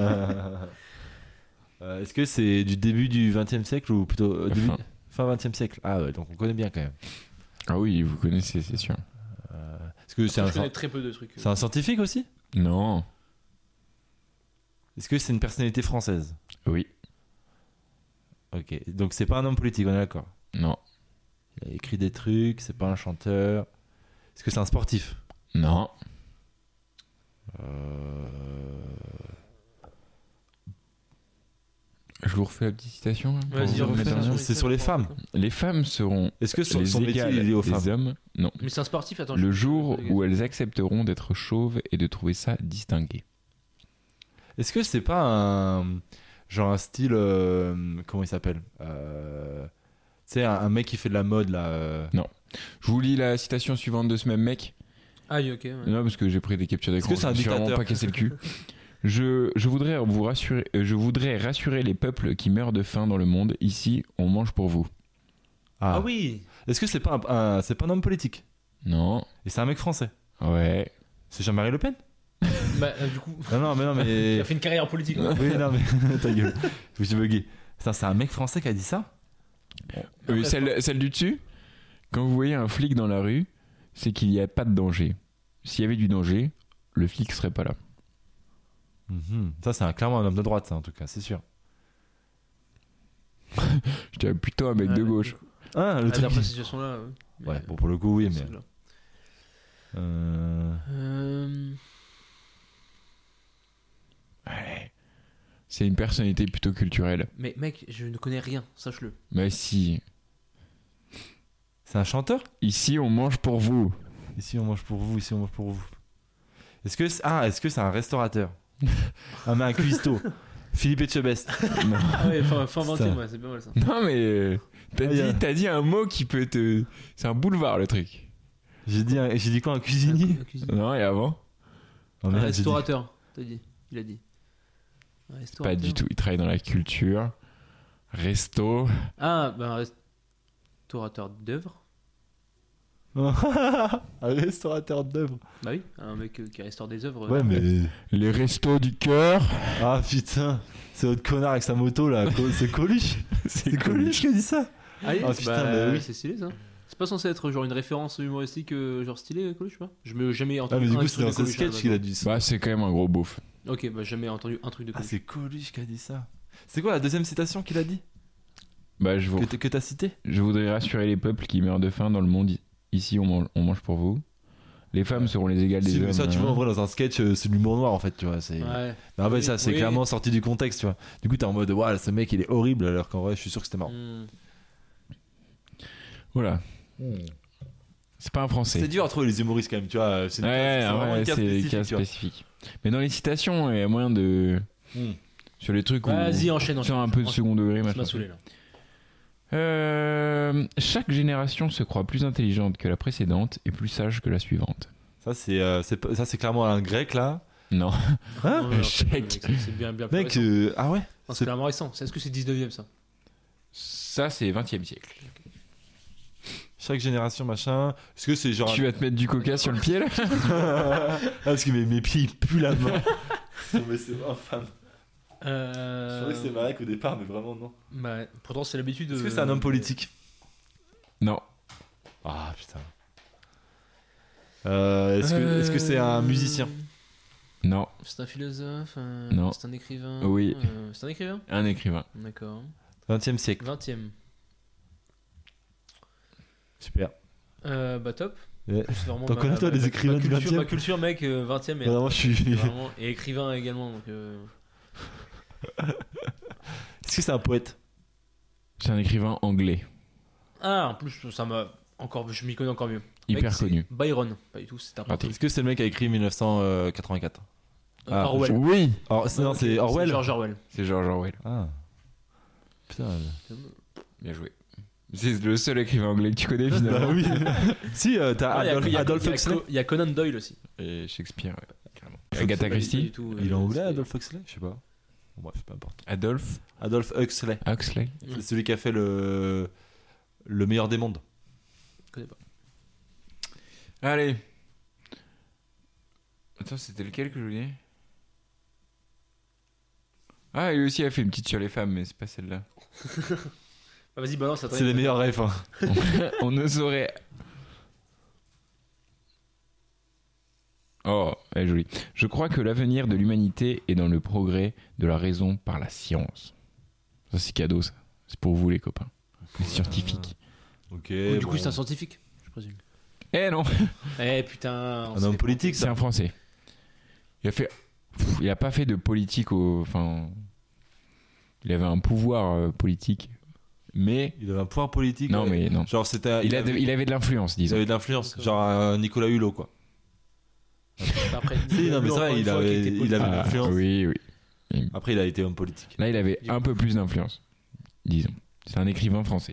Euh, Est-ce que c'est du début du vingtième siècle ou plutôt euh, début... Fin. fin vingtième siècle? Ah ouais, donc on connaît bien quand même. Ah oui, vous connaissez, c'est sûr. Est-ce que c'est Je un, connais très peu de trucs. c'est un scientifique aussi? Non. Est-ce que c'est une personnalité française? Oui. Ok, donc c'est pas un homme politique, on est d'accord. Non. Il a écrit des trucs, c'est pas un chanteur. Est-ce que c'est un sportif? Non. Euh, Je vous refais la petite citation. hein, pour Vas-y, vous on remettre refait dans ça le- sur C'est sur les femmes. Les femmes seront Est-ce que son, les son métier égales il est aux des femmes? hommes. Non. Mais c'est un sportif, attends. Le je- jour je- où elles accepteront d'être chauves et de trouver ça distingué. Est-ce que c'est pas un genre un style euh, comment il s'appelle euh, tu sais un, un mec qui fait de la mode là euh, Je vous lis la citation suivante de ce même mec. Ah, oui, ok. ouais. Non, parce que j'ai pris des captures d'écran. Est-ce que c'est un je me suis vraiment dictateur pas cassé le cul. Je, je voudrais vous rassurer, euh, je voudrais rassurer les peuples qui meurent de faim dans le monde. Ici, on mange pour vous. ah, Ah oui. est-ce que c'est pas un, un- c'est pas un homme politique Non. et c'est un mec français? Ouais. C'est Jean-Marie Le Pen? Bah, euh, du coup, Non non mais non il mais a fait une carrière politique. quoi. oui non mais ta gueule, je suis bugué. Ça, c'est un mec français qui a dit ça? Euh, Après, celle, celle du dessus, quand vous voyez un flic dans la rue, c'est qu'il n'y a pas de danger. S'il y avait du danger, le flic serait pas là. Mhm. Ça c'est un, clairement un homme de droite ça en tout cas c'est sûr. Je dirais plutôt un mec Ouais, de ouais. gauche. Ah le Ah, truc. d'après cette situation-là, ouais. Mais, Ouais bon pour le coup oui mais c'est là. euh, Euh, Ouais. C'est une personnalité plutôt culturelle. Mais mec, je ne connais rien, sache-le. Mais si. c'est un chanteur? Ici, on mange pour vous. Ici on mange pour vous, ici on mange pour vous. Est-ce que c'est... ah est-ce que c'est un restaurateur? Ah mais un cuistot. Philippe Etchebest. Non. Ah ouais, fin, fin Putain. vingtième, ouais, c'est pas mal ça. Non, mais euh, t'as Ah, y a- dit, t'as dit un mot qui peut te. C'est un boulevard le truc. J'ai dit, un- j'ai dit quoi, un cuisinier? Un cuisinier. Non, et avant? Oh, Un merde, j'ai dit- restaurateur, t'as dit. Il a dit. Un Pas restaurateur. du tout. Il travaille dans la culture. Resto. Ah, bah un restaurateur d'œuvres. un restaurateur d'œuvres. Bah oui, un mec euh, qui restaure des œuvres. Ouais, euh, mais. Les restos du cœur. Ah putain, c'est votre connard avec sa moto là. Co- C'est Coluche. C'est Coluche qui a dit ça. Allez, Ah, putain, bah, bah oui. c'est stylé ça. C'est pas censé être genre une référence humoristique euh, genre stylé Coluche, pas? Je me jamais Ah, entendu mais du un coup, truc c'est dans de ce Coluche, sketch là, qu'il a maintenant. dit ça. Bah, c'est quand même un gros beauf. Ok, bah jamais entendu un truc de Ah, Coluche. c'est Coluche qui a dit ça. C'est quoi la deuxième citation qu'il a dit? Bah, je, vous, Que t- Que t'as cité? je voudrais rassurer les peuples qui meurent de faim dans le monde. Ici, on mange, on mange pour vous. Les femmes seront les égales des Si, mais hommes. ça, tu hein. vois, en vrai, dans un sketch, euh, c'est de l'humour noir en fait, tu vois. C'est... Ouais. Mais en fait, Oui, ça, c'est oui. clairement sorti du contexte, tu vois. Du coup, t'es en mode, waouh, ce mec, il est horrible, alors qu'en vrai, je suis sûr que c'était marrant. Hmm. Voilà. C'est pas un français. C'est dur à trouver les humoristes quand même, tu vois. C'est, une Ouais, case- c'est ouais, vraiment ouais, une case c'est des spécifique, cas tu vois. spécifiques. Mais dans les citations, il y a moyen de. Hmm. Sur les trucs où. Vas-y, enchaîne, Sur enchaîne. un peu de enchaîne. second degré, Ça machin. m'a saoulé là. Euh, chaque génération se croit plus intelligente que la précédente et plus sage que la suivante. Ça, c'est, euh, c'est, pas- ça, c'est clairement un grec là. Non. Hein Non, non, Échec. mec, c'est- c'est bien, bien plus Mec, récent. euh, ah ouais Non, c'est c'est- clairement récent. C'est- Est-ce que c'est dix-neuvième ça? Ça, c'est vingtième siècle. Chaque génération, machin. Est-ce que c'est genre. Tu vas te mettre du coca sur le pied là? Ah, parce que mes, mes pieds ils puent la main. Non, mais c'est infâme. Je Euh... trouvais que c'était Marek au départ, mais vraiment non. bah, pourtant, c'est l'habitude. Est-ce que euh, c'est un homme politique? Non. Ah putain. Euh, est-ce, que, est-ce que c'est un musicien? Non. C'est un philosophe un- Non. C'est un écrivain Oui. euh, C'est un écrivain? Un écrivain. D'accord. vingtième siècle. vingtième. Super. Euh, bah, top. Ouais. C'est vraiment T'en ma- connais, toi, ma- des ma- écrivains ma du culture, vingtième? ma culture, mec, euh, vingtième. Et, Vraiment, je suis. vraiment- et écrivain également. Donc, euh, Est-ce que c'est un poète? C'est un écrivain anglais. Ah, en plus, ça m'a. Encore, je m'y connais encore mieux. Hyper Mec, c'est connu. Byron. Pas du tout, c'est un Raté. Est-ce que c'est le mec qui a écrit mille neuf cent quatre-vingt-quatre? Euh, Ah, Orwell. Oui. Or, non, c'est Orwell. George Orwell. C'est George Orwell. Ah. Putain. Bien joué. C'est le seul écrivain anglais que tu connais finalement. Bah oui. Si, euh, t'as Ah, il y a- Adolf, il y a- Adolf il y a- Huxley. Il y a Conan Doyle aussi. Et Shakespeare, ouais, carrément. Huxley, Agatha Pas du Christie. tout, Il est euh, anglais, c'est- Adolf Huxley? Je sais pas. Bon, bref, peu importe. Adolf Adolf Huxley. Huxley. C'est celui qui a fait le le meilleur des mondes. Je connais pas. Allez. Attends, c'était lequel que je voulais? Ah, lui aussi a fait une petite sur les femmes, mais c'est pas celle-là. Ah, vas-y, balance. attends, C'est les meilleurs rêves. Hein. On ne saurait. Oh, elle est jolie. Je crois que l'avenir de l'humanité est dans le progrès de la raison par la science. Ça, c'est cadeau, ça. C'est pour vous, les copains. Les scientifiques. Ok. Du bon. coup, c'est un scientifique, je présume. Eh non, Eh putain. on Un sait homme pas. politique, c'est ça. un Français. Il a fait. Pff, il a pas fait de politique au. Enfin. Il avait un pouvoir euh, politique. Mais. Il avait un pouvoir politique. Non, ouais. mais non. Genre, c'était. Il, a de- avait, il avait de l'influence, il disons. avait de l'influence. Genre un Nicolas Hulot, quoi. Après, Si, non, mais c'est encore vrai, une il fois, avait- qui était il politique. avait- Ah, l'influence. oui, oui. Après, il a été homme politique. Là, il avait un peu plus d'influence, disons. C'est un écrivain français.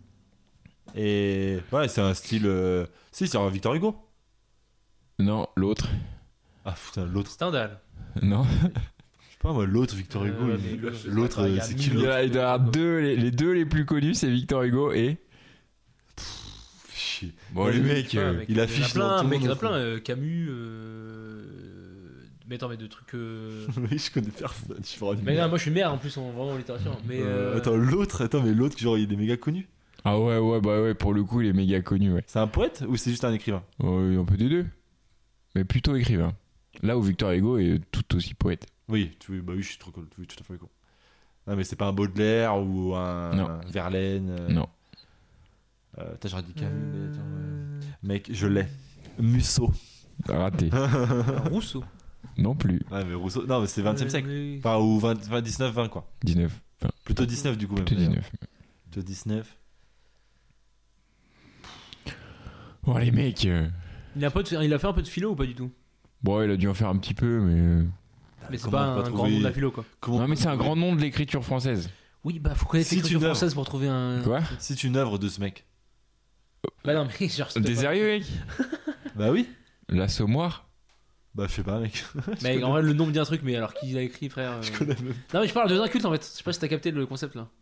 Et ouais, c'est un style. euh, Si, c'est un Victor Hugo. Non, l'autre. Ah putain, l'autre. Stendhal. Non. Je sais pas moi, l'autre Victor Hugo. Euh, il- mais le- L'autre, il y a c'est mille qui Il y l'autre? a- il doit y avoir deux, les, les deux les plus connus, c'est Victor Hugo et. Chier. Bon, Ouais, les le mecs. Ouais, euh, mec, il il y en a affiche dans plein, tout le mec, il y en a monde, plein. quoi. euh, Camus. Euh... Mais attends, mais de trucs. euh, Oui, je connais personne. Je suis vraiment Mais nul. non, moi je suis merde en plus, en, vraiment en littérature. Mais. Euh, euh, Attends, l'autre, attends, mais l'autre, genre, il est méga connu. Ah ouais, ouais, bah ouais, pour le coup, il est méga connu, ouais. C'est un poète ou c'est juste un écrivain? Ouais, un peu des deux. Mais plutôt écrivain. Là où Victor Hugo est tout aussi poète. Oui, tu, bah oui, je suis trop cool. Oui, tout à fait con. Non, mais c'est pas un Baudelaire ou un, Non. un Verlaine. euh, Non. Euh, T'as j'aurais dit Camus, mais attends, ouais. Mec, je l'ai. Musso. Raté. Rousseau. Non plus. Ouais, mais Rousseau. Non, mais c'est vingtième siècle. Oui. Enfin, ou vingt, vingt, dix-neuf, vingt, quoi. dix-neuf. Enfin, Plutôt dix-neuf, du coup, même. plutôt dix-neuf. Plutôt dix-neuf. Bon, les mecs. euh, Il a, un peu de- il a fait un peu de philo ou pas du tout? Bon, il a dû en faire un petit peu, mais. euh, Mais c'est Comment pas on peut un pas grand trouver- nom de la philo quoi. Comment Non, mais c'est un grand nom de l'écriture française. Oui, bah faut connaître Si l'écriture tu n'as- française pour trouver un. Quoi? C'est une œuvre de ce mec. Bah non, mais genre. c'est T'es pas- sérieux, mec? Bah oui. L'Assommoir? Bah, je sais pas, mec. Mais en vrai, le nom me dit un truc, mais alors qui l'a écrit, frère euh, Je connais même. Non, mais je parle de inculte en fait. Je sais pas si t'as capté le concept là.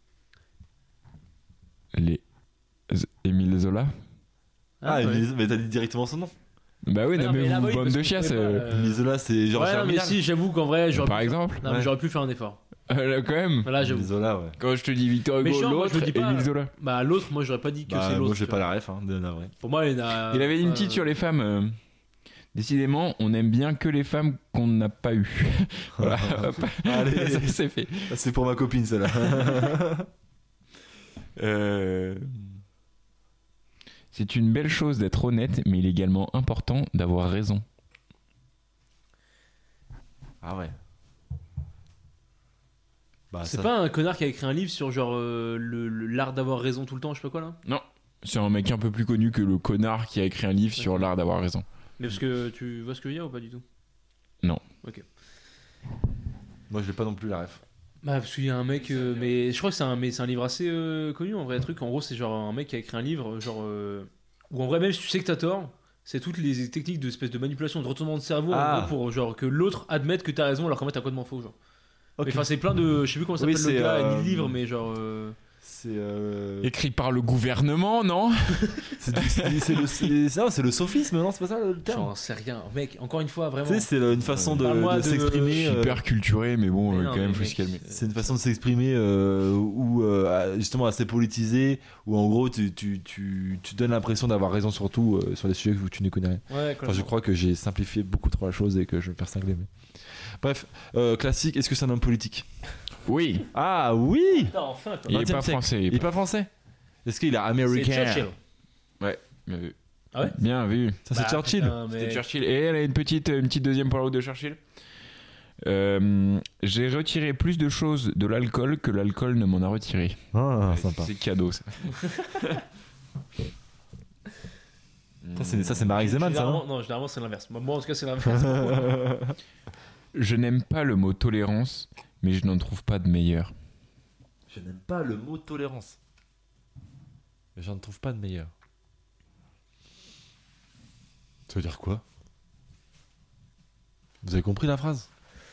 Les. Z- Émile Zola? Ah, ouais. mais, mais t'as dit directement son nom. Bah oui, Ouais, non, non, mais mais là, vous, oui, bande parce de que je chiasses. pouvais pas, euh, euh, Misola, c'est Georges Ouais, non, mais Germinal. si, j'avoue qu'en vrai, j'aurais Par pu- exemple? Non, mais Ouais. j'aurais pu faire un effort. euh, là, quand même. Là, j'avoue. Misola, ouais. Quand je te dis Victor Mais Hugo, genre, moi, je l'autre, le dis pas. Émile Zola. Bah, l'autre, moi, j'aurais pas dit que Bah, c'est l'autre. moi, j'ai tu pas vois. la ref, hein, de navré. Pour moi, il a. Il avait une euh, petite sur les femmes. euh, Décidément, on aime bien que les femmes qu'on n'a pas eues. Voilà. Hop. Allez. Ça, c'est fait. C'est pour ma copine, celle-là. Euh, C'est une belle chose d'être honnête, mais il est également important d'avoir raison. Ah ouais. Bah, C'est ça- pas un connard qui a écrit un livre sur genre euh, le- le- l'art d'avoir raison tout le temps, je sais pas quoi là. C'est un mec un peu plus connu que le connard qui a écrit un livre sur l'art d'avoir raison. Mais parce que tu vois ce que je veux dire ou pas du tout? Moi, je l'ai pas non plus la ref. Bah, parce qu'il y a un mec, euh, mais je crois que c'est un, mais c'est un livre assez euh, connu en vrai. Truc, en gros, c'est genre un mec qui a écrit un livre, genre euh, où en vrai, même si tu sais que t'as tort, c'est toutes les techniques de espèce de manipulation, de retournement de cerveau, Ah. en gros, pour genre que l'autre admette que t'as raison alors qu'en fait t'as complètement faux, genre. Ok. Mais enfin, c'est plein de, je sais plus comment Oui, s'appelle c'est, le gars, euh, ni le livre, mais genre. euh, C'est euh, Écrit par le gouvernement, non? c'est du- c'est c'est le c'est ça, c'est le sophisme, non, c'est pas ça le terme. J'en sais rien, mec. Encore une fois, vraiment. Tu sais, c'est le- une façon de, Parle-moi de de- s'exprimer. euh, Super culturé, mais bon, Mais euh, non, quand même, mais faut mec, se calmer. C'est une façon de s'exprimer euh, où euh, justement assez politisée, où en gros tu, tu, tu, tu donnes l'impression d'avoir raison sur tout euh, sur des sujets où tu ne connais rien. Ouais, Enfin, je crois que j'ai simplifié beaucoup trop la chose et que je vais me faire cingler. Mais... Bref, euh, classique, est-ce que c'est un homme politique? Oui, Ah oui. Putain, enfin, toi. il est vingtième pas siècle. français. Il est pas français? Est-ce qu'il est C'est américain? Churchill. Bien vu. Ah ouais? Bien vu. Ça c'est Bah, Churchill. putain, mais- C'était Churchill. Et elle a une petite, une petite deuxième pour la route de Churchill. Euh, j'ai retiré plus de choses de l'alcool que l'alcool ne m'en a retiré. Ah, sympa. C'est cadeau ça. Ça c'est, ça, c'est Marek Zeman, ça. Généralement- Non Non, généralement c'est l'inverse. Moi, moi, en tout cas, c'est l'inverse. Je n'aime pas le mot tolérance, mais je n'en trouve pas de meilleur. Je n'aime pas le mot tolérance. Mais j'en trouve pas de meilleur. Ça veut dire quoi? Vous avez compris la phrase?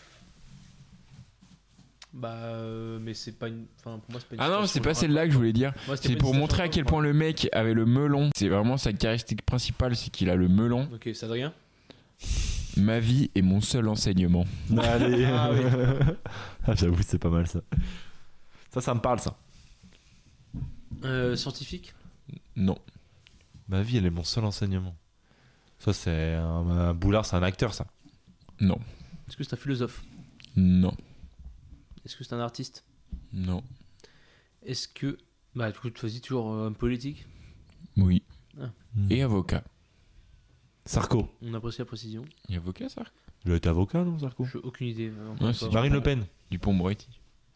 Bah, euh, mais c'est pas une. Enfin, pour moi, c'est pas une. Ah non, citation, c'est pas je celle-là que je voulais dire. crois. Moi, c'était C'est pas pour une montrer à citation, quel point le mec avait le melon. C'est vraiment sa caractéristique principale, c'est qu'il a le melon. Ok, c'est Adrien. Ma vie est mon seul enseignement. Allez. Ah oui. Ah, j'avoue, c'est pas mal ça. Ça, ça me parle ça. Euh, scientifique. Non. Ma vie, elle est mon seul enseignement. Ça, c'est un, un boulard, c'est un acteur ça. Non. Est-ce que c'est un philosophe? Non. Est-ce que c'est un artiste? Non. Est-ce que. Bah, du coup, tu choisis toujours euh, homme politique. Oui. Ah. Et avocat. Sarko. On apprécie la précision. Il est avocat, ça? Il a été avocat, non, Sarko? J'ai aucune idée. euh, encore Ouais, une c'est fois. Marine Le Pen. Dupond-Moretti.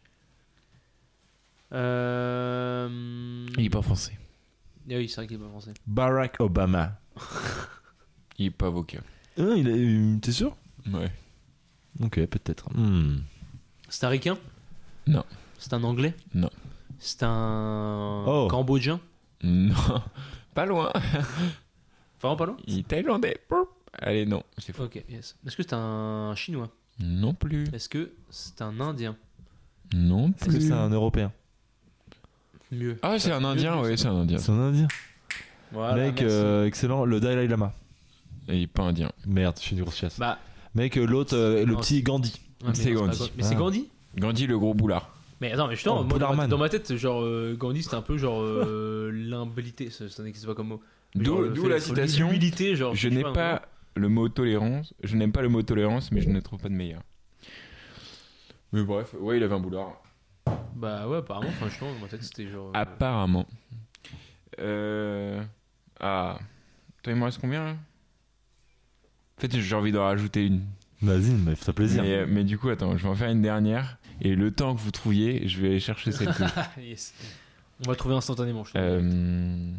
Euh... Il est pas français. Ah oui, c'est vrai qu'il est pas français. Barack Obama. Il est pas avocat. Euh, il est... T'es sûr? Ouais. Ok, peut-être. Hmm. C'est un ricain? Non. C'est un anglais? Non. C'est un Oh. cambodgien? Non. Pas loin. Vraiment pas loin? Il est thaïlandais. Poup. Allez, non. C'est faux. Ok, yes. Est-ce que c'est un chinois? Non plus. Est-ce que c'est un indien? Non Est-ce que plus. c'est un européen? Mieux. Ah, c'est un indien, Mieux, ouais, mieux, c'est un indien. C'est un indien. Voilà, Mec, merci. euh, excellent. Le Dalai Lama. Et il est pas indien. Merde, je suis une grosse chasse. Bah, Mec, euh, l'autre, euh, le Non, petit Gandhi. ouais, mais C'est non, pas Gandhi. Gandhi. Mais c'est Ah. Gandhi? Gandhi, le gros boulard. Mais attends, mais justement, Oh, moi, dans, ma, Boulderman. dans ma tête, genre euh, Gandhi c'était un peu genre euh, l'humilité, ça, ça n'existe pas comme mot. Mais D'où genre, le d'où fait la d'être citation. l'humilité, genre. Je sais n'ai un pas le mot tolérance. Je n'aime pas le mot tolérance, mais je ne trouve pas de meilleur. Mais bref, ouais, il avait un boulard. peu. Bah ouais, apparemment, enfin, justement, dans ma tête c'était genre. euh, Apparemment. Euh... Ah. Toi, il me reste combien là? En fait, j'ai envie d'en rajouter une. Vas-y, mais fais-toi plaisir. Mais, mais du coup, attends, je vais en faire une dernière. Et le temps que vous trouviez, je vais aller chercher celle que. yes. On va trouver instantanément, je trouve. Euh...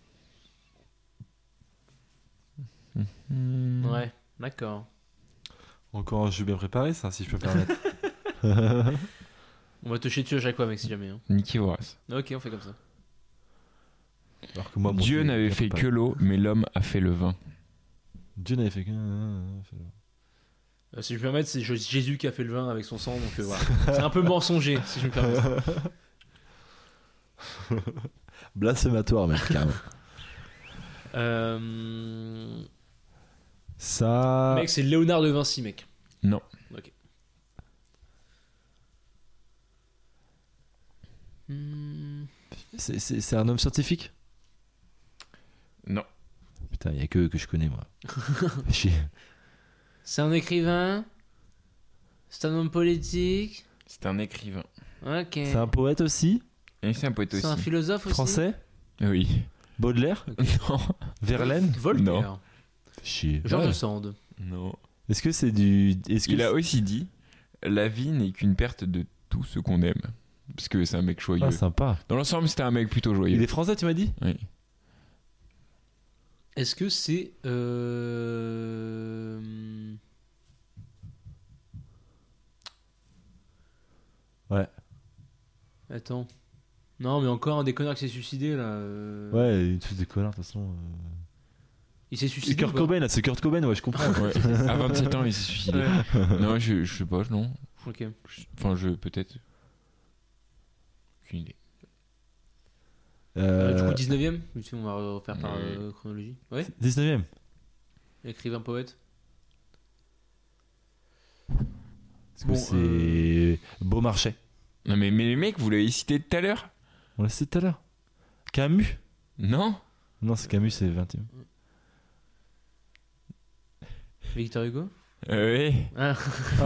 hmm. Ouais, d'accord. Encore un jeu bien préparé, ça, si je peux me permettre. On va te chier dessus à chaque fois, mec, si jamais. Hein. Niki Voras. Ok, on fait comme ça. Alors que moi, mon Dieu jeu est n'avait bien fait préparé. que l'eau, mais l'homme a fait le vin. Dieu n'avait fait que. Euh, si je peux me permettre, c'est Jésus qui a fait le vin avec son sang, donc euh, voilà. C'est un peu mensonger, si je me permets. Blasphématoire, mec, carrément. Euh... Ça. Mec, c'est Léonard de Vinci, mec. Non. Ok. Hmm. C'est, c'est, c'est un homme scientifique? Non. Putain, il y a que que je connais, moi. Chier. C'est un écrivain. C'est un homme politique. C'est un écrivain. Ok. C'est un poète aussi? Et c'est un poète C'est aussi. un philosophe aussi. Français? Oui. Baudelaire? Non. Verlaine? Voltaire. Non. Chier. Georges Ouais. Sand. Non. Est-ce que c'est du. Est-ce que Il a c'est- aussi dit la vie n'est qu'une perte de tout ce qu'on aime. Parce que c'est un mec joyeux. Ah, sympa. Dans l'ensemble, c'était un mec plutôt joyeux. Il est français, tu m'as dit? Oui. Est-ce que c'est. Euh... Ouais. Attends. Non, mais encore un des connards qui s'est suicidé là. euh. Ouais, tous des connards de toute façon. euh. Il s'est C'est suicidé. Kurt ou pas Cobain là, c'est Kurt Cobain, ouais, je comprends. Ouais. À vingt-sept ans, il s'est suicidé. Ouais. Non, je, je sais pas, non. Ok. Enfin, je peut-être. Aucune idée. Euh, Euh, du coup, dix-neuvième, on va refaire par Ouais. euh, chronologie. Ouais, dix-neuvième. écrivain poète. Est-ce que Bon, c'est Beaumarchais? Non, mais, mais les mecs, vous l'avez cité tout à l'heure? On l'a cité tout à l'heure. Camus? Non? Non, c'est Camus, c'est vingt et un. Victor Hugo. Euh, oui. Ah,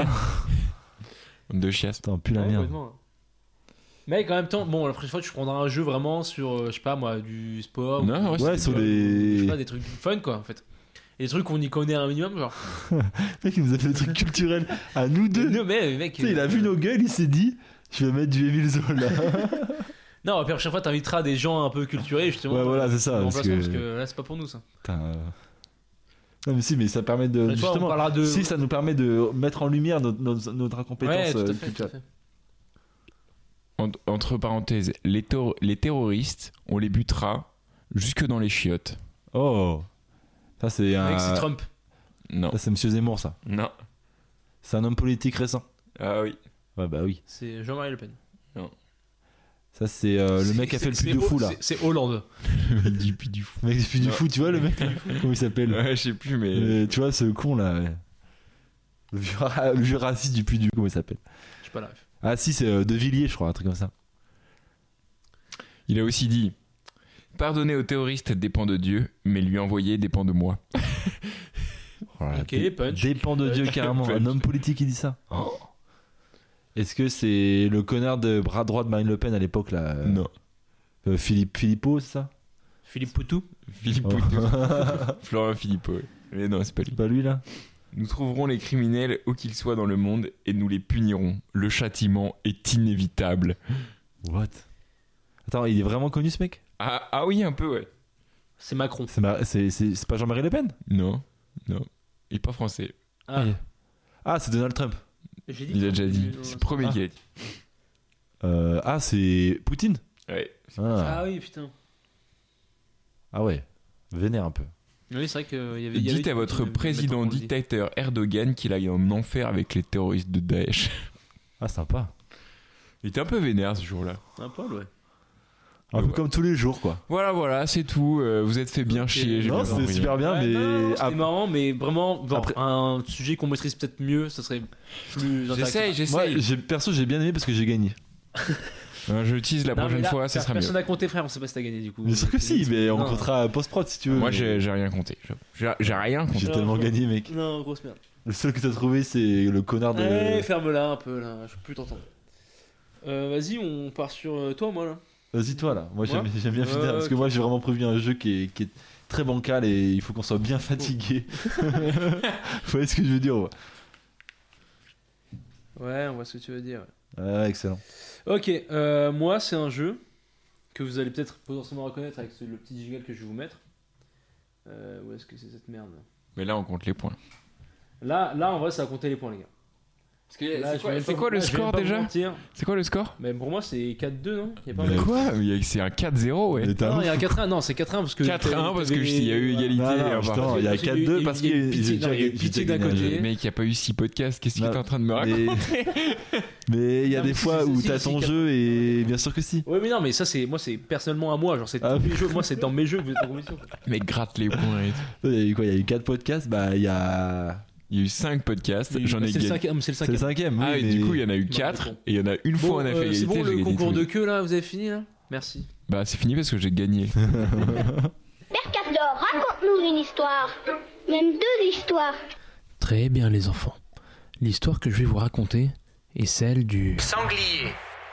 De chiasse. Putain, plus la ouais, merde. complètement. Mec, en même temps, bon, la prochaine fois, tu prendras un jeu vraiment sur, euh, je sais pas moi, du sport. Non, ou, ouais, Ouais, c'était sur bien. je sais les. pas, des trucs fun quoi en fait. Et des trucs qu'on y connaît un minimum, genre. Le mec, il nous a fait des trucs culturels à nous deux. Non, mais mec. Tu sais, il a euh, vu nos gueules, il s'est dit je vais mettre du Émile Zola. Non, puis la prochaine fois, t'inviteras des gens un peu culturés justement. Ouais, voilà, c'est ça, en parce remplacement, que- parce que là, c'est pas pour nous ça. Putain, euh. Non, mais si, mais ça permet de. La fois, on Justement, parlera de. si ça nous permet de mettre en lumière notre, notre, notre incompétence Ouais, tout à euh, fait, tout à culturelle. fait. En- entre parenthèses, les, tor- les terroristes, on les butera jusque dans les chiottes. Oh, ça c'est un. Mec, c'est Trump. Non. Ça c'est Monsieur Zemmour, ça. Non. C'est un homme politique récent. Ah oui. Ouais, bah oui. C'est Jean-Marie Le Pen. Ça c'est euh, le mec qui a fait le C'est- Puy du c'est- Fou là. c'est- C'est Hollande. du puits du fou. Le mec du Puy du Non. Fou, tu vois le mec Comment il s'appelle? Ouais, je sais plus, mais. Euh, Tu vois ce con là. ouais. Le vieux, ra- le vieux raciste du Puy du Fou, comment il s'appelle? Je sais pas la ref. Ah si, c'est euh, De Villiers, je crois, un truc comme ça. Il a aussi dit pardonner aux terroristes dépend de Dieu, mais lui envoyer dépend de moi. Voilà, Ok, dé- punch. Dépend de Dieu carrément. Punch. Un homme politique qui dit ça. Oh. Est-ce que c'est le connard de bras droit de Marine Le Pen à l'époque là euh, Non. euh, Philippe Philippot, c'est ça? Philippe Poutou. Philippe Oh. Poutou. Florent Philippot. ouais. Mais non, c'est pas lui. C'est pas lui là? Nous trouverons les criminels où qu'ils soient dans le monde et nous les punirons. Le châtiment est inévitable. What? Attends, il est vraiment connu ce mec? Ah, ah oui, un peu, ouais. C'est Macron. C'est ma- c'est- c'est- c'est pas Jean-Marie Le Pen? Non, non. Il est pas français. Ah, Ah, c'est Donald Trump. j'ai dit. Il a déjà dit. Non, C'est le premier Ah. qui a dit. Euh, ah, c'est Poutine? Ouais. Ah. Ah oui, putain. Ah ouais, vénère un peu. Oui, c'est vrai qu'il y avait. il y avait Dites à votre euh, président mettre en dictateur Erdogan qu'il aille en enfer avec les terroristes de Daesh. Ah, sympa. Il était un peu vénère ce jour-là. Un poil, ouais. Un peu Ouais. comme tous les jours, quoi. Voilà, voilà, c'est tout. Euh, vous êtes fait bien Ok. chier. j'ai Non, bien c'était compris. super bien, Ouais, mais. non, c'était Ah, marrant, mais vraiment, bon, Après- un sujet qu'on maîtrise peut-être mieux, ça serait plus J'essaye, interactif. moi, j'essaye. j'ai- perso, j'ai bien aimé parce que j'ai gagné. Euh, Je tease la Non, mais prochaine là, fois, ça sera mieux. personne n'a compté, frère, on sait pas si t'as gagné du coup. Bien sûr que si, mais on Non. comptera post-prod si tu veux. Moi, mais- j'ai j'ai rien compté. J'ai j'ai rien compté. J'ai tellement gagné, mec. Non, grosse merde. Le seul que t'as trouvé, c'est le connard de. Eh, ferme-la un peu là, je peux plus t'entendre. Euh, Vas-y, on part sur euh, toi, moi là. Vas-y, toi là. Moi, j'aime Moi j'aime bien Ouais, finir parce que ok. moi, j'ai vraiment prévu un jeu qui est, qui est très bancal et il faut qu'on soit bien fatigué. Vous voyez ce que je veux dire? Ouais, Ouais, on voit ce que tu veux dire. Ouais, excellent. Ok, euh, moi c'est un jeu que vous allez peut-être potentiellement reconnaître avec ce- le petit jingle que je vais vous mettre. Euh, où est-ce que c'est cette merde là Mais là, on compte les points. Là, là, en vrai, ça va compter les points, les gars. Là, je vais même C'est pas quoi vous- le là, je vais score même pas vous déjà mentir. C'est quoi le score Mais pour moi, c'est quatre deux, non y a pas Mais un- Quoi Il y a- C'est un quatre zéro, ouais. Mais t'as Non, un il y a un ouf. quatre un. Non, c'est quatre un parce que. quatre un parce t'avais- que il y a eu égalité. Non, non, enfin. justement, il y a parce qu'il y a eu- quatre deux il y a parce eu que une pitié- j'ai non, déjà il y a eu j'ai pitié déjà d'un gagné un côté. jeu. Le mec, il n'y a pas eu six podcasts. Qu'est-ce que Non, tu es en train de me raconter Mais mais il y a Non, des mais fois si, où si, t'as si, ton si, jeu et bien sûr que si. Ouais, mais non, mais ça, c'est moi, c'est personnellement à moi. Genre, c'est Ah tous oui. les jeux. Moi, c'est dans mes jeux que vous êtes en compétition. Mec, gratte les points. et tout. Il y a eu quoi? Il y a eu quatre podcasts, bah il y a. Il y a eu cinq podcasts. Mais- J'en ai c'est le gagné. cinquième. C'est le C'est le cinquième. cinquième. Ah, oui, et mais- du coup, il y en a eu Non, quatre. c'est bon. Et il y en a une fois, Bon, on a fait euh, égalité. c'est bon, j'ai le gagné concours tous de les- queue là, vous avez fini là? Merci. Bah, c'est fini parce que j'ai gagné. Père Castor, raconte-nous une histoire. Même deux histoires. Très bien les enfants. L'histoire que je vais vous raconter est celle du... Sanglier.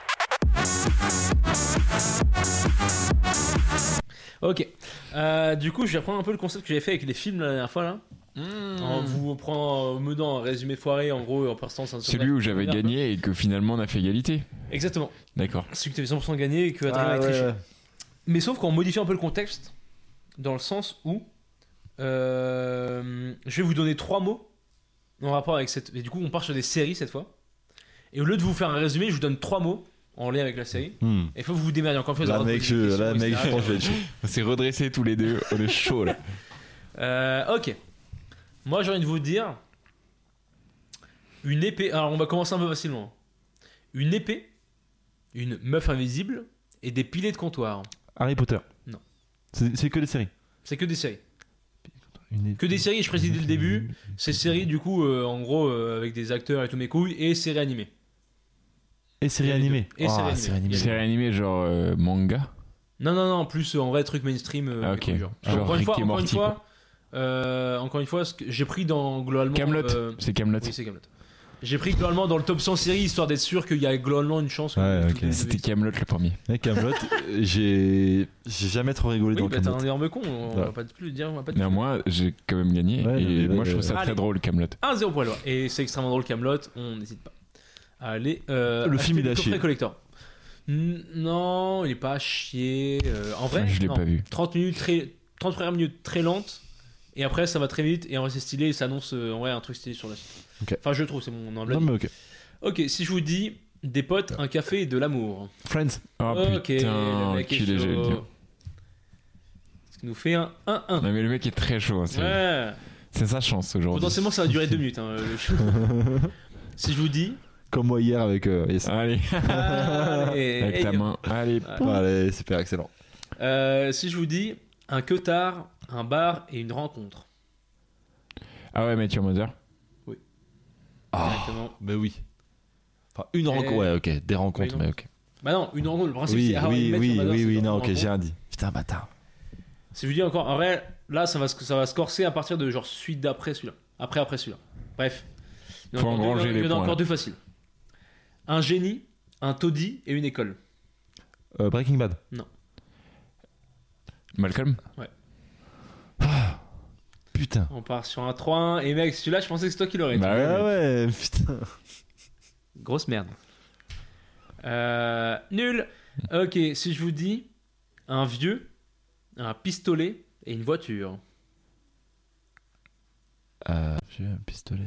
Ok. Euh, du coup, je vais reprendre un peu le concept que j'avais fait avec les films la dernière fois là. En vous prenant, en me donnant un résumé foiré en gros, en partant sur Celui où j'avais gagné et que finalement on a fait égalité. Exactement. D'accord. Celui que tu avais cent pour cent gagné et que Adrien Ah, avait ouais, triché. ouais. Mais sauf qu'en modifiant un peu le contexte, dans le sens où euh, je vais vous donner trois mots en rapport avec cette. Et du coup, on part sur des séries cette fois. Et au lieu de vous faire un résumé, je vous donne trois mots en lien avec la série. Hmm. Et il faut que vous vous démerdiez. Encore une fois, vous Là, aurez mec, posé des je, questions, là, mec, et cetera. je pense que je vais être chaud. On s'est redressés tous les deux. On est chaud là. Euh, ok. Moi, j'ai envie de vous dire une épée. Alors, on va commencer un peu facilement. Une épée, une meuf invisible et des piliers de comptoir. Harry Potter. Non. C'est, c'est que des séries. C'est que des séries. Une... Que des séries, je précise dès le début. C'est séries, du coup, euh, en gros, euh, avec des acteurs et tous mes couilles, et séries animées. Et séries animées. Et séries Ah, animées. séries animées. C'est réanimé genre euh, manga. Non, non, non, plus euh, en vrai, truc mainstream. euh, Ah, mes ok. couilles, genre. Genre encore une Rick fois, et encore une Morty, fois, euh, encore une fois, ce que j'ai pris dans globalement. Camelot. euh, C'est Camelot. Oui, c'est Camelot. J'ai pris globalement dans le top cent séries histoire d'être sûr qu'il y a globalement une chance. que Ouais, toutes ok. les- C'était Camelot le premier. Mec, Camelot, j'ai j'ai jamais trop rigolé Oui, dans bah t'es un Camelot. énorme con, on Ouais. va pas plus le dire, on va pas te Non, moi j'ai quand même gagné. Ouais, et mais moi ouais, je trouve ça ouais. très Allez. drôle Camelot. un zéro pour Eloi. Et c'est extrêmement drôle Camelot, on n'hésite pas. Allez, euh, Le film, acheter il a des coffrets chier. collector. N- Non, il est pas à chier. Euh, en vrai, Je l'ai non. pas vu. trente minutes très, trente premières minutes très lentes. Et après, ça va très vite. Et en vrai, c'est stylé. Et ça annonce euh, en vrai un truc stylé sur la suite. Ok. Enfin, je trouve, c'est mon humble Non, avis. mais ok. Ok, si je vous dis des potes, un café et de l'amour. Friends. Oh ok, putain, le mec est culé, j'allais le dire. chaud. Ce qui nous fait un un un. Non mais le mec est très chaud. hein, c'est Ouais. c'est sa chance aujourd'hui. Potentiellement, ça va durer deux minutes. hein, le show. Si je vous dis. Comme moi hier avec. Euh, yes. Allez, Allez, avec ta hey, main. Allez. Ah. Bon, allez, super, excellent. euh, si je vous dis un queutard, un bar et une rencontre. Ah ouais, Mathieu Mother. Ah, Exactement. mais oui. Enfin, une Et- rencontre, ouais, ok. Des rencontres, Oui, non. mais ok. Bah non, une rencontre, le principe Oui, c'est ah, oui, une oui, mettre sur oui, Mother, oui, c'est non, une ok, rencontre. j'ai rien dit. Putain, bâtard. Si je vous dis encore, en vrai, là ça va, se- ça va se corser à partir de genre suite d'après celui-là. Après, après celui-là. Bref. Il y en a Faut encore deux- engranger il y en les a points, encore là. deux faciles. Un génie, un taudis et une école. Euh, Breaking Bad. Malcolm. Putain. On part sur un trois un. Et mec, celui-là, je pensais que c'est toi qui l'aurais. Bah Ah ouais. ouais, putain. Grosse merde. Euh, nul. Ok, si je vous dis un vieux, un pistolet et une voiture. Euh, j'ai un pistolet.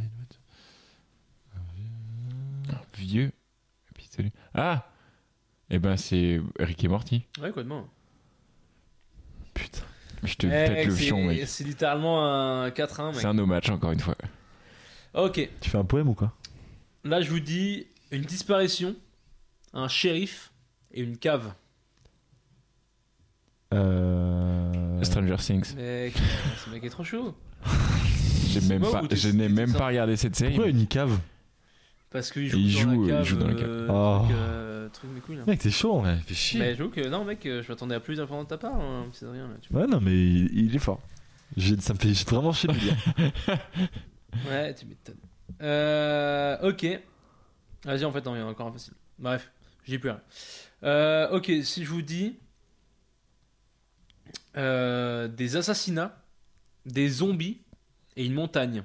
Vieux. Pistolet. Ah. Eh ben c'est Rick et Morty. Ouais, quoi de moi. Putain. Je te pète le fion, mec. C'est littéralement un quatre un, mec. C'est un no match encore une fois. Ok, Tu fais un poème ou quoi? là je vous dis une disparition, un shérif et une cave. Euh. Stranger Things. Mec, ce mec est trop chaud. J'ai même moi pas, ou t'es- je n'ai t'es même ça pas regardé cette série. Pourquoi une cave? Parce qu'il Il joue, joue, dans la il cave. joue dans la cave. euh, Oh. truc, euh, truc mes couilles, là. Mec, t'es chaud, ouais. Fais chier. Mais j'avoue que non, mec, euh, je m'attendais à plus d'informations de ta part. Hein, c'est rien là. Tu vois. Ouais, non, mais il, il est fort. J'ai- ça me fait vraiment chier de le dire. Ouais, tu m'étonnes. Euh, ok. Vas-y, en fait, non, il y en a encore un facile. Bref, j'y plus rien. Euh, ok, si je vous dis euh, des assassinats, des zombies et une montagne.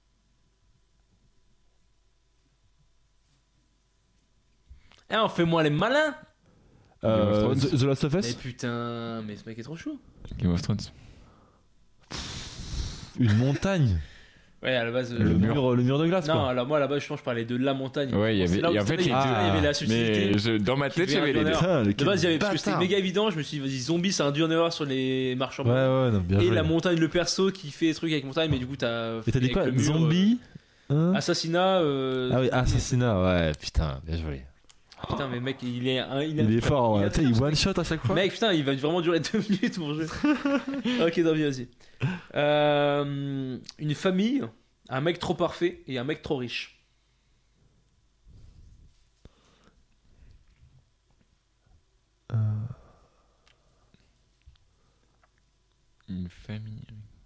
Eh, on fait moi les malins. Euh, Game of Thrones. The, The Last of Mais Us. putain, mais ce mec est trop chaud. Game of Thrones. Une montagne. Ouais, à la base. euh, Le, Le mur. mur. le mur de glace, Non, quoi. alors moi là-bas, je pense que je parlais de la montagne. Ouais, il y C'est avait, là où et en fait c'était- les il y deux. avait la subtilité. Mais je- dans ma qui tête, fait un j'avais les deux. donneur. Putain, le De base, il y avait, parce que c'était bâtard. méga évident, je me suis dit, vas-y, zombie, c'est un dur erreur sur les marches en Ouais, bas. ouais, non, bien Et joué. la montagne, le perso qui fait des trucs avec montagne, mais du coup, t'as. Et t'as dit avec quoi? le mur, Zombie hein euh, Assassinat. euh, Ah oui, assassinat, ouais, putain, bien joué. Putain, mais mec, il est. un- il, a- Il est fort, il a- ouais. Tu sais, il one shot à chaque fois. Mec, putain, il va vraiment durer deux minutes, mon jeu. Ok, non, vas-y. Euh, une famille, un mec trop parfait et un mec trop riche. Une famille.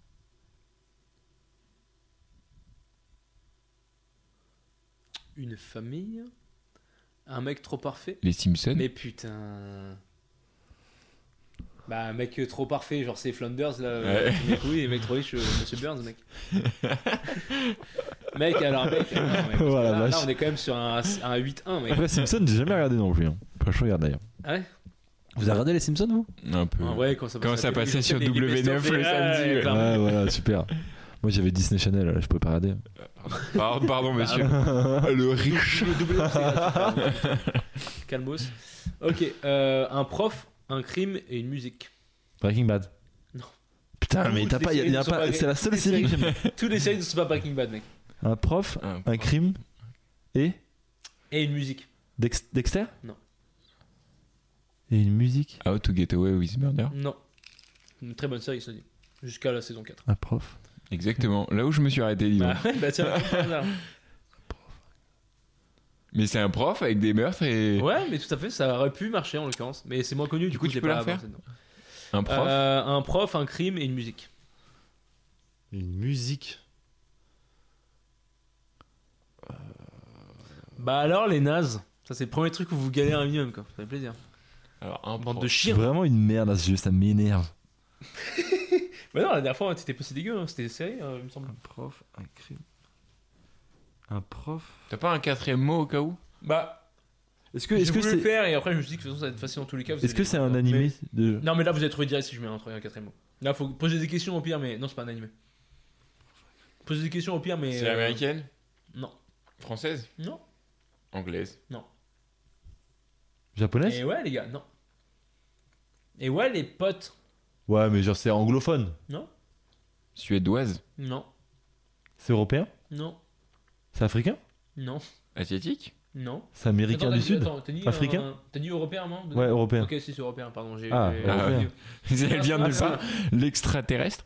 Une famille, un mec trop parfait. Les Simpsons. Mais putain. Bah, un mec trop parfait, genre c'est Flanders là. Ouais. Mec, oui, et mec trop riche, euh, Monsieur Burns, mec. Mec, alors, mec. non, mec, parce que Oh, la là, là, vache. on est quand même sur un, un huit un, mec. Après, Simpson, j'ai jamais regardé non plus. Hein. Enfin, je regarde d'ailleurs. Ah ouais? Vous avez regardé les Simpsons, vous? Un peu. Ah ouais, quand ça Quand passait, ça à la télé, passait sur les- les W neuf best-of, le ouais, samedi, ouais, ouais. clairement. Ouais, voilà, super. Moi j'avais Disney Channel, là, je pouvais pas regarder. Pardon, pardon monsieur. Le riche. Le double c'est gratuit. Calmos. Ok, euh, un prof, un crime et une musique. Breaking Bad. Non. Putain, mais Toutes t'as les pas, y a, séries y a ne sont pas, pas- c'est la seule toutes les série que séries- j'aime. Tous les séries ne sont pas Breaking Bad, mec. Un prof, Un un crime et Et une musique. Dex- Dexter. Non. Et une musique. How to Get Away with Murder. Non. Une très bonne série, ça dit. Jusqu'à la saison quatre. Un prof. Exactement. Là où je me suis arrêté, dis donc. Bah ouais, bah tiens, par hasard. Mais c'est un prof avec des meurtres et. Ouais, mais tout à fait, ça aurait pu marcher en l'occurrence. Mais c'est moins connu, du, Du coup, coup, tu j'ai peux pas la refaire avancé dedans. Un prof. Euh, un prof, un crime et une musique. Une musique. Bah alors, les nazes. Ça, c'est le premier truc où vous galérez un minimum, quoi. Ça fait plaisir. Alors, un Bande prof. de C'est chiens. vraiment une merde à ce jeu, ça m'énerve. Bah non, la dernière fois, t'étais pas si dégueu, hein. C'était des séries, euh, il me semble. Un prof, un crime. Un prof. T'as pas un quatrième mot au cas où? Bah, Est-ce que, j'ai est-ce que voulu le c'est, faire et après, je me suis dit que de toute façon, ça va être facile dans tous les cas. vous est-ce allez que c'est les un voir. animé Mais- de. Non, mais là, vous allez trouver direct si je mets un, un quatrième mot. Là, faut poser des questions au pire, mais non, c'est pas un animé. Poser des questions au pire, mais. C'est euh, américaine? Non. Française? Non. Anglaise? Japonaise? Et ouais, les gars, non. Et ouais, les potes. Ouais, mais genre c'est anglophone. Non. Suédoise? Non. C'est européen? Non. C'est africain? Non. Asiatique? Non. C'est américain Attends, du t'as dit- Sud? attends, t'as dit, Africain? euh, T'as dit européen, non Ouais, européen. Ok, si c'est européen, pardon. J'ai, Ah, j'ai- européen. Elle vient de Ah, nulle ça. part. L'extraterrestre?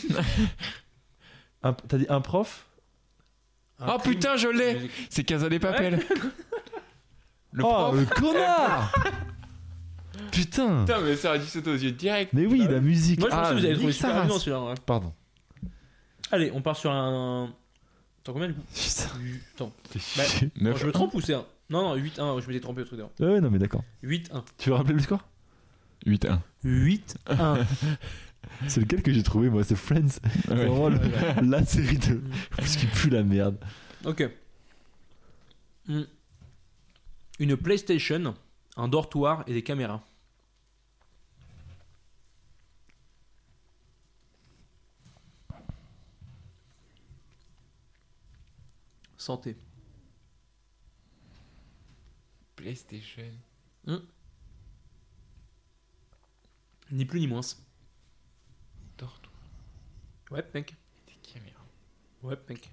Un- T'as dit un prof? Un Oh crime- putain, je l'ai! musique. C'est Casa des Papel. Le Oh, prof. le connard! Putain! Putain, mais ça aurait dû sauter aux yeux direct. Mais oui, la musique. Moi, je pensais ah, que vous allez trouver nique sa super race. évident celui-là. Ouais. Pardon. Allez, on part sur un. Attends, combien du coup Putain. Huit- Attends. fais Bah, chier. Attends, je me trompe ou c'est un Non, non, huit un. Je m'étais trompé au truc d'avant. Ouais, non, mais d'accord. huit un. Tu veux rappeler le score? huit un. huit un. C'est lequel que j'ai trouvé, moi? C'est Friends. C'est Ouais. vraiment le- la série de. Parce qu'il pue la merde. Ok. Hmm. Une PlayStation, un dortoir et des caméras. Santé. PlayStation. Ni plus ni moins. Dortoir. Ouais, mec. Des caméras. Ouais, mec.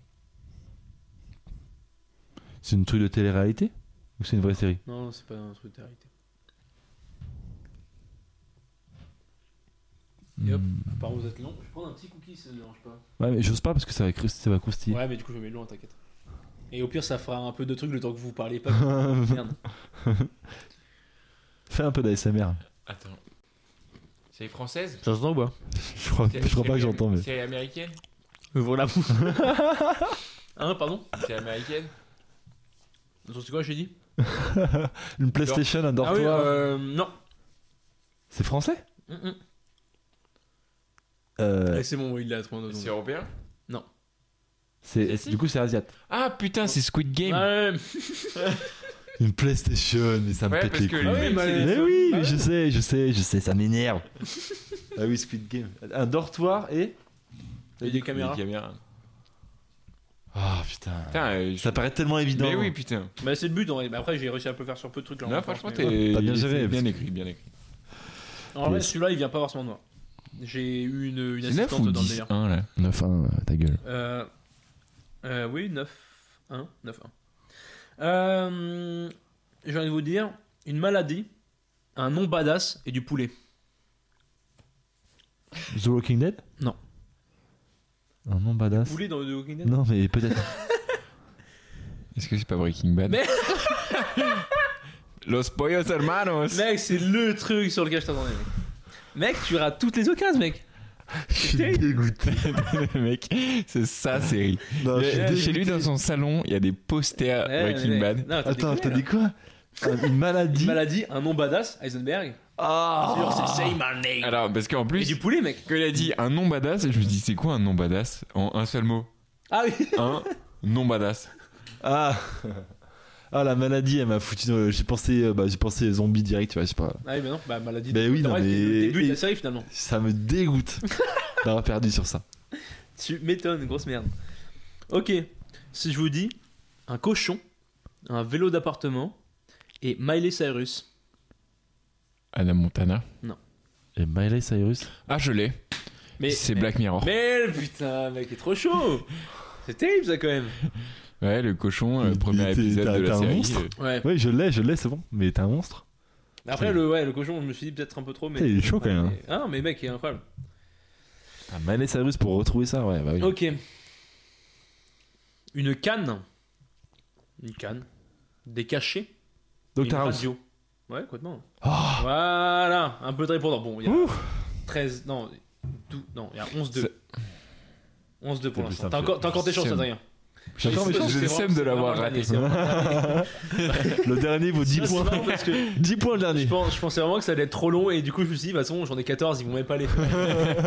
C'est une truc de télé-réalité? Ou c'est une vraie série? Non, c'est pas un truc de réalité. Et hop, Hmm. apparemment vous êtes long. Je vais prendre un petit cookie si ça ne dérange pas. Ouais, mais j'ose pas parce que ça va, cru- ça va croustiller. Ouais, mais du coup, je mets long, t'inquiète. Et au pire, ça fera un peu de trucs le temps que vous parlez pas. Merde. Fais un peu d'A S M R. Attends. Série française? Ça se ou pas? Je crois, je crois pas que j'entends, mais. Série américaine? Voilà. Hein, pardon? Série américaine? Attends, c'est quoi, j'ai dit? Une PlayStation, un Ah oui, dortoir. euh. Non. C'est français? Mm, mm. Euh, Allez, c'est bon, il l'a trouvé. C'est européen? c'est, si. du coup, c'est Asiat. Ah putain, c'est Squid Game. Ouais, Une PlayStation, mais ça me Ouais, pète parce les que couilles. le Ah oui, mec, bah, c'est les- des- Mais oui, Ah ouais. je sais, je sais, je sais, ça m'énerve. Ah oui, Squid Game. Un dortoir et. et des caméras. Des caméras. Ah putain. Putain, euh, je- Ça paraît tellement évident. Mais oui, putain. Bah, c'est le but, en vrai. Mais après, j'ai réussi à un peu faire sur peu de trucs là. en Non, France, franchement, mais t'es T'as bien c'est géré, bien parce écrit, bien écrit. ouais. En vrai, Yes. celui-là, il vient pas forcément de moi. J'ai eu une, une C'est neuf assistante ou dans le dix délire. un là? neuf un, ta gueule. Euh, euh, oui, neuf un. neuf un. Euh, j'ai envie de vous dire une maladie, un nom badass et du poulet. The Walking Dead? Non. Un nom badass? Poulet dans The Walking Dead? Non, mais peut-être. Est-ce que c'est pas Breaking Bad? Mais- Los Pollos Hermanos. Mec, c'est le truc sur lequel je t'attendais, mec. Mec, tu rates toutes les occasions, mec. Je suis dégoûté. Mec, c'est sa série. Non, je suis Il y a- dégoûté. Chez lui, dans son salon, il y a des posters Ouais, Breaking mais- Bad. Non, t'as Attends, déconné, t'as là. dit quoi? Une maladie? Une maladie, un nom badass, Heisenberg. Ah Sur c'est Say My Name. Alors, parce qu'en Et plus, du poulet, mec. quand il a dit un nom badass, je me dis, c'est quoi un nom badass? En un seul mot. Ah oui. Un nom badass. Ah Ah, la maladie, elle m'a foutu. euh, J'ai pensé, euh, bah, j'ai pensé zombie direct, tu vois, je sais pas. Ah oui, mais non, bah maladie. Bah oui, non, Ouais, c'était le mais- début de la série finalement. Ça me dégoûte d'avoir perdu sur ça. Tu m'étonnes, grosse merde. Ok, si je vous dis un cochon, un vélo d'appartement et Miley Cyrus. Anna Montana. Et Miley Cyrus. Ah, je l'ai. Mais, C'est mais- Black Mirror. Mais putain, mec, est trop chaud. C'est terrible ça quand même. Ouais, le cochon, euh, Il- premier il était- épisode t'as- de t'as la un série. monstre. euh, Ouais. Oui, je l'ai, je l'ai, c'est bon. Mais t'es un monstre. Après le ouais le cochon, je me suis dit peut-être un peu trop mais. Putain, il est chaud, quand même, hein. Mais- Ah mais mec, il est incroyable. Ah, Miley Cyrus pour retrouver ça, ouais, bah oui. Ok. Une canne. Une canne. Des cachets. et Doctor une House. radio. Ouais, complètement. Oh. Voilà, un peu de répondant. Bon, il y a Ouh. treize. Non, douze, non, il y a onze deux. onze deux pour C'est plus l'instant. simple. T'as encore, t'as encore tes chances, C'est- Adrien. J'ai encore mes C'est chances. J'ai le vraiment- seum de c'est l'avoir vraiment raté. le dernier, c'est vraiment- Le dernier vaut dix Ça, c'est points. marrant parce que dix points le je, dernier. pense, je pensais vraiment que ça allait être trop long et du coup je me suis dit, de toute façon, j'en ai quatorze, ils vont même pas les faire.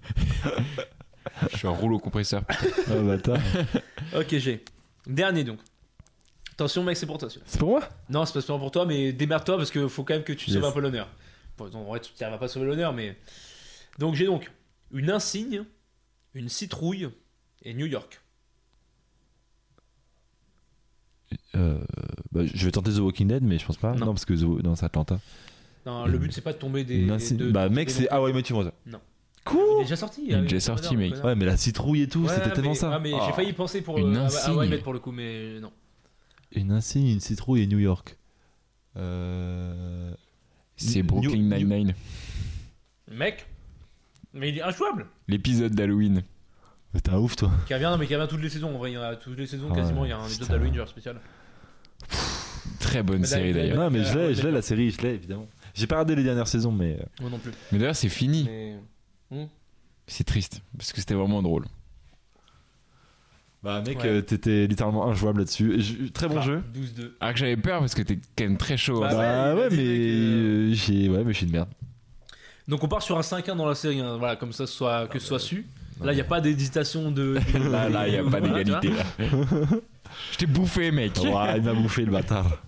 Je suis un rouleau compresseur. Ah, bâtard. Ok, j'ai. Dernier donc. Attention, mec, c'est pour toi celui-là. C'est pour moi? Non, c'est pas spécialement pour toi, mais démerde-toi parce qu'il faut quand même que tu sauves Yes. un peu l'honneur. Bon, en vrai, tu n'y arriveras pas à sauver l'honneur, mais. Donc, j'ai donc une insigne, une citrouille et New York. Euh, bah, je vais tenter The Walking Dead, mais je pense pas. Non. Non, parce que The... non, c'est Atlanta. Non, le but, c'est pas de tomber des. Une insigne- de- bah, de- mec, des c'est. noms. Ah ouais, mais tu vois ça. Non. Cool. Il est déjà sorti. Il est avec- déjà sorti, connard, mec. connard. Ouais, mais la citrouille et tout, Ouais, c'était mais- tellement ça. Ah, mais Oh. j'ai failli penser pour. Une euh, à- à insigne. How I Met pour le coup, mais non. Une insigne, une citrouille et New York. Euh... C'est New- Brooklyn New- Nine-Nine. Mec, mais il est injouable. L'épisode d'Halloween. Mais t'es un ouf, toi. Qui revient, mais qui revient toutes les saisons. En vrai, il y en a toutes les saisons Ah quasiment. ouais, Il y a un épisode putain. d'Halloween genre spécial. Très bonne Mais série d'ailleurs- d'ailleurs. Non, mais euh, je ouais, l'ai, je l'ai, d'accord. la série, je l'ai, évidemment. J'ai pas regardé les dernières saisons, mais. euh, Moi non plus. Mais d'ailleurs, c'est fini. Mais. C'est triste. Parce que c'était vraiment drôle. Bah, mec, Ouais. euh, t'étais littéralement injouable là-dessus. Je- Très bon Enfin, jeu. douze deux. Alors que j'avais peur parce que t'es quand même très chaud. Bah, hein. Bah, ouais, ouais, il a dit, mais. mec, euh, euh, j'ai... Ouais, mais je suis une merde. Donc on part sur un cinq un dans la série, hein. Voilà, comme ça ce soit, que ce soit su. Là, il n'y a pas d'hésitation de. Là, là, il n'y a pas Voilà, d'égalité. Là. Je t'ai bouffé, mec. Ouais, il m'a bouffé le bâtard.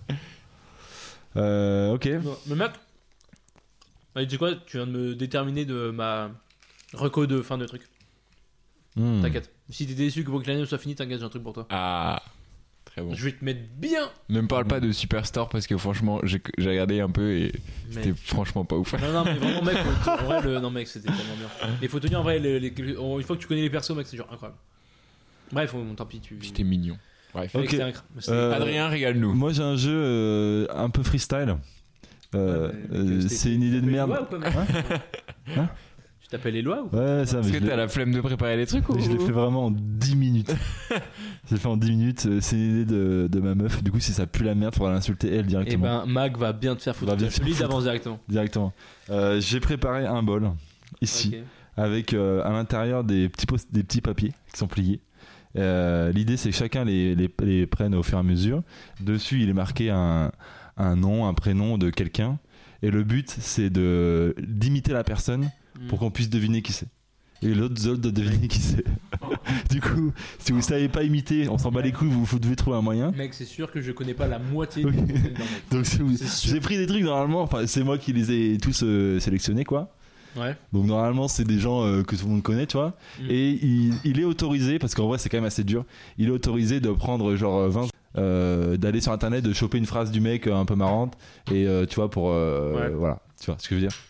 Euh, ok. tu vois. Mais mec, allez, tu sais quoi, tu viens de me déterminer de ma reco de fin de truc. Hmm. T'inquiète. Si t'es déçu que Brooklyn Nine soit fini, t'inquiète, j'ai un truc pour toi. Ah, très bon. Je vais te mettre bien. Ne me parle pas de Superstore parce que franchement, j'ai j'ai regardé un peu et c'était Mais... franchement pas ouf. Non, non, mais vraiment, mec, faut- en vrai, le... non, mec, c'était tellement bien. Mais faut tenir en vrai, les... les- une fois que tu connais les persos, mec, c'est genre incroyable. Bref, bon, tant pis, tu. C'était mignon. Bref. Mec, Ok. c'était incroyable. C'était- Euh, Adrien, régale-nous. Moi, j'ai un jeu euh, un peu freestyle. Euh, Ouais, mais- euh, mais c'est une idée de Tu merde. t'appelles Éloi ou quoi, mec Hein Tu t'appelles Éloi ou quoi Ouais, ça, mais Est-ce je que l'ai- t'as la flemme de préparer les trucs ou je l'ai fait vraiment en dix minutes. je l'ai fait en dix minutes. euh, C'est une idée de, de ma meuf. Du coup, si ça pue la merde, faudra l'insulter elle Eh directement. ben, Mag va bien te faire foutre. Va bien Je te te le dis faire d'avance directement. Directement. Euh, j'ai préparé un bol ici Ok. avec euh, à l'intérieur des petits, post- des petits papiers qui sont pliés. Euh, L'idée, c'est que chacun les, les, les prenne au fur et à mesure. Dessus, il est marqué un, un nom, un prénom de quelqu'un. Et le but, c'est de d'imiter la personne pour qu'on puisse deviner qui c'est. Et l'autre zone doit deviner qui c'est. Du coup, si vous savez pas imiter, on s'en bat les couilles, vous, vous devez trouver un moyen. Mec, c'est sûr que je connais pas la moitié Ok. du contenu dedans, mec. Donc si vous- C'est sûr. j'ai pris des trucs normalement, enfin c'est moi qui les ai tous euh, sélectionnés quoi. Ouais. Donc normalement c'est des gens euh, que tout le monde connaît, tu vois. Mm. Et il, il est autorisé, parce qu'en vrai c'est quand même assez dur, il est autorisé de prendre genre vingt, euh, d'aller sur internet, de choper une phrase du mec euh, un peu marrante, et euh, tu vois pour... euh, Ouais. Voilà, tu vois ce que je veux dire.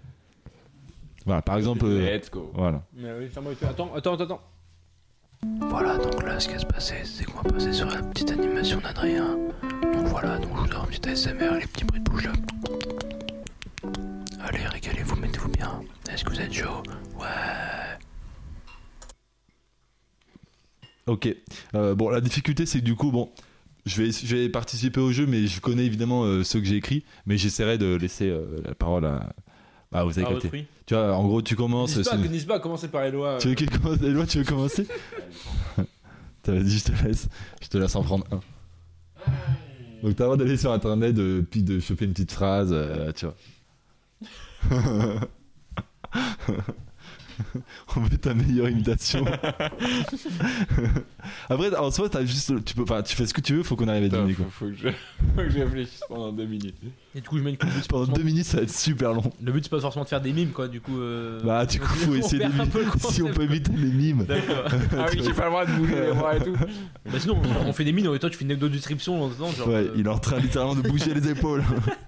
Voilà, par exemple... euh, Let's go. voilà. Mais oui, ça m'a fait- Attends, attends, attends, attends. Voilà, donc là, ce qui va se passer, c'est qu'on va passer sur la petite animation d'Adrien. Donc voilà, donc je vous donne un petit A S M R et les petits bruits de bouche là. Allez, régalez-vous, mettez-vous bien. Est-ce que vous êtes chaud? Ouais. Ok. Euh, bon, la difficulté, c'est que du coup, bon, je vais, je vais participer au jeu, mais je connais évidemment euh, ceux que j'ai écrits, mais j'essaierai de laisser euh, la parole à. Ah, vous avez Ah, capté. autrui. Tu vois, en gros, tu commences. N'hésite pas, c'est- n'hésite pas à commencer par Éloi. Tu veux qu'il commence Éloi, tu veux commencer T'as dit, je te laisse. Je te laisse en prendre un. Donc, t'as le droit d'aller sur internet, de, puis de choper une petite phrase, euh, tu vois. On veut ta meilleure imitation. Après, en soi, t'as juste, tu peux, enfin, tu fais ce que tu veux, faut qu'on arrive à deviner Faut, quoi. faut, que je... faut que je réfléchisse pendant deux minutes. Et du coup, je mets une coupe. Pendant deux minutes, ça va être super long. Le but, c'est pas forcément de faire des mimes, quoi. Du coup. Euh... Bah, du coup, faut on essayer perd un peu le d'éviter. Si on concept. peut éviter les mimes. D'accord. Ah oui, j'ai pas le droit de bouger les bras et tout. Bah, sinon, on fait des mimes, et toi, tu fais une audio-description en temps. Genre, Ouais, euh, il est en train littéralement de bouger les épaules.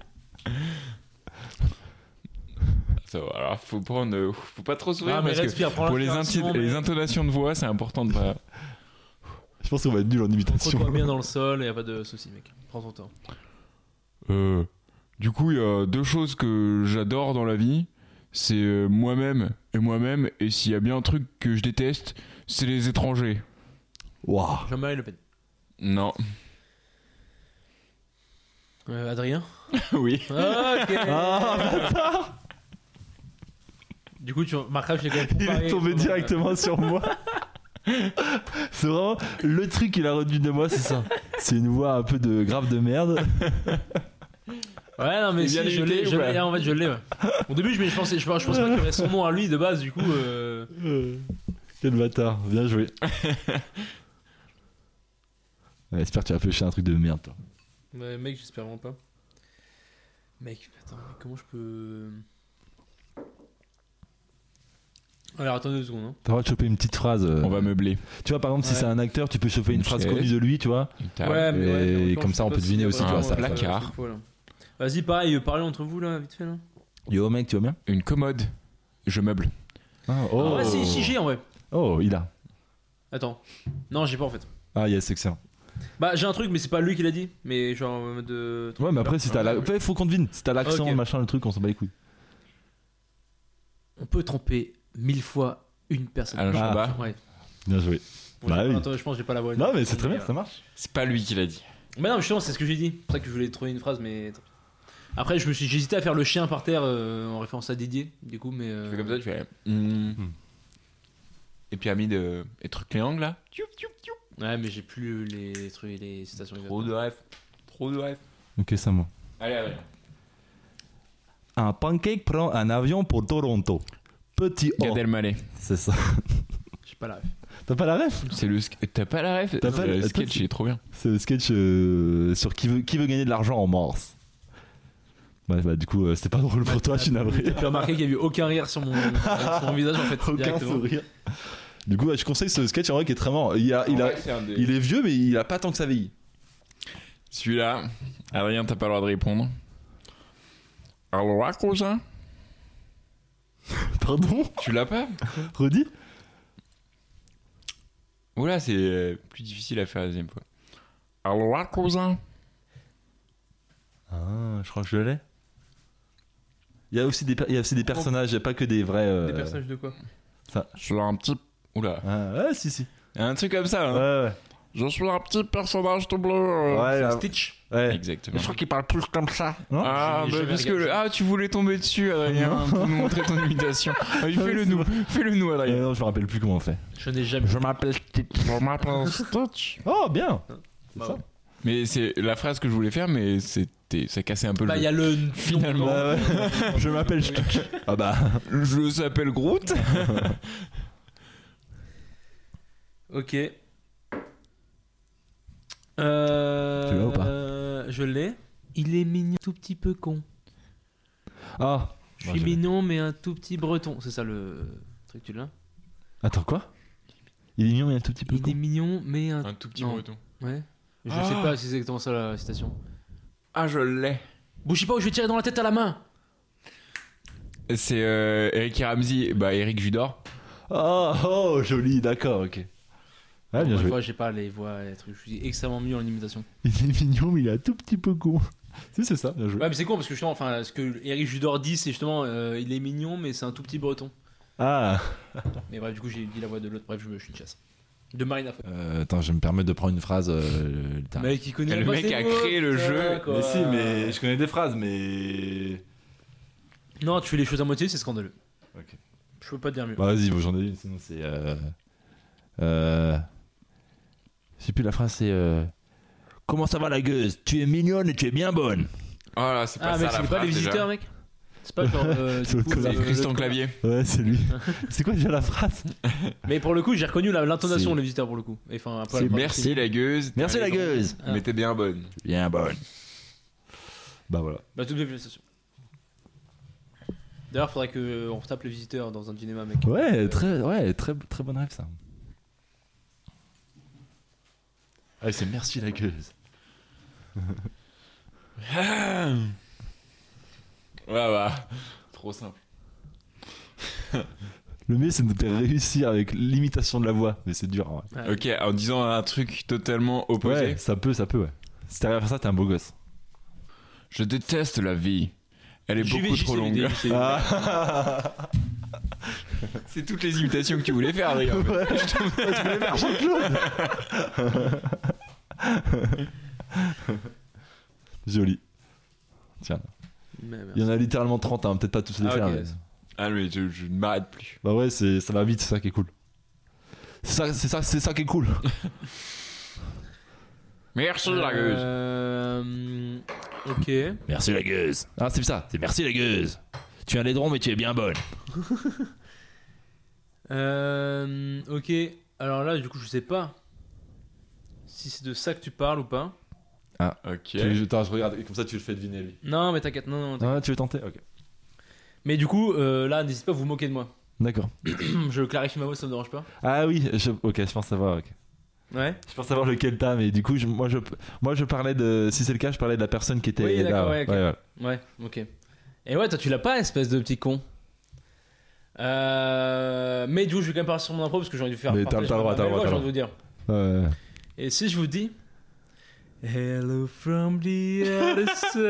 Ça va, alors faut prendre. euh, Faut pas trop sourire Ah, mais parce que respire, prends pour les, l'inspiration, inti- mais- les intonations de voix, c'est important de pas. Je pense qu'on va être nul en imitation. Concentre-toi bien dans le sol, et y a pas de soucis, mec. Prends ton temps. Euh, du coup, il y a deux choses que j'adore dans la vie. C'est euh, moi-même et moi-même. Et s'il y a bien un truc que je déteste, c'est les étrangers. Waouh. Jean-Marie Le Pen. Non. Euh, Adrien. Oui. Ok. Ah, Du coup, tu remarqueras que je l'ai quand même il comparé est tombé pendant- directement sur moi. C'est vraiment le truc qu'il a retenu de moi, c'est ça. C'est une voix un peu de grave de merde. Ouais, non, mais Il vient si, je d'imiter l'ai, ou je pas l'ai, en fait, je l'ai. Ouais. Au début, je, je pensais, je, je pensais pas qu'il y aurait son nom à lui de base, du coup. Euh... Euh, Quel bâtard, bien joué. Ouais, j'espère que tu vas pêcher un truc de merde, toi. Ouais, mec, j'espère vraiment pas. Mec, attends, mais comment je peux. Alors, attendez deux secondes. Hein. T'as le droit de choper une petite phrase. euh, On va meubler. Tu vois, par exemple, si Ouais. c'est un acteur, tu peux choper une, Une phrase chaise. connue de lui, tu vois. Une table. Ouais, mais ouais, et en même temps, comme je ça, sais on pas peut si deviner y a aussi, tu vraiment vois, ça- un ça- placard. c'est faux, là. Vas-y, pareil, parlez entre vous là, vite fait là. Yo, mec, tu vas bien? Une commode. Je meuble. Ah, Ah oh. ouais, si, si, j'ai en vrai. Oh, il a. Attends. Non, j'ai pas en fait. Ah, yes, excellent. Bah, j'ai un truc, mais c'est pas lui qui l'a dit. Mais genre, en mode de. Ouais, mais après, si t'as la... ouais, faut qu'on devine. Si t'as l'accent, Ok. machin, le truc, on s'en bat les couilles. On peut tromper mille fois une personne. Alain Ah. Chabat. Ouais. Bien joué. Bon, Bah j'ai- oui. Attends, je pense que j'ai pas la voix. Non, mais c'est très bien, ça marche. C'est pas lui qui l'a dit. Bah non, justement, c'est ce que j'ai dit. C'est pour ça que je voulais trouver une phrase, mais. tant pis. Après, je me suis, j'hésitais à faire le chien par terre euh, en référence à Didier, du coup, mais. euh, Tu fais comme ça, tu fais. hmm. Et pyramide euh, et truc triangle là. Tchoup, tchoup, tchoup. Ouais, mais j'ai plus les trucs, les citations. Trop de rêves. Trop de rêves. Ok, ça moi. Allez, allez. Un pancake prend un avion pour Toronto. Petit O. Gad Elmaleh. C'est ça. J'ai pas la ref. T'as pas la ref? C'est le. sk- T'as pas la ref? T'as pas- Le attends, sketch, c'est- il est trop bien. C'est le sketch euh, sur qui veut, qui veut gagner de l'argent en Mars. Ouais, bah du coup, euh, c'était pas drôle pour toi, je suis navré. J'ai remarqué qu'il y a eu aucun rire sur mon, sur mon visage en fait. Aucun directement. sourire. Du coup, ouais, je conseille ce sketch en vrai qui est très marrant. Il, a, il, a, il est vieux, mais il a pas tant que ça vieillit. Celui-là, Adrien, t'as pas le droit de répondre. Alors, cousin? Pardon? Tu l'as pas? Redis? Oula, c'est euh, plus difficile à faire la deuxième fois. Alors, cousin? Ah, je crois que je l'ai. Il y a aussi des, per- il y a aussi des personnages, il n'y a pas que des vrais. euh, Des personnages de quoi? Je suis un petit. Oula. Ah, ouais, si, si. Un truc comme ça, hein. Ouais, ouais. Je suis un petit personnage tout bleu. euh. Ouais, là- Stitch. ouais. Exactement. qu'il parle plus comme ça. Non? Ah, J'ai bah, jamais parce que regardé le- ça. ah, tu voulais tomber dessus, Adrien, pour nous montrer ton imitation. Ah, oui, fais-le nous, fais-le nous, Euh, Adrien. non, je me rappelle plus comment on fait. Je n'ai jamais. Je m'appelle Stitch. Je m'appelle Stitch. Oh, bien. Bah, ça. ouais. Mais c'est la phrase que je voulais faire, mais c'était, ça cassait un peu Bah, le il y jeu. a le. Finalement. Ouais, ouais. Je m'appelle Stitch. Ah bah. Je s'appelle Groot. Ok. Euh, Tu l'as ou pas euh, Je l'ai. Il est mignon, tout petit peu con. Ah. Je suis Ouais, je l'ai. mignon, mais un tout petit breton. C'est ça le truc, tu l'as? Attends, quoi? Il est mignon, mais un tout petit peu Il con. est mignon, mais un. Un tout petit Non. breton. Ouais. Je Ah. sais pas si c'est exactement ça la citation. Ah, je l'ai. Bougez pas ou je vais tirer dans la tête à la main. C'est euh, Eric et Ramsey, bah Eric Judor. Oh, oh, joli, d'accord, ok. Ah, bien Encore une joué. fois, j'ai pas les voix, les trucs. Je suis extrêmement mieux en imitation. Il est mignon, mais il est un tout petit peu con. Si, c'est ça, bien joué. Ouais, mais c'est con parce que justement, enfin, ce que Eric Judor dit, c'est justement, euh, il est mignon, mais c'est un tout petit breton. Ah. Mais bref, du coup, j'ai dit la voix de l'autre. Bref, je me je suis une chasse. De Marina Foï. Euh, attends, je vais me permettre de prendre une phrase. Euh, littéraire. Mec, il connaît Le pas mec ses a mots, créé le putain, jeu. quoi. Mais si, mais je connais des phrases, mais. Non, tu fais les choses à moitié, c'est scandaleux. Ok. Je peux pas te dire mieux. Bah, vas-y, bon, j'en ai une, sinon c'est. Euh... Euh... Je sais plus la phrase, c'est. Euh... Comment ça va la gueuse? Tu es mignonne et tu es bien bonne. Oh là, c'est pas ah, ça mec, la c'est phrase pas les déjà. visiteurs, mec? C'est pas genre. euh, C'est du coup, le C'est euh, Christian le- Clavier. Ouais, c'est lui. C'est quoi déjà la phrase? Mais pour le coup, j'ai reconnu la- l'intonation C'est- des visiteurs pour le coup. Et Enfin, un peu C'est la phrase. Merci la gueuse. Merci la gueuse. Ah. Mais t'es bien bonne. Bien bonne. Bah voilà. Bah, toutes mes félicitations. D'ailleurs, faudrait qu'on tape les visiteurs dans un cinéma, mec. Ouais, très, ouais, très, très bonne rêve ça. Ah, c'est merci la gueuse. Ah. Ouais, bah. Trop simple. Le mieux c'est de réussir avec l'imitation de la voix, mais c'est dur. En vrai. Ouais. Ok, en disant un truc totalement opposé. Ouais, ça peut, ça peut, ouais. Si t'arrives à faire ça, t'es un beau gosse. Je déteste la vie. Elle est J'y vais, beaucoup j'y trop sais longue. l'idée, j'y sais. Ah. C'est toutes les imitations que tu voulais faire, Adrien. en fait. Ouais, je voulais faire Jean-Claude. Joli. Tiens, Mais merci. il y en a littéralement trente, hein. Peut-être pas tous les Ah, faire. ok. mais- Ah, mais je, je ne m'arrête plus. Bah ouais, c'est, ça va vite, c'est ça qui est cool. C'est ça, c'est ça, c'est ça qui est cool. Merci la gueuse. Euh, ok. Merci la gueuse. Ah, c'est ça, c'est merci la gueuse. Tu as un laidron, mais tu es bien bonne. Euh, ok. Alors là, du coup, je sais pas si c'est de ça que tu parles ou pas. Ok. Tu, je, attends, je regarde, et comme ça tu le fais deviner lui. Non, mais t'inquiète, non, non. t'inquiète. Ah, tu veux tenter? Ok. Mais du coup, euh, là, n'hésitez pas à vous moquer de moi. D'accord. Je clarifie ma voix, ça me dérange pas. Ah oui, je, ok, je pense savoir. ok. Ouais. Je pense savoir lequel t'as, mais du coup, je, moi, je, moi je parlais de. Si c'est le cas, je parlais de la personne qui était Oui, là. d'accord, ouais, ok. ouais. Ouais, ok. Et ouais, toi, tu l'as pas, espèce de petit con. Euh, mais du coup, je vais quand même partir sur mon impro parce que j'ai envie de faire. Mais t'as- partager t'as le droit, ma t'as le belle droit, voix, t'as j'ai le envie de vous dire. Ouais. Et si je vous dis Hello from the other side,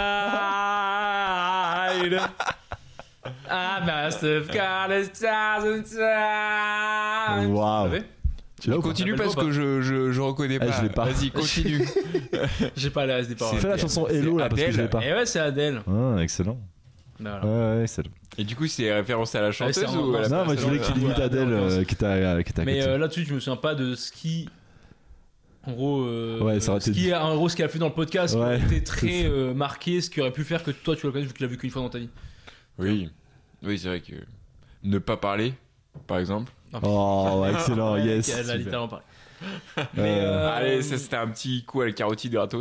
I must have got a thousand times. Waouh. Vous savez Tu l'as ou pas? Continue Rappelle-moi parce pas. que je, je, je reconnais Eh, pas. je l'ai pas. Vas-y, continue. J'ai pas la reste des paroles. Fais la chanson Hello là parce que Adèle. je l'ai pas. Et ouais, c'est Adèle. Ah, excellent. Voilà. Ouais, ouais, excellent. Et du coup, c'est référence à la chanteuse c'est un- ou à la Non, moi je personne voulais que tu ouais, imites ouais, Adèle ouais, euh, ouais. qui t'a qui t'a Mais côté. euh, là-dessus, je me souviens pas de ce qui. En gros, euh, Ouais, ça aurait ce été- qui est, en gros, ce qu'il a fait dans le podcast, qui Ouais, aurait été c'est très ça. euh, marqué, ce qui aurait pu faire que toi tu le connais vu que tu l'as vu qu'une fois dans ta vie. Oui. Oui, c'est vrai que ne pas parler, par exemple. Oh, ouais, excellent, Ouais, yes. Elle a super. littéralement parlé. Euh, Mais, euh, Allez, ça c'était un petit coup à la carotide gratos.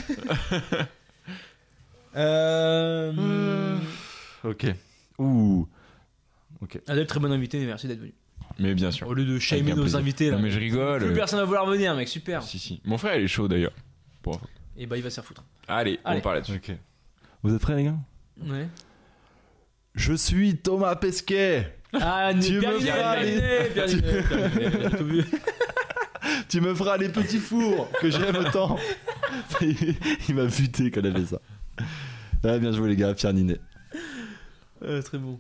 Euh... Ok. Ouh. Adèle, très bonne invitée, merci d'être venu. Mais bien sûr. Au lieu de Avec shamer un nos plaisir. invités là. Non, mais je rigole. Plus personne va vouloir venir, mec, super. Si, si. Mon frère, il est chaud d'ailleurs. Bon. Et bah, il va se faire foutre. Allez, Allez. on parle là-dessus. Ok. Vous êtes prêts les gars? Ouais. Je suis Thomas Pesquet. Ah, Tu Pierre me Ninet, feras Pierre les- Ninet, Pierre Ninet, Pierre Ninet, j'ai tout vu. Tu me feras les petits fours que j'aime tant. Il m'a buté quand il a fait ça. Ouais, bien joué les gars, Pierre Ninet. Euh, très bon.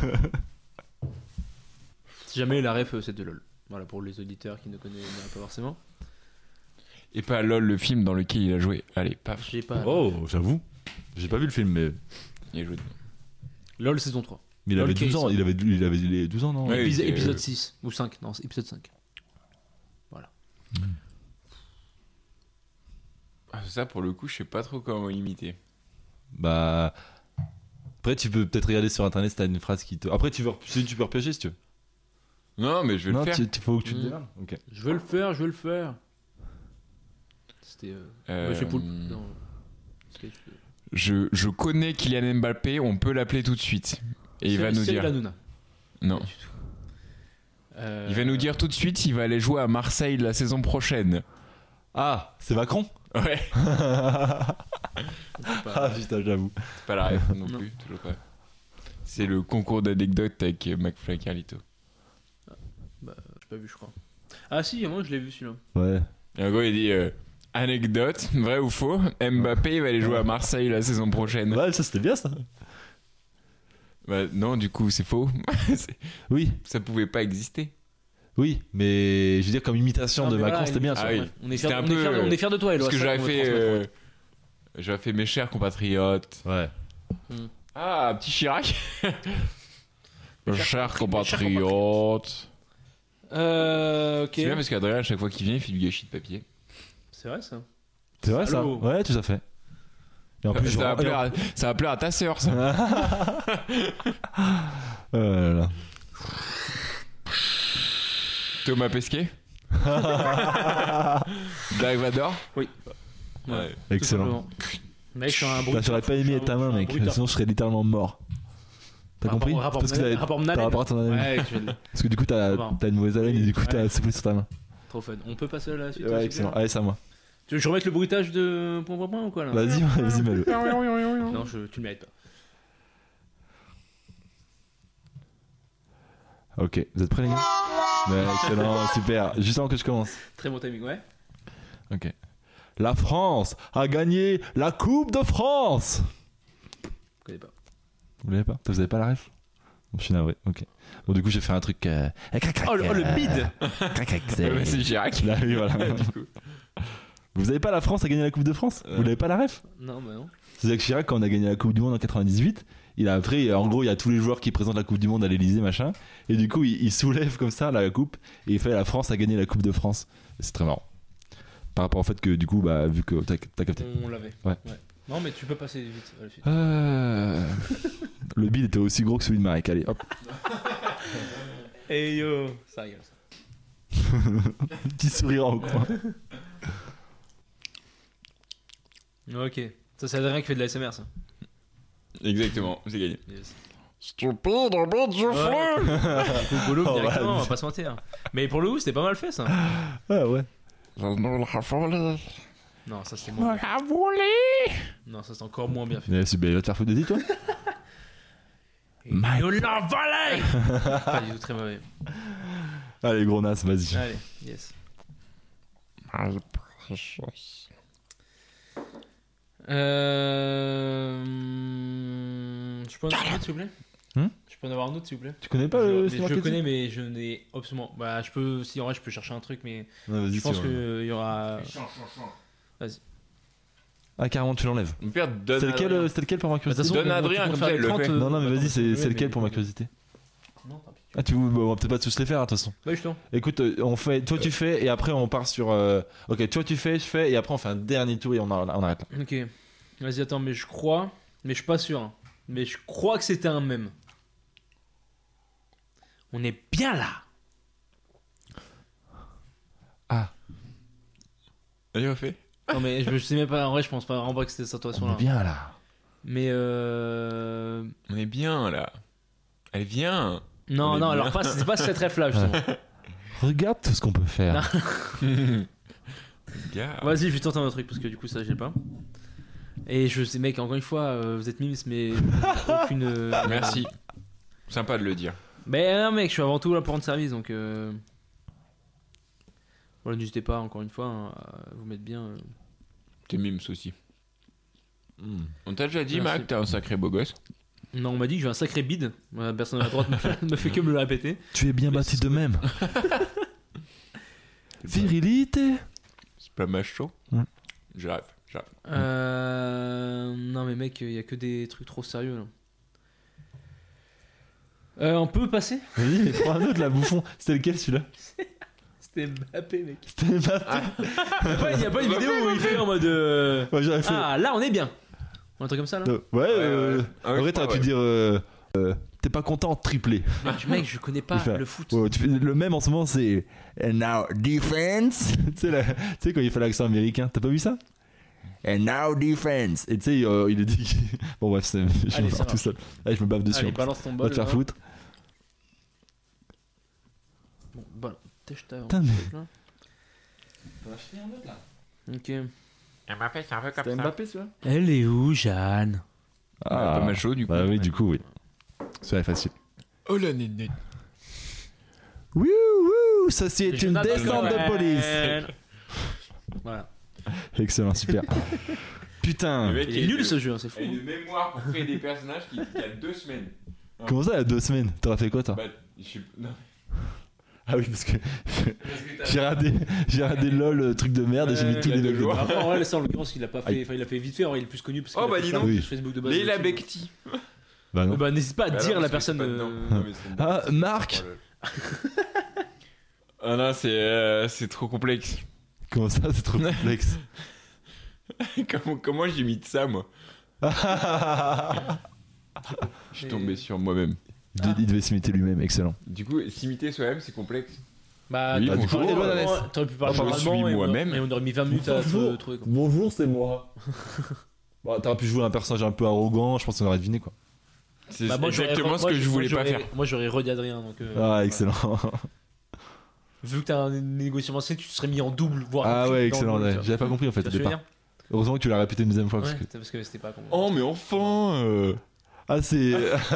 Si jamais la ref, c'est de LOL. Voilà, pour les auditeurs qui ne connaissent pas forcément. Et pas LOL, le film dans lequel il a joué. Allez, paf. J'ai pas. Oh, j'avoue. J'ai pas vu le film, mais Il a joué. LOL saison trois. mais il Lol avait douze ans. Case. Il avait, il avait les douze ans, non? Ouais. Épis- c'est- épisode six ou cinq. Non, c'est épisode cinq. Ah, ça, pour le coup, je sais pas trop comment imiter. Bah. Après, tu peux peut-être regarder sur internet si t'as une phrase qui te. Après, tu, veux, si tu peux repiocher si tu veux. Non, mais je vais non, le faire. tu- tu- faut que tu te Mm. démerdes. Ok. Je veux le faire, je veux le faire. C'était. Euh... Euh, Monsieur Poulpe. Non. C'était- Je, je connais Kylian Mbappé, on peut l'appeler tout de suite. Et il va nous Cyril dire. Hanouna. Non. Euh, Il va nous dire tout de suite s'il va aller jouer à Marseille la saison prochaine. Ah, c'est Macron? Ouais. Ah pas- putain, j'avoue. C'est pas la ref non, Non. plus, toujours pas. C'est le concours d'anecdotes avec McFly et Carlito. Bah, j'ai pas vu, je crois. Ah si, moi je l'ai vu celui-là. Ouais. Et en gros, il dit euh, anecdote, vrai ou faux, Mbappé il va aller jouer à Marseille la saison prochaine. Ouais, ça c'était bien ça. Bah, non, du coup, c'est faux. C'est- Oui, Ça pouvait pas exister. oui, mais je veux dire, comme imitation Non, de mais Macron, voilà, c'était bien. Ah ça. oui. Ouais. On est C'était fiers un on est peu, fiers de- on est fiers de toi, Eloi. Parce que ça j'avais qu'on veut fait, transmettre. euh, j'avais fait mes chers compatriotes. Ouais. Ah, petit Chirac. Mes chers chers compatriotes. Euh, ok. C'est bien parce qu'Adrien, à chaque fois qu'il vient, il fait du gâchis de papier. C'est vrai ça. C'est vrai ça? Allô. Ouais, tout à fait. Et en plus, je ça, va rentre- plaire à, ça va plaire à ta sœur, ça. Oh là là. Thomas Pesquet. Dark Vador. Oui. Ouais. Excellent. Mec, je suis un Bah, bruit. j'aurais pas aimé être ta main, mec. Sinon, je serais littéralement mort. T'as Rapport- compris rapport Parce que Mnalen- t'as- rapport t'as Mnalen. rapport à ton haleine. Ouais, tu viens de- Parce que du coup, t'as Marrant. t'as une mauvaise haleine et du coup, Ouais. t'as soufflé sur ta main. Trop fun. On peut passer à la suite. Ouais, s'il excellent. te plaît Allez, c'est à moi. Tu veux que je remette le bruitage de point point point ou quoi là Vas-y, vas-y, mets-le. Non, je, tu le mérites pas. Ok, vous êtes prêts, les gars Ouais, excellent, super. Juste avant que je commence. Très bon timing, ouais. Ok. La France a gagné la Coupe de France. Je connais pas. Vous l'avez pas Vous avez pas la ref Bon, je suis navré, ok. Bon, du coup, j'ai fait un truc. Euh... crac, crac, Oh, le, oh, le euh, bide crac, crac, Ouais, c'est- bah, c'est Chirac. Là, oui, voilà. Du coup. Vous avez pas la France a gagné la Coupe de France Euh. Vous l'avez pas la ref Non, bah non. C'est Jacques Chirac, quand on a gagné la Coupe du Monde en quatre-vingt-dix-huit, il a après, en gros, il y a tous les joueurs qui présentent la Coupe du Monde à l'Elysée, machin, et du coup, il, il soulève comme ça la coupe, et il fait la France a gagné la Coupe de France. Et c'est très marrant. Par rapport au fait que, du coup, bah, vu que t'as t'as capté. On l'avait. Ouais. Non, mais tu peux passer vite. à la suite. Euh... Le bide était aussi gros que celui de Marek. Allez, hop. Hey yo Ça rigole ça. Petit sourire en coin. Ok. Ça, c'est Adrien qui fait de la S M R ça. Exactement, c'est gagné. Yes. Stupide, bête, je Ouais. Du coup, Golo, Oh, directement, vas-y. on va pas se mentir. Mais pour le coup, c'était pas mal fait ça. Ah ouais. Non, ça c'était moins bien. Non, ça c'est encore moins bien fait. Mais super, il va te faire foutre de toi. Mike. You love volley Pas du tout très mauvais. Allez, gros nas, vas-y. Allez, yes. Euh... Je peux en avoir un autre s'il vous plaît Hmm Je peux en avoir un autre s'il vous plaît Tu connais pas Je, le mais cinéma je critique connais mais je n'ai absolument... Bah je peux... Si en vrai je peux chercher un truc mais Ouais, vas-y, je pense tu qu'il y aura... Ah, carrément, tu l'enlèves. Mon père donne. C'est lequel, Adrien. euh, c'était lequel pour ma Bah, de toute curiosité façon, Donne on- Adrien, on comme peut ça, faire il les le trente, fait. euh, Non, non, mais bah, vas-y, c'est oui, c'est mais- lequel pour ma curiosité Non, tant pis. Ah, tu bon, on va peut-être pas tous les faire, de toute façon. Bah justement. Écoute, euh, on fait, toi tu fais, et après on part sur. euh, Ok, toi tu fais, je fais, et après on fait un dernier tour et on, a- on arrête là. Ok. Vas-y, attends, mais je crois... Mais je suis pas sûr. hein. Mais je crois que c'était un mème. On est bien là. Allez, refais. Non mais je, je sais même pas, en vrai je pense pas vraiment pas que c'était cette situation On là. est bien là. Mais euh... On est bien là. Allez, viens. Non, On est non, bien. alors pas, c'est pas cette ref là justement. Regarde tout ce qu'on peut faire. Gars. Vas-y, je vais tenter un autre truc parce que du coup ça j'ai pas. Et je sais mec, encore une fois, euh, vous êtes mimes mais aucune... euh, Merci. Sympa de le dire. Mais non mec, je suis avant tout là pour rendre service donc... Euh... Voilà, n'hésitez pas encore une fois hein, à vous mettre bien... euh. T'es mimes aussi. Hmm. On t'a déjà dit, Merci. Mac, t'es un sacré beau gosse. Non, on m'a dit que j'ai un sacré bide. La personne à la droite me fait, me fait que me le répéter. Tu es bien bâti de même. Virilité. C'est pas macho. Hmm. J'arrive, j'arrive. Euh... Non mais mec, il y a que des trucs trop sérieux là. Euh, on peut passer. Vas-y, mais prends un autre là, bouffon. C'était lequel celui-là? C'était Mbappé mec. C'était Mbappé. Il y a pas une vidéo où il fait en mode... euh, Ouais, j'aurais fait. Ah là on est bien. Un truc comme ça là. Euh, Ouais, euh, ouais. Ah ouais, en je vrai, crois, t'aurais pu ouais. dire. euh, euh, T'es pas content, triplé. Mec, mec, je connais pas Il fait- le foot. Ouais, tu fais- le même en ce moment, c'est. And now defense. tu sais, la- tu sais, quand il fait l'accent américain, t'as pas vu ça? And now defense. Et tu sais, euh, il est dit. Bon, bref, c'est- je Allez, vais ça faire tout marche. seul. Allez, je me bave dessus. Allez, en plus. balance ton Va bol. te faire là. foutre. Bon, bah, tèche ta- Putain, mais- là. Ok. Mbappé, c'est un peu C'était Mbappé, celui-là? Elle est où, Jeanne? Ah, pas macho du coup. Bah oui, du coup, oui. Celui-là est facile. Oh la nénette. Wouh, wouh, ceci est une Jonathan descente de Cohen. police. Voilà. Excellent, super. Putain. Il est nul ce jeu, hein, c'est fou. Il a une mémoire pour créer des personnages qui, il y a deux semaines. Comment ça, il y a deux semaines? T'auras fait quoi, toi? Bah, je sais non. Ah oui, parce que Parce que t'as- j'ai regardé, j'ai regardé LOL, euh, truc de merde, et j'ai Ouais, mis tous il y a les deux mecs jours. dedans. Après, en vrai, ça, en l'occurrence, il a pas fait. Aïe. Enfin, il a fait vite fait. Alors, il est le plus connu parce qu'il Oh, a bah, fait dis plein donc. de Oui. Facebook de base. Leila YouTube. Bekti. Bah non. Euh, Bah, n'hésite pas à Bah dire non, la parce que personne. c'est pas euh, dedans. Non, mais c'est dedans. Ah, Marc. Oh là là. Ah non, c'est euh, c'est trop complexe. Comment ça, c'est trop complexe? comment, comment j'imite ça, moi? Je suis tombé sur moi-même. Il devait- il devait s'imiter lui-même, excellent. Du coup, s'imiter soi-même, c'est complexe. Bah, Oui, t'aurais pu bonjour. parler Hello, normalement, Danès. t'aurais pu parler Je normalement suis et on- moi-même. Et on aurait mis vingt minutes à Bonjour. te trouver. quoi. Bonjour, c'est moi. Bon, t'aurais pu jouer un personnage un peu arrogant, je pense qu'on aurait deviné quoi. C'est Bah, moi, j'aurais- exactement ce moi, que je voulais moi, pas j'aurais- faire. Moi, j'aurais redit Adrien. Donc, euh, Ah, voilà. excellent. Vu que t'as un négociation avancé, tu te serais mis en double, voire Ah en ouais, triple dans excellent. le ouais. jeu, tu vois. J'avais pas compris en fait Tu au vois ce que je veux départ. Heureusement que tu l'as répété une deuxième fois. dire Parce Ouais, que... c'est parce que c'était pas con. Oh, mais enfin euh... Ah, c'est.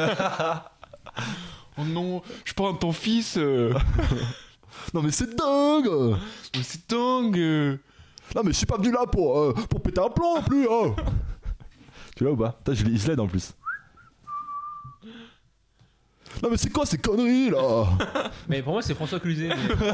Oh non, je parle de ton fils euh... Non, mais c'est dingue! Mais c'est dingue euh. Non, mais je suis pas venu là pour, euh, pour péter un plan non plus, hein! Tu l'as ou pas? Putain, je l'ai- je l'aide en plus. Non, mais c'est quoi ces conneries là? Mais pour moi, c'est François Cluzet. mais-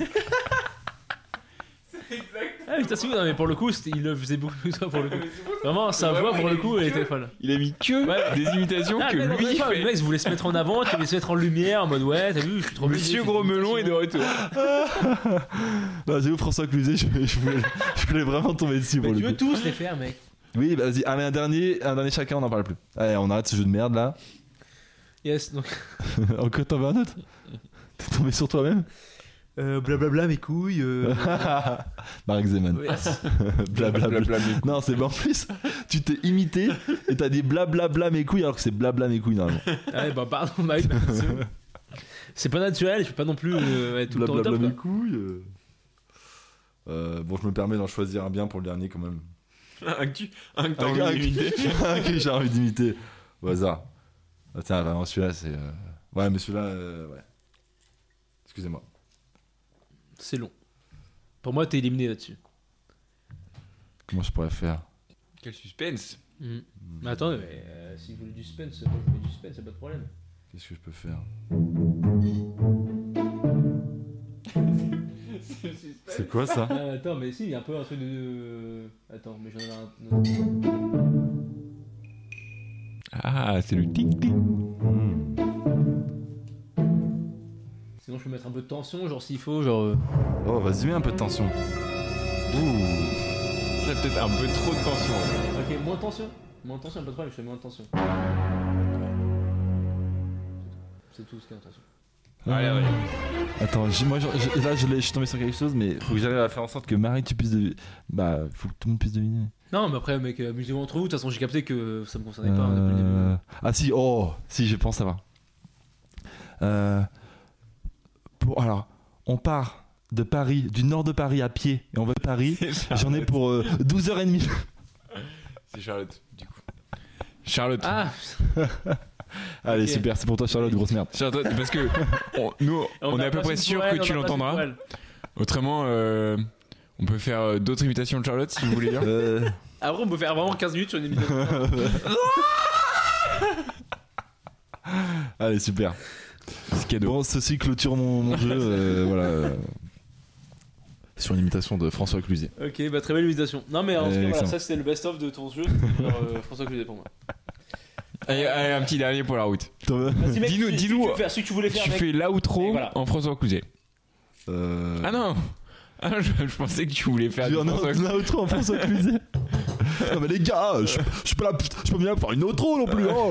Ah, putain, c'est oui, non, mais pour le coup, c'était- il le faisait beaucoup plus que ça pour le coup. Vraiment, sa voix pour le coup, elle était folle. Il a mis que Ouais. des imitations Ah, que mais non, lui mais pas, fait. le mec voulait se mettre en avant, tu voulais se mettre en lumière en mode ouais, t'as vu, je suis trop Monsieur obligé, Gros je fais des Melon est de imitations. retour. Non, j'ai vu François Cluzet, je, je, voulais, je voulais vraiment tomber dessus Mais pour tu le veux coup. tous les faire, mec. Oui, bah, vas-y, allez, un dernier, un dernier chacun, on n'en parle plus. Allez, on arrête ce jeu de merde là. Yes, donc. Encore t'en veux un autre? T'es tombé sur toi-même? Euh, blablabla, mes couilles. Euh... Marek Zeman. yes. Blablabla. Blabla, mais- Non, c'est en plus, tu t'es imité et t'as dit blablabla mes couilles alors que c'est blabla mes couilles normalement. Ah ouais, bah pardon, Mike. c'est- C'est pas naturel, je peux pas non plus euh, être tout le temps au top. Blablabla mes quoi. couilles. euh. Euh, bon, je me permets d'en choisir un bien pour le dernier quand même. Un que tu- un que t'as Un envie gars d'imiter. Un que j'ai envie d'imiter. Au hasard. Ah, tiens, vraiment celui-là c'est. euh, Ouais, mais celui-là, euh, ouais. Excusez-moi. C'est long. Pour moi, t'es éliminé là-dessus. Comment je pourrais faire? Quel suspense. Mhm. Mais attends, mais euh, si vous voulez du suspense, moi je mets du suspense, y'a pas de problème. Qu'est-ce que je peux faire? C'est quoi ça? Ah, attends, mais si, il y a un peu un truc de. Attends, mais j'en ai un. Ah, c'est le ting-ting. Hmm. Sinon, je peux mettre un peu de tension, genre s'il faut, genre. euh, Oh, vas-y, mets un peu de tension. Ouh. C'est peut-être un peu trop de tension. Ok, moins de tension. Moins de tension, pas de problème, je fais moins de tension. C'est tout ce qu'il y a en tension. Allez, allez. Attends, j'ai- moi je- je- là je, l'ai- je suis tombé sur quelque chose, mais faut que j'arrive à faire en sorte que Marie tu puisses deviner. Bah, faut que tout le monde puisse deviner. Non, mais après, mec, amusez-vous entre vous. De toute façon, j'ai capté que ça me concernait pas hein, depuis le début. Euh, Ah si, oh, si, je pense savoir. Euh, pour, alors, on part de Paris, du nord de Paris à pied, et on va à Paris. J'en ai pour euh, douze heures trente. C'est Charlotte, du coup. Charlotte. Ah Allez, Ok. super, c'est pour toi Charlotte, grosse merde. Charlotte, parce que on- nous, on, est à peu près sûr que tu l'entendras. Autrement, euh, on peut faire euh, d'autres imitations de Charlotte si vous voulez bien. Euh, Après, on peut faire vraiment quinze minutes sur une émission. Allez, super. C'est cadeau. Bon, ceci clôture mon, mon jeu. euh, voilà. euh, sur une imitation de François Cluzet. Ok, bah très belle imitation. Non, mais en tout cas, Euh, voilà, excellent. ça c'était le best-of de ton jeu. Genre, euh, François Cluzet pour moi. Allez, allez, un petit dernier pour la route. T'en veux Vas-y, mec, Dis-nous- si- si dis-nous- tu veux faire- Si tu voulais faire, Tu mec. fais l'outro Et voilà. en François Cluzet. Euh... Ah non ah, non, je, je pensais que tu voulais faire Tu du en François as un outro en François Cluzet. Non mais les gars, je, je suis pas là, je suis pas bien pour faire une outro non plus. Oh.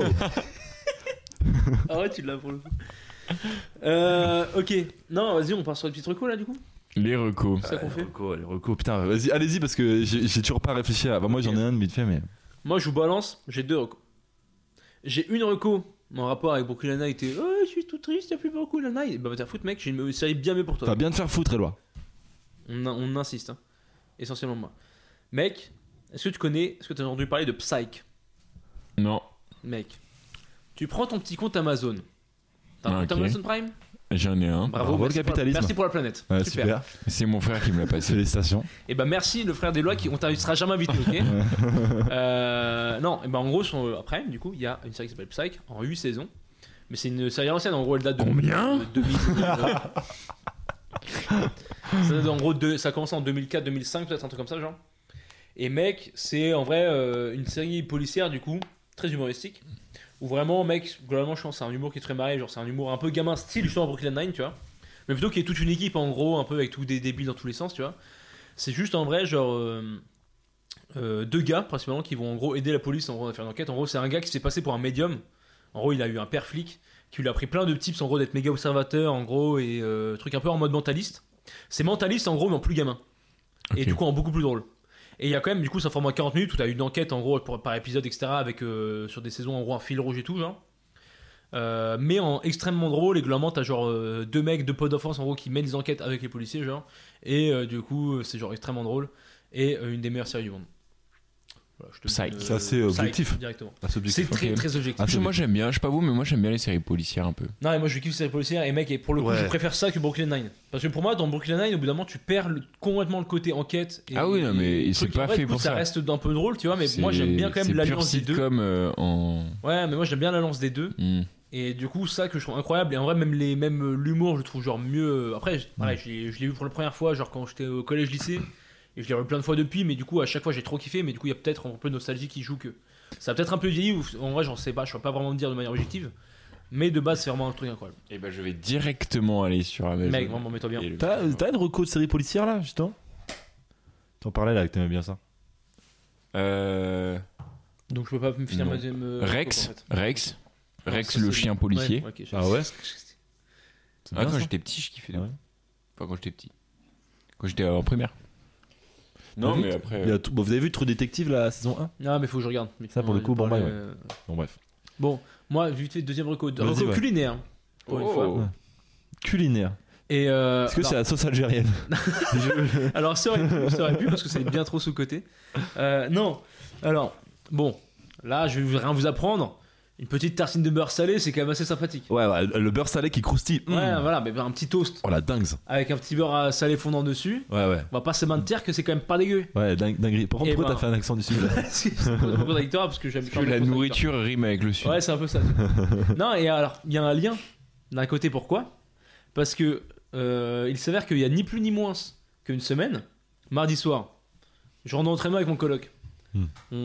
Ah ouais, tu l'as pour le coup. Euh, ok. Non, vas-y, on part sur les petits trucs là du coup. Les recos. C'est ça qu'on les fait. recos, les recos, putain, vas-y, allez-y parce que j'ai j'ai toujours pas réfléchi à. Bah, moi j'en ai un de vite fait, mais. Moi, je vous balance, j'ai deux recos. J'ai une reco en rapport avec Brooklyn Nine-Nine. Était, oh, je suis tout triste, y'a plus Brooklyn Nine-Nine. Bah, va te faire foutre, mec, j'ai une série bien mieux pour toi. T'as bien te faire foutre, Éloi. On, on insiste, hein. Essentiellement moi. Mec, est-ce que tu connais, est-ce que tu as entendu parler de Psych? Non, Mec, tu prends ton petit compte Amazon. T'as un Ah, compte ok. Amazon Prime? j'en ai un. Bravo, le merci pour la- capitalisme. merci pour la planète. Ouais, super. super. C'est mon frère qui me l'a passé. Félicitations. Et bah merci le frère d'Éloi qui on t'invitera jamais invité, ok? euh, Non, et bah en gros sur euh, Prime du coup il y a une série qui s'appelle Psych en huit saisons. Mais c'est une série ancienne, en gros elle date de Combien de deux mille. Ça date en gros de, ça a commencé en deux mille quatre deux mille cinq peut-être un truc comme ça genre. Et mec, c'est en vrai euh, une série policière du coup, très humoristique. Où vraiment mec, globalement je pense c'est un humour qui est très marré, genre c'est un humour un peu gamin style justement Brooklyn Nine, tu vois. Mais plutôt qu'il y ait toute une équipe en gros, un peu avec tous des débiles dans tous les sens, tu vois. C'est juste en vrai genre euh, euh, deux gars principalement qui vont en gros aider la police en gros à faire une enquête. En gros, c'est un gars qui s'est passé pour un médium. En gros, il a eu un père flic qui lui a appris plein de tips en gros d'être méga observateur en gros et euh, truc un peu en mode mentaliste. C'est mentaliste en gros mais en plus gamin. Ok. Et du coup en beaucoup plus drôle. Et il y a quand même du coup ça forme quarante minutes où t'as une enquête en gros pour- par épisode et cetera avec euh, sur des saisons en gros un fil rouge et tout genre. Euh, mais en extrêmement drôle et globalement t'as genre euh, deux mecs, deux potes d'enfance en gros qui mènent des enquêtes avec les policiers genre. Et euh, du coup c'est genre extrêmement drôle et euh, une des meilleures séries du monde. Voilà, je te Psych. donne, C'est assez objectif. Psych, directement. Ah, c'est objectif. C'est très ok. très objectif. Ah, Parce que moi j'aime bien, je sais pas vous, mais moi j'aime bien les séries policières un peu. Non, et moi je kiffe ces séries policières et mec, et pour le coup, Ouais. je préfère ça que Brooklyn Nine. Parce que pour moi, dans Brooklyn Nine, au bout d'un moment, tu perds le- complètement le côté enquête. Et, Ah oui, non, mais et c'est truc. pas En vrai, fait du coup, pour ça. ça. reste un peu drôle, tu vois, mais moi C'est- j'aime bien quand c'est même pur l'alliance des deux. sitcom euh, en. Ouais, mais moi j'aime bien l'alliance des deux. Hmm. Et du coup, ça que je trouve incroyable. Et en vrai, même les, même l'humour, je le trouve genre mieux. Après, je- voilà, je l'ai je l'ai vu pour la première fois, genre quand j'étais au collège-lycée. Et je l'ai revu plein de fois depuis, mais du coup, à chaque fois, j'ai trop kiffé. Mais du coup, il y a peut-être un peu de nostalgie qui joue que. Ça a peut-être un peu vieilli, ou en vrai, j'en sais pas, je peux pas vraiment me dire de manière objective. Mais de base, c'est vraiment un truc incroyable. Et ben je vais directement aller sur Amazon. Mec, vraiment, mets-toi bien. Et le- T'as t'as une reco de série policière là, justement? T'en parlais là, que t'aimais bien ça. Euh, Donc je peux pas me finir Non. ma deuxième. euh, Rex, en fait. Rex, Non, Rex ça, le c'est- chien policier. Ouais, ok, je- Ah ouais? Ah, bien, quand ça. j'étais petit, je kiffais de Ah ouf. ouais. Enfin, quand j'étais petit. Quand j'étais en primaire. Non, T'as vu mais après. Il y a tout- bon, vous avez vu True Detective la saison un? Ah, mais faut que je regarde. Ça, pour le coup, bon, bah, bah, ouais. Bon, bref. Bon, moi, vite fait, deuxième reco. Vas-y, Reco ouais. culinaire. Pour une Oh. fois. Ouais. Culinaire. Et euh, Est-ce que non. c'est la sauce algérienne? Je- Alors, ça aurait pu, ça aurait pu parce que c'est bien trop sous-côté. Euh, non. Alors, bon, là, je vais rien vous apprendre. Une petite tartine de beurre salé, c'est quand même assez sympathique. Ouais, ouais, le beurre salé qui croustille. Mmh. Ouais, voilà, mais un petit toast Oh la dingue. avec un petit beurre à salé fondant dessus. Ouais, ouais. On va pas se mentir que c'est quand même pas dégueu. Ouais, dingue, dinguerie. Par contre, Eh pourquoi ben. t'as fait un accent du sud là? c'est un peu contradictoire parce que j'aime Que la nourriture rime avec le sud. Ouais, c'est un peu ça. Non, et alors, il y a un lien. D'un côté, pourquoi? Parce que euh, il s'avère qu'il y a ni plus ni moins qu'une semaine, mardi soir, je rentre d'entraînement avec mon coloc. Hmm.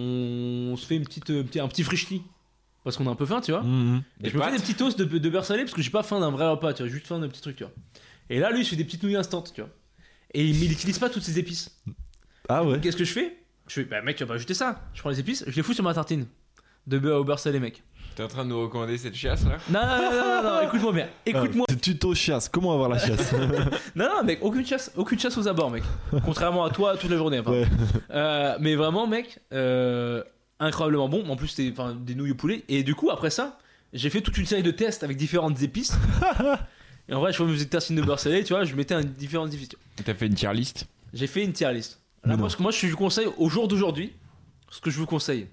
On se fait une petite, euh, petit- un petit frichti. Parce qu'on a un peu faim, tu vois. Mmh. Et je me fais des petits toasts de, de beurre salé parce que j'ai pas faim d'un vrai repas, tu vois, juste faim d'un petit truc, tu vois. Et là, lui, il se fait des petites nouilles instantes, tu vois. Et il, mais il utilise pas toutes ses épices. Ah ouais. Qu'est-ce que je fais? Je fais, bah mec, tu vas pas ajouter ça. Je prends les épices, je les fous sur ma tartine de beurre au beurre salé, mec. T'es en train de nous recommander cette chiasse là? Non, non, non, non, non, non, écoute-moi bien. Écoute-moi. C'est tuto chiasse. Comment avoir la chiasse? Non, non, mec, aucune chasse, aucune chasse aux abords, mec. Contrairement à toi toute la journée. Enfin. Ouais. Euh, mais vraiment, mec, euh, incroyablement bon. En plus, c'était enfin, des nouilles au poulet. Et du coup, après ça, j'ai fait toute une série de tests avec différentes épices. Et en vrai, je faisais des tartines de beurre salé, tu vois, je mettais un, différentes épices. T'as fait une tier list? J'ai fait une tier list. Là, Mais moi, non. ce que moi, je vous conseille au jour d'aujourd'hui, ce que je vous conseille,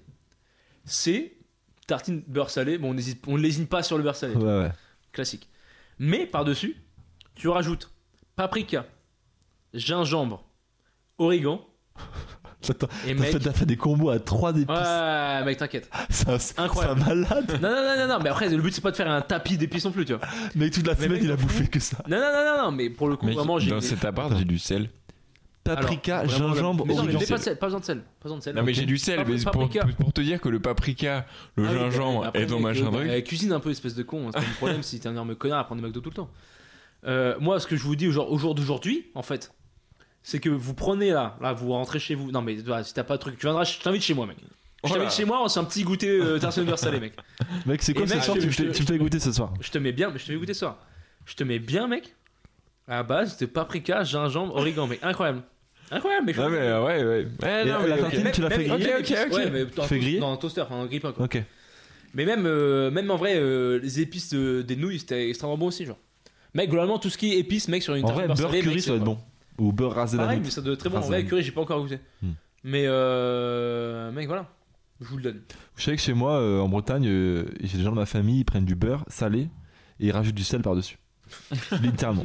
c'est tartine beurre salé. Bon, on n'hésite on n'hésite pas sur le beurre salé. Ouais, ouais. Classique. Mais par-dessus, tu rajoutes paprika, gingembre, origan Attends, et t'as mec. fait, t'as fait des combos à trois épices. Ouais, mec, t'inquiète. Ça, c'est Incroyable. c'est un malade. Non, non, non, non, non, mais après, le but c'est pas de faire un tapis d'épices non plus, tu vois. Mais toute la Mais semaine, mec, il a t'en bouffé fous. que ça. Non, non, non, non, non, mais pour le coup, Mec, vraiment, j'ai. dans cet appart, j'ai du sel. Paprika, Alors, vraiment, gingembre, mais non, mais origan. j'ai pas de sel, pas besoin de sel. Pas besoin de sel. Non, mais Ok. j'ai du sel, Papri- mais pour, paprika. pour te dire que le paprika, le Ah oui, gingembre bah, après, et ton mec, machin euh, truc. bah, cuisine un peu, espèce de con. hein, C'est pas un problème si t'es un énorme connard à prendre des McDo tout le temps. Euh, moi, ce que je vous dis au jour, au jour d'aujourd'hui, en fait, c'est que vous prenez là, là, vous rentrez chez vous. Non, mais voilà, si t'as pas de truc, tu viendras, je t'invite chez moi, mec. Je Voilà. t'invite chez moi, on se fait un petit goûter euh, tartine de beurre salé, mec. Mec, c'est quoi Et ce mec, soir? je- Tu me je- fais- tu me fais goûter ce soir. Je te mets bien, mais je te fais goûter ça. Je te mets bien, mec, à la base de paprika, gingembre, origan, mec. Incroyable. Incroyable, mec. Non, mais euh, ouais, ouais. Ouais, Et non, la mais ok. tartine, tu l'as fait Même- griller? même Ok, épices- ok, ouais, ok. mais dans un Fait toast- griller dans un toaster, enfin un grille-pain, quoi. Ok. Mais même, euh, même en vrai, euh, les épices de- des nouilles, c'était extrêmement bon aussi, genre. Mec, globalement, tout ce qui est épices, mec, sur une En tartine vrai, beurre beurre salé, curry, mec, ça va être c'est- bon. Ou beurre rasé Pareil, d'aneth. mais ça doit être très bon. En Rasé vrai, d'aneth. curry, j'ai pas encore goûté. Hmm. Mais, euh, mec, voilà. Je vous le donne. Je sais que chez moi, euh, en Bretagne, euh, j'ai des gens de ma famille, ils prennent du beurre salé et ils rajoutent du sel par-dessus. Littéralement.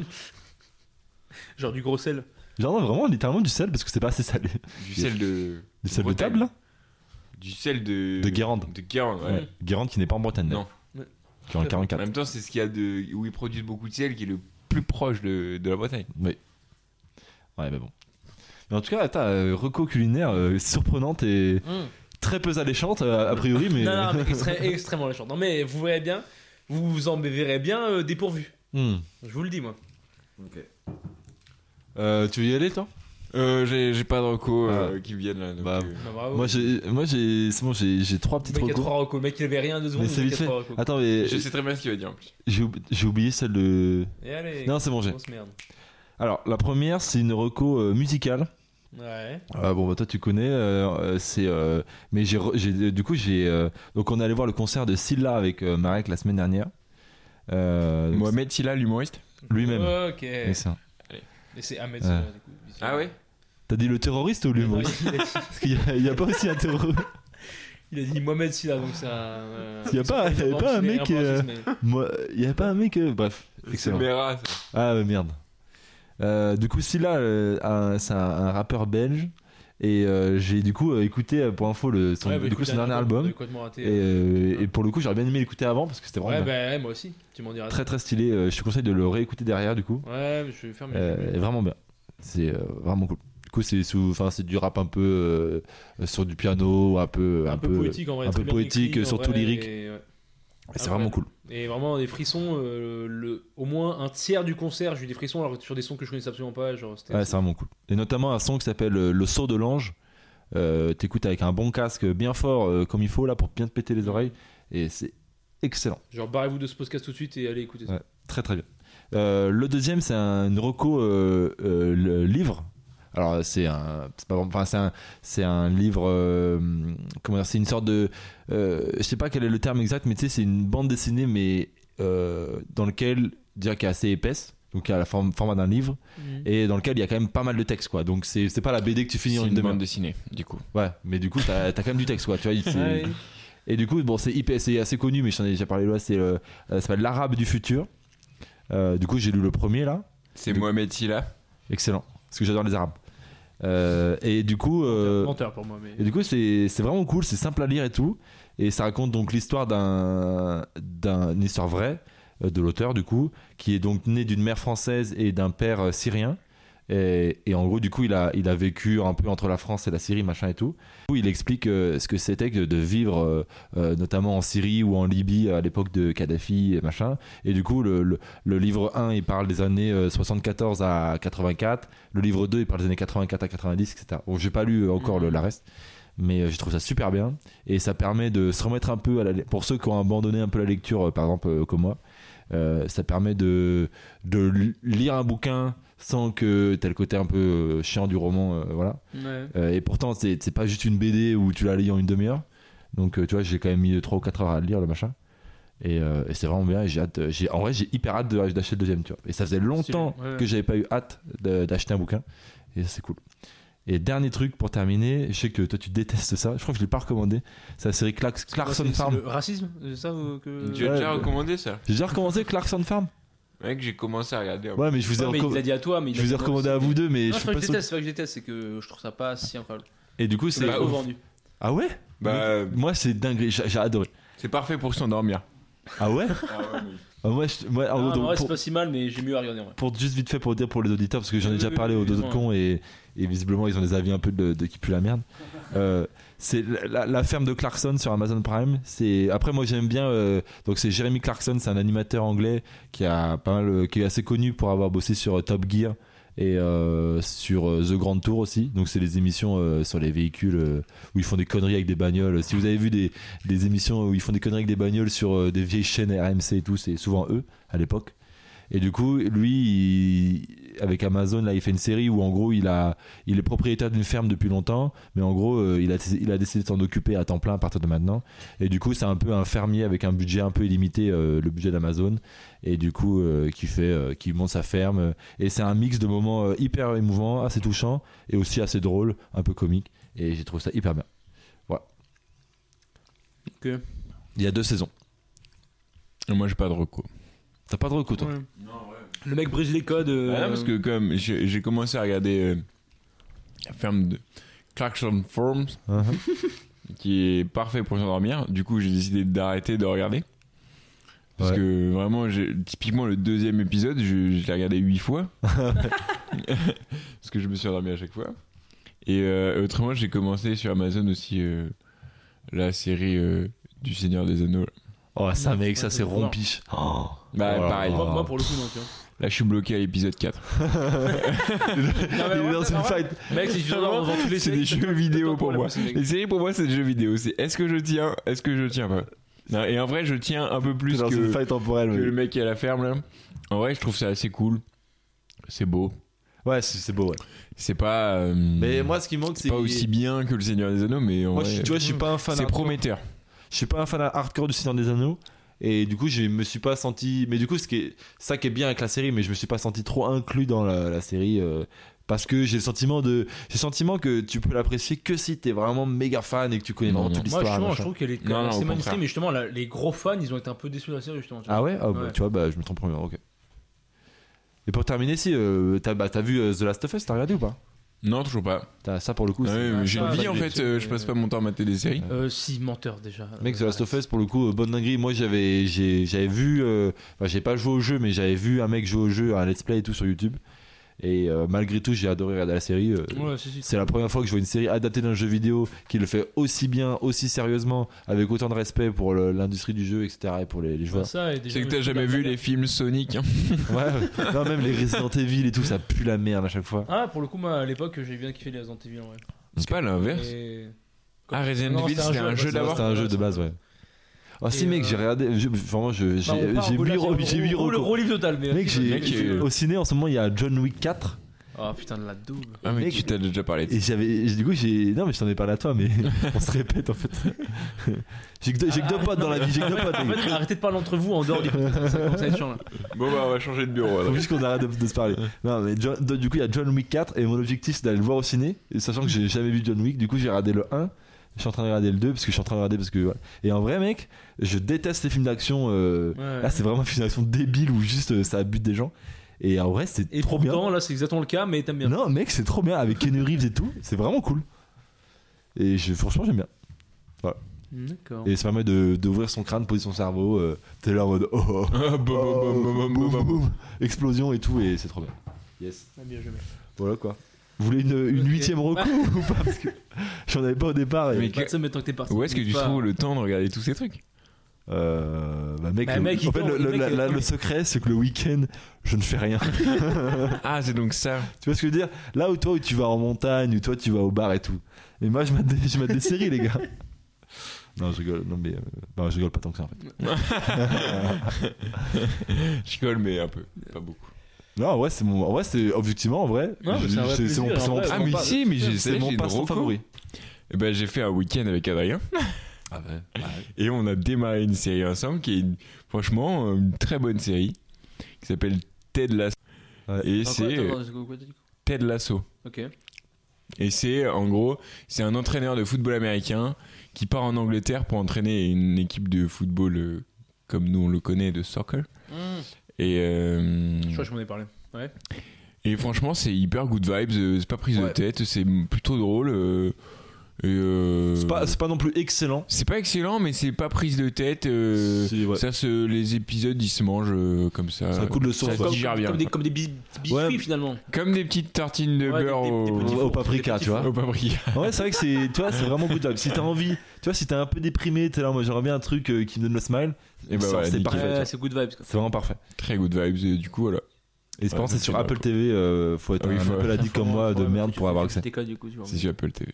Genre du gros sel. Genre, non, vraiment, littéralement du sel parce que c'est pas assez salé. Du sel de. Du sel de Bretagne. table, là? Du sel de. De Guérande. De Guérande, ouais. Ouais. Guérande qui n'est pas en Bretagne. Non. d'ailleurs. Qui est en En quarante-quatre. même temps, c'est ce qu'il y a de. Où ils produisent beaucoup de sel qui est le plus proche de, de la Bretagne. Oui. Ouais, mais bon. Mais en tout cas, attends, euh, reco culinaire euh, surprenante et très peu alléchante euh, a priori, mais. Non, non, mais extré- extrêmement léchant. Non, mais vous verrez bien, vous vous en verrez bien euh, dépourvu. Hmm. Je vous le dis, moi. Euh, tu veux y aller, toi? Euh, j'ai, j'ai pas de reco euh, Ah. qui viennent là. Donc, Bah, euh, Bah, bravo. Moi, j'ai, moi, j'ai, c'est bon, j'ai, j'ai trois Le petites mec a recos. trois recos. Le mec il avait rien deux secondes. Mais c'est le mec vite a fait. trois recos. Attends, mais je sais très bien ce qu'il va dire en plus. j'ai, oub- j'ai oublié celle de. Et allez. Non, c'est bon, j'ai. Grosse merde. Alors, la première, c'est une reco euh, musicale. Ouais. Ah bon, bah toi, tu connais. euh, euh, c'est. euh, mais j'ai, re- j'ai, du coup, j'ai. euh, donc, on est allé voir le concert de Silla avec euh, Marek la semaine dernière. Euh, donc, Mohamed Silla, l'humoriste. Lui-même. Ok. c'est ça. Et c'est Ahmed Ouais. Silla, du coup. Ah ouais. T'as dit le terroriste ou l'humoriste? Il a dit- Parce qu'il y a, il y a pas aussi un terroriste. Il a dit Mohamed Silla, donc c'est un. euh, Il y a pas- il y avait c'est pas un c'est mec, euh, racisme, mais- Moi, il y a pas un mec. euh, Bref, C'est excellent. Mera, ça. Ah ouais, merde. Euh, du coup, Silla, euh, un- c'est un, un rappeur belge. Et euh, j'ai du coup euh, écouté euh, pour info le, son, Ouais, bah, du du coup, son dernier t'as album. complètement raté, Et, euh. euh, et pour le coup, j'aurais bien aimé l'écouter avant parce que c'était Ouais, vraiment bah bien. ouais, moi aussi. Tu m'en diras. Très très stylé. Euh, je te conseille de le réécouter derrière du coup. Ouais, mais je vais faire mes. Euh, et vraiment bien. C'est euh, vraiment cool. Du coup, c'est sous, enfin, c'est du rap un peu euh, sur du piano, un peu, un, peu, poétique en vrai. un très peu bien poétique, écrit, en surtout vrai, lyrique. et, ouais. C'est Ah, vraiment ouais. cool. Et vraiment des frissons. euh, le, au moins un tiers du concert, j'ai eu des frissons alors que sur des sons que je connaissais absolument pas. Genre, c'était- Ouais, c'est vraiment cool. Et notamment un son qui s'appelle euh, Le Saut de l'Ange. Euh, T'écoutes avec un bon casque bien fort, euh, comme il faut, là, pour bien te péter les oreilles. Et c'est excellent. Genre, barrez-vous de ce podcast tout de suite et allez écouter ça. Ouais. Très très bien. Euh, le deuxième, c'est un, une reco euh, euh, le livre. Alors, c'est un, c'est pas vraiment- enfin, c'est un, c'est un livre. euh, comment dire, c'est une sorte de. Euh, je sais pas quel est le terme exact, mais tu sais, c'est une bande dessinée, mais euh, dans lequel, dire qui est assez épaisse, donc qui a la forme, format d'un livre, et dans lequel il y a quand même pas mal de texte, quoi. Donc, c'est, c'est pas la B D que tu finis C'est en une une demi-heure. bande dessinée, du coup. Ouais, mais du coup, t'as, t'as quand même du texte, quoi. Tu vois, il- c'est- Ouais. Et du coup, bon, c'est hyper, c'est assez connu, mais je t'en ai déjà parlé là. C'est, euh, ça s'appelle L'Arabe du futur. Euh, du coup, j'ai lu le premier là. C'est Du- Mohamed Silla. Excellent, parce que j'adore les Arabes. Euh, et du coup, euh, Menteur pour moi, mais. et du coup, c'est, c'est vraiment cool, c'est simple à lire et tout. Et ça raconte donc l'histoire d'un, d'un une histoire vraie euh, de l'auteur du coup, qui est donc né d'une mère française et d'un père euh, syrien. Et, et en gros, du coup, il a, il a vécu un peu entre la France et la Syrie, machin et tout. Du coup, il explique euh, ce que c'était que de vivre, euh, euh, notamment en Syrie ou en Libye à l'époque de Kadhafi et machin. Et du coup, le, le, le livre un, il parle des années euh, soixante-quatorze à quatre-vingt-quatre. Le livre deux, il parle des années quatre-vingt-quatre à quatre-vingt-dix, et cetera. Bon, j'ai pas lu encore le, la reste. Mais euh, je trouve ça super bien. Et ça permet de se remettre un peu à la... Pour ceux qui ont abandonné un peu la lecture, euh, par exemple, euh, comme moi, euh, ça permet de, de lire un bouquin sans que t'aies le côté un peu euh, chiant du roman, euh, voilà. Ouais. Euh, et pourtant, c'est, c'est pas juste une B D où tu la lis en une demi-heure. Donc, euh, tu vois, j'ai quand même mis trois ou quatre heures à le lire, le machin. Et, euh, et c'est vraiment bien. Et j'ai hâte, euh, j'ai, en vrai, j'ai hyper hâte de, d'acheter le deuxième, tu vois. Et ça faisait longtemps Stylé, ouais. que j'avais pas eu hâte de- d'acheter un bouquin. Et ça, c'est cool. Et dernier truc pour terminer, je sais que toi tu détestes ça, je crois que je l'ai pas recommandé. C'est la série Clark- Clarkson C'est- c'est Farm. le racisme, c'est ça ou que... Tu as Ouais, déjà bah. recommandé ça? J'ai déjà recommencé Clarkson Farm. Mec, j'ai commencé à regarder. Ouais, mais je vous ai, Ouais, mais reco- il l'a dit à toi, mais il je l'a vous ai dit recommandé moi à aussi. vous deux, mais Non, je c'est suis pas pas que je sûr. déteste, c'est pas que je déteste, c'est que je trouve ça pas si incroyable. Et du coup, C'est c'est. trop vendu. Ah ouais. Bah, Moi, c'est dingue, j'ai, j'ai adoré. c'est parfait pour s'endormir. Ah ouais. Ah, moi, je- moi, en Non, gros, en vrai, pour, c'est pas si mal, mais j'ai mieux à regarder en vrai. pour juste vite fait pour dire pour les auditeurs, parce que j'en ai Oui, déjà oui, parlé oui, aux deux évidemment. autres cons et, et visiblement ils ont des avis un peu de, de qui pue la merde. Euh, c'est la, la- la ferme de Clarkson sur Amazon Prime. C'est après moi j'aime bien. euh, donc c'est Jeremy Clarkson, c'est un animateur anglais qui a pas mal, euh, qui est assez connu pour avoir bossé sur euh, Top Gear et euh, sur euh, The Grand Tour aussi. Donc c'est les émissions euh, sur les véhicules euh, où ils font des conneries avec des bagnoles. Si vous avez vu des, des émissions où ils font des conneries avec des bagnoles sur euh, des vieilles chaînes R M C et tout, c'est souvent eux à l'époque. Et du coup, lui, il- avec Amazon, là, il fait une série où en gros, il a, il est propriétaire d'une ferme depuis longtemps, mais en gros, euh, il a, il a décidé de s'en occuper à temps plein à partir de maintenant. Et du coup, c'est un peu un fermier avec un budget un peu illimité, euh, le budget d'Amazon, et du coup, euh, qui fait, euh, qui monte sa ferme. Et c'est un mix de moments euh, hyper émouvants, assez touchants, et aussi assez drôles, un peu comiques. Et j'ai trouvé ça hyper bien. Voilà. Ok. Il y a deux saisons. Moi, j'ai pas de recours. T'as pas de recours, toi? Ouais. Le mec brise les codes. euh, Ah non, parce que comme j'ai j'ai commencé à regarder euh, la ferme de Clarkson Farms, Uh-huh. qui est parfait pour s'endormir. Du coup, j'ai décidé d'arrêter de regarder. Parce Ouais. que vraiment, j'ai- typiquement le deuxième épisode, je, je l'ai regardé huit fois. Parce que je me suis endormi à chaque fois. Et euh, autrement, j'ai commencé sur Amazon aussi euh, la série euh, du Seigneur des Anneaux. Oh, ça, mec, ça, Ouais, c'est c'est rompiche. Oh. Bah, Oh là pareil. là. Moi, moi, pour le coup, non, tu vois. Là, je suis bloqué à l'épisode quatre. Non, mais Il est ouais, dans ouais, une ouais. fight. Mec, c'est juste dans dans toutes les C'est séries, des t'as jeux tout- vidéo t'as pour tout moi. le problème, Les séries pour moi, c'est des jeux vidéo. C'est est-ce que je tiens, est-ce que je tiens pas. Non, et en vrai, je tiens un peu T'es plus dans une que, fight temporelle. que mais- le mec qui est à la ferme là. En vrai, je trouve ça assez cool. C'est beau. Ouais, c'est c'est beau, ouais. C'est pas. euh, Mais moi, ce qui manque, c'est. pas aussi bien que le Seigneur des Anneaux, mais en Moi, vrai, je, tu vois, je suis pas un fan. c'est hardcore. prometteur. Je suis pas un fan hardcore du Seigneur des Anneaux. Et du coup, je me suis pas senti. Mais du coup, ce qui est... ça qui est bien avec la série, mais je me suis pas senti trop inclus dans la, la série. euh, Parce que j'ai le sentiment de. J'ai le sentiment que tu peux l'apprécier que si t'es vraiment méga fan et que tu connais Non, vraiment non. toute Moi, l'histoire. justement, je machin. trouve qu'elle est Non, non, au assez magnifique, contraire. mais justement, là, les gros fans, ils ont été un peu déçus de la série, justement. tu vois. Ah ouais, ah, bah, Ouais. tu vois, bah, je me trompe bien, ok. Et pour terminer, si, euh, t'as bah, t'as vu euh, The Last of Us, t'as regardé ou pas? Non, toujours pas. T'as ça pour le coup. Ouais, c'est- mais j'ai ça, une vie ça, en je fait, l'ai euh, fait, je passe euh, pas mon temps à mater des séries. Euh, si, menteur déjà. Mec, The Euh, Last of Us, pour le coup, euh, bonne dinguerie. Moi, j'avais j'ai- j'avais vu. euh, Enfin, j'ai pas joué au jeu, mais j'avais vu un mec jouer au jeu, un let's play et tout sur YouTube. Et euh, malgré tout, j'ai adoré regarder la série. euh, Ouais, si, si. C'est la première fois que je vois une série adaptée d'un jeu vidéo qui le fait aussi bien, aussi sérieusement, avec autant de respect pour le- l'industrie du jeu, et cetera. Et pour les, les Ouais, joueurs. ça, et déjà, C'est que le t'as coup jamais de la vu saga. les films Sonic. hein. Ouais, non, même les Resident Evil et tout, ça pue la merde à chaque fois. Ah, pour le coup, moi, à l'époque, j'ai bien kiffé les Resident Evil, en vrai. C'est pas l'inverse. Et- Ah, Resident Non, Evil, c'est un c'était jeu, un ouais, jeu c'est d'abord. C'était un jeu de base, ouais. Oh, si, Et, mec, euh, j'ai regardé. je- Vraiment, je- j'ai Bah, on part j'ai en huit relation- re- j'ai huit au- au- le recos. relief total, mais. Mec, j'ai- Mec, j'ai- euh, au ciné en ce moment, il y a John Wick quatre. Ah putain de la double. Ah, mais Mec, tu t'as déjà parlé de ça. Et j'avais. Du coup, j'ai. Non, mais je t'en ai parlé à toi, mais on se répète en fait. J'ai que deux j'ai que deux potes dans la vie, j'ai que deux potes. En les gars. fait, arrêtez de parler entre vous en dehors du podcast. Ça commence à être chiant là. Bon, bah, on va changer de bureau. Faut juste qu'on arrête de, de se parler. Non, mais John- du coup, il y a John Wick quatre et mon objectif c'est d'aller le voir au ciné. Et sachant que j'ai jamais vu John Wick, du coup, j'ai regardé le un. Je suis en train de regarder le deux parce que je suis en train de regarder parce que. Ouais. Et en vrai, mec, je déteste les films d'action. euh, Ouais. Là, c'est vraiment un film d'action débile où juste euh, ça bute des gens. Et en vrai, c'est Et trop pourtant, bien. là, c'est exactement le cas, mais t'aimes bien. Non, mec, c'est trop bien avec Keanu Reeves et tout. C'est vraiment cool. Et je, franchement, j'aime bien. D'accord. Et ça permet de- d'ouvrir son crâne, poser son cerveau. Euh, T'es là en mode oh, oh, Ah, boum, boum, oh, boum, boum, boum, boum, boum. boum. Explosion et tout, et c'est trop bien. Yes. Ah, bien joué, mec. Voilà quoi. Vous voulez une, une Ok. huitième reco ou pas? Parce que j'en avais pas au départ. Et... Mais Pas de ça, mais tant que t'es parti. Où est-ce que tu Pas- trouves le temps de regarder tous ces trucs? Euh, bah mec, Bah, le, mec, il en fait, dort, le, le le- mec, la- il- la- non, le mais- secret, c'est que le week-end, je ne fais rien. Ah, c'est donc ça. Tu vois ce que je veux dire? Là où toi, où tu vas en montagne, où toi, tu vas au bar et tout. Et moi, je mate des, je mate des séries, les gars. Non, je rigole. Non, mais euh, non, je rigole pas tant que ça, en fait. Je colle, mais un peu. Pas beaucoup. Non, en vrai, c'est mon. En vrai, c'est objectivement, en vrai. Non, mais c'est un vrai c'est- c'est mon, plaisir, c'est en mon- vrai, c'est Ah, mon mais pas- si, mais j'ai c'est mon j'ai une passe-temps reco. favori. Eh ben, j'ai fait un week-end avec Adrien Ah ouais. et on a démarré une série ensemble qui est une- franchement une très bonne série qui s'appelle Ted Lasso. Ouais. Et Attends, c'est attends, attends, quoi, t'as dit quoi? Ted Lasso. Ok. Et c'est en gros, c'est un entraîneur de football américain qui part en Angleterre pour entraîner une équipe de football euh, comme nous on le connaît, de soccer. Mmh. Et, euh, Je crois que je m'en ai parlé. Ouais. et franchement, c'est hyper good vibes, euh, c'est pas prise de Ouais. tête, c'est plutôt drôle. euh, et, euh, C'est pas, c'est pas non plus excellent. c'est pas excellent, mais c'est pas prise de tête. euh, C'est- ouais. Ça, se- les épisodes, ils se mangent euh, comme ça. Ça coule de source. Ça quoi. se digère bien. Comme des, comme des bis- biscuits Ouais. finalement. Comme des petites tartines de Ouais, des- beurre des- des au, petits Au, fours, au paprika, des petits tu vois. au paprika. Ouais, c'est vrai que c'est, tu vois, c'est vraiment good vibe. Si t'as envie, tu vois, si t'es un peu déprimé, t'es là, moi j'aimerais bien un truc euh, qui me donne le smile. Et bah Ça, voilà, c'est nickel. parfait. tu Ouais, vois. c'est good vibes. Quoi. C'est vraiment parfait. Très good vibes. Et du coup, voilà. Et c'est Ouais, ouais, c'est c'est sur bien, Apple quoi. T V, euh, faut être Ah oui, un faut- Apple addict comme moi de merde pour avoir accès. T K, du coup, tu vois. C'est sur Apple T V.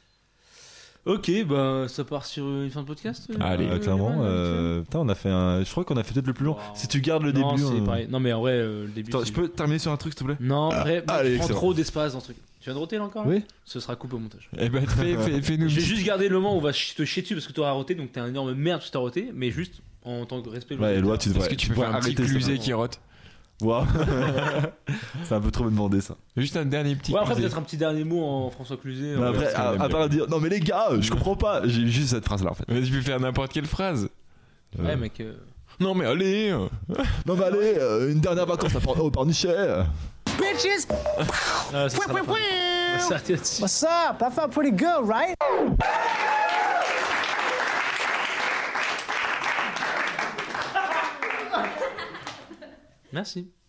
Ok, bah ça part sur une fin de podcast. euh, Allez. Euh, euh, clairement, ouais, euh, putain, on a fait un. Je crois qu'on a fait peut-être le plus long. Wow. Si tu gardes le non, début. c'est on- pareil. Non, mais en vrai, euh, le début. Attends, c'est- je peux terminer sur un truc, s'il te plaît? Non, en vrai, allez, tu prends excellent. trop d'espace dans ce truc. Tu viens de roter là encore là Oui. Ce sera coupé au montage. Eh ben, fais, fais, fais-nous. Je vais une juste garder le moment où on va ch- te chier dessus parce que t'auras roté, donc t'es un énorme merde si t'as roté, mais juste en tant que respect. Ouais, Eloi, tu petite- devrais. Est-ce que tu peux devrais faire un petit arrêter ça. clusé qui rote? Waouh. C'est un peu trop me demander ça. Juste un dernier petit Ouais, après clusé. peut-être un petit dernier mot en François Cluzet. Mais en- après, ça à, m'aime à bien. part dire non mais les gars, je comprends pas. J'ai juste cette phrase là en fait. Mais tu peux faire n'importe quelle phrase. Ouais, mec. euh, Non, mais allez. Non mais allez, euh, une dernière vacance à Por- au Pornichet. Bitches, Ah, ça sera la fin. On va s'arrêter là-dessus. what's up? That felt pretty good, right? Merci.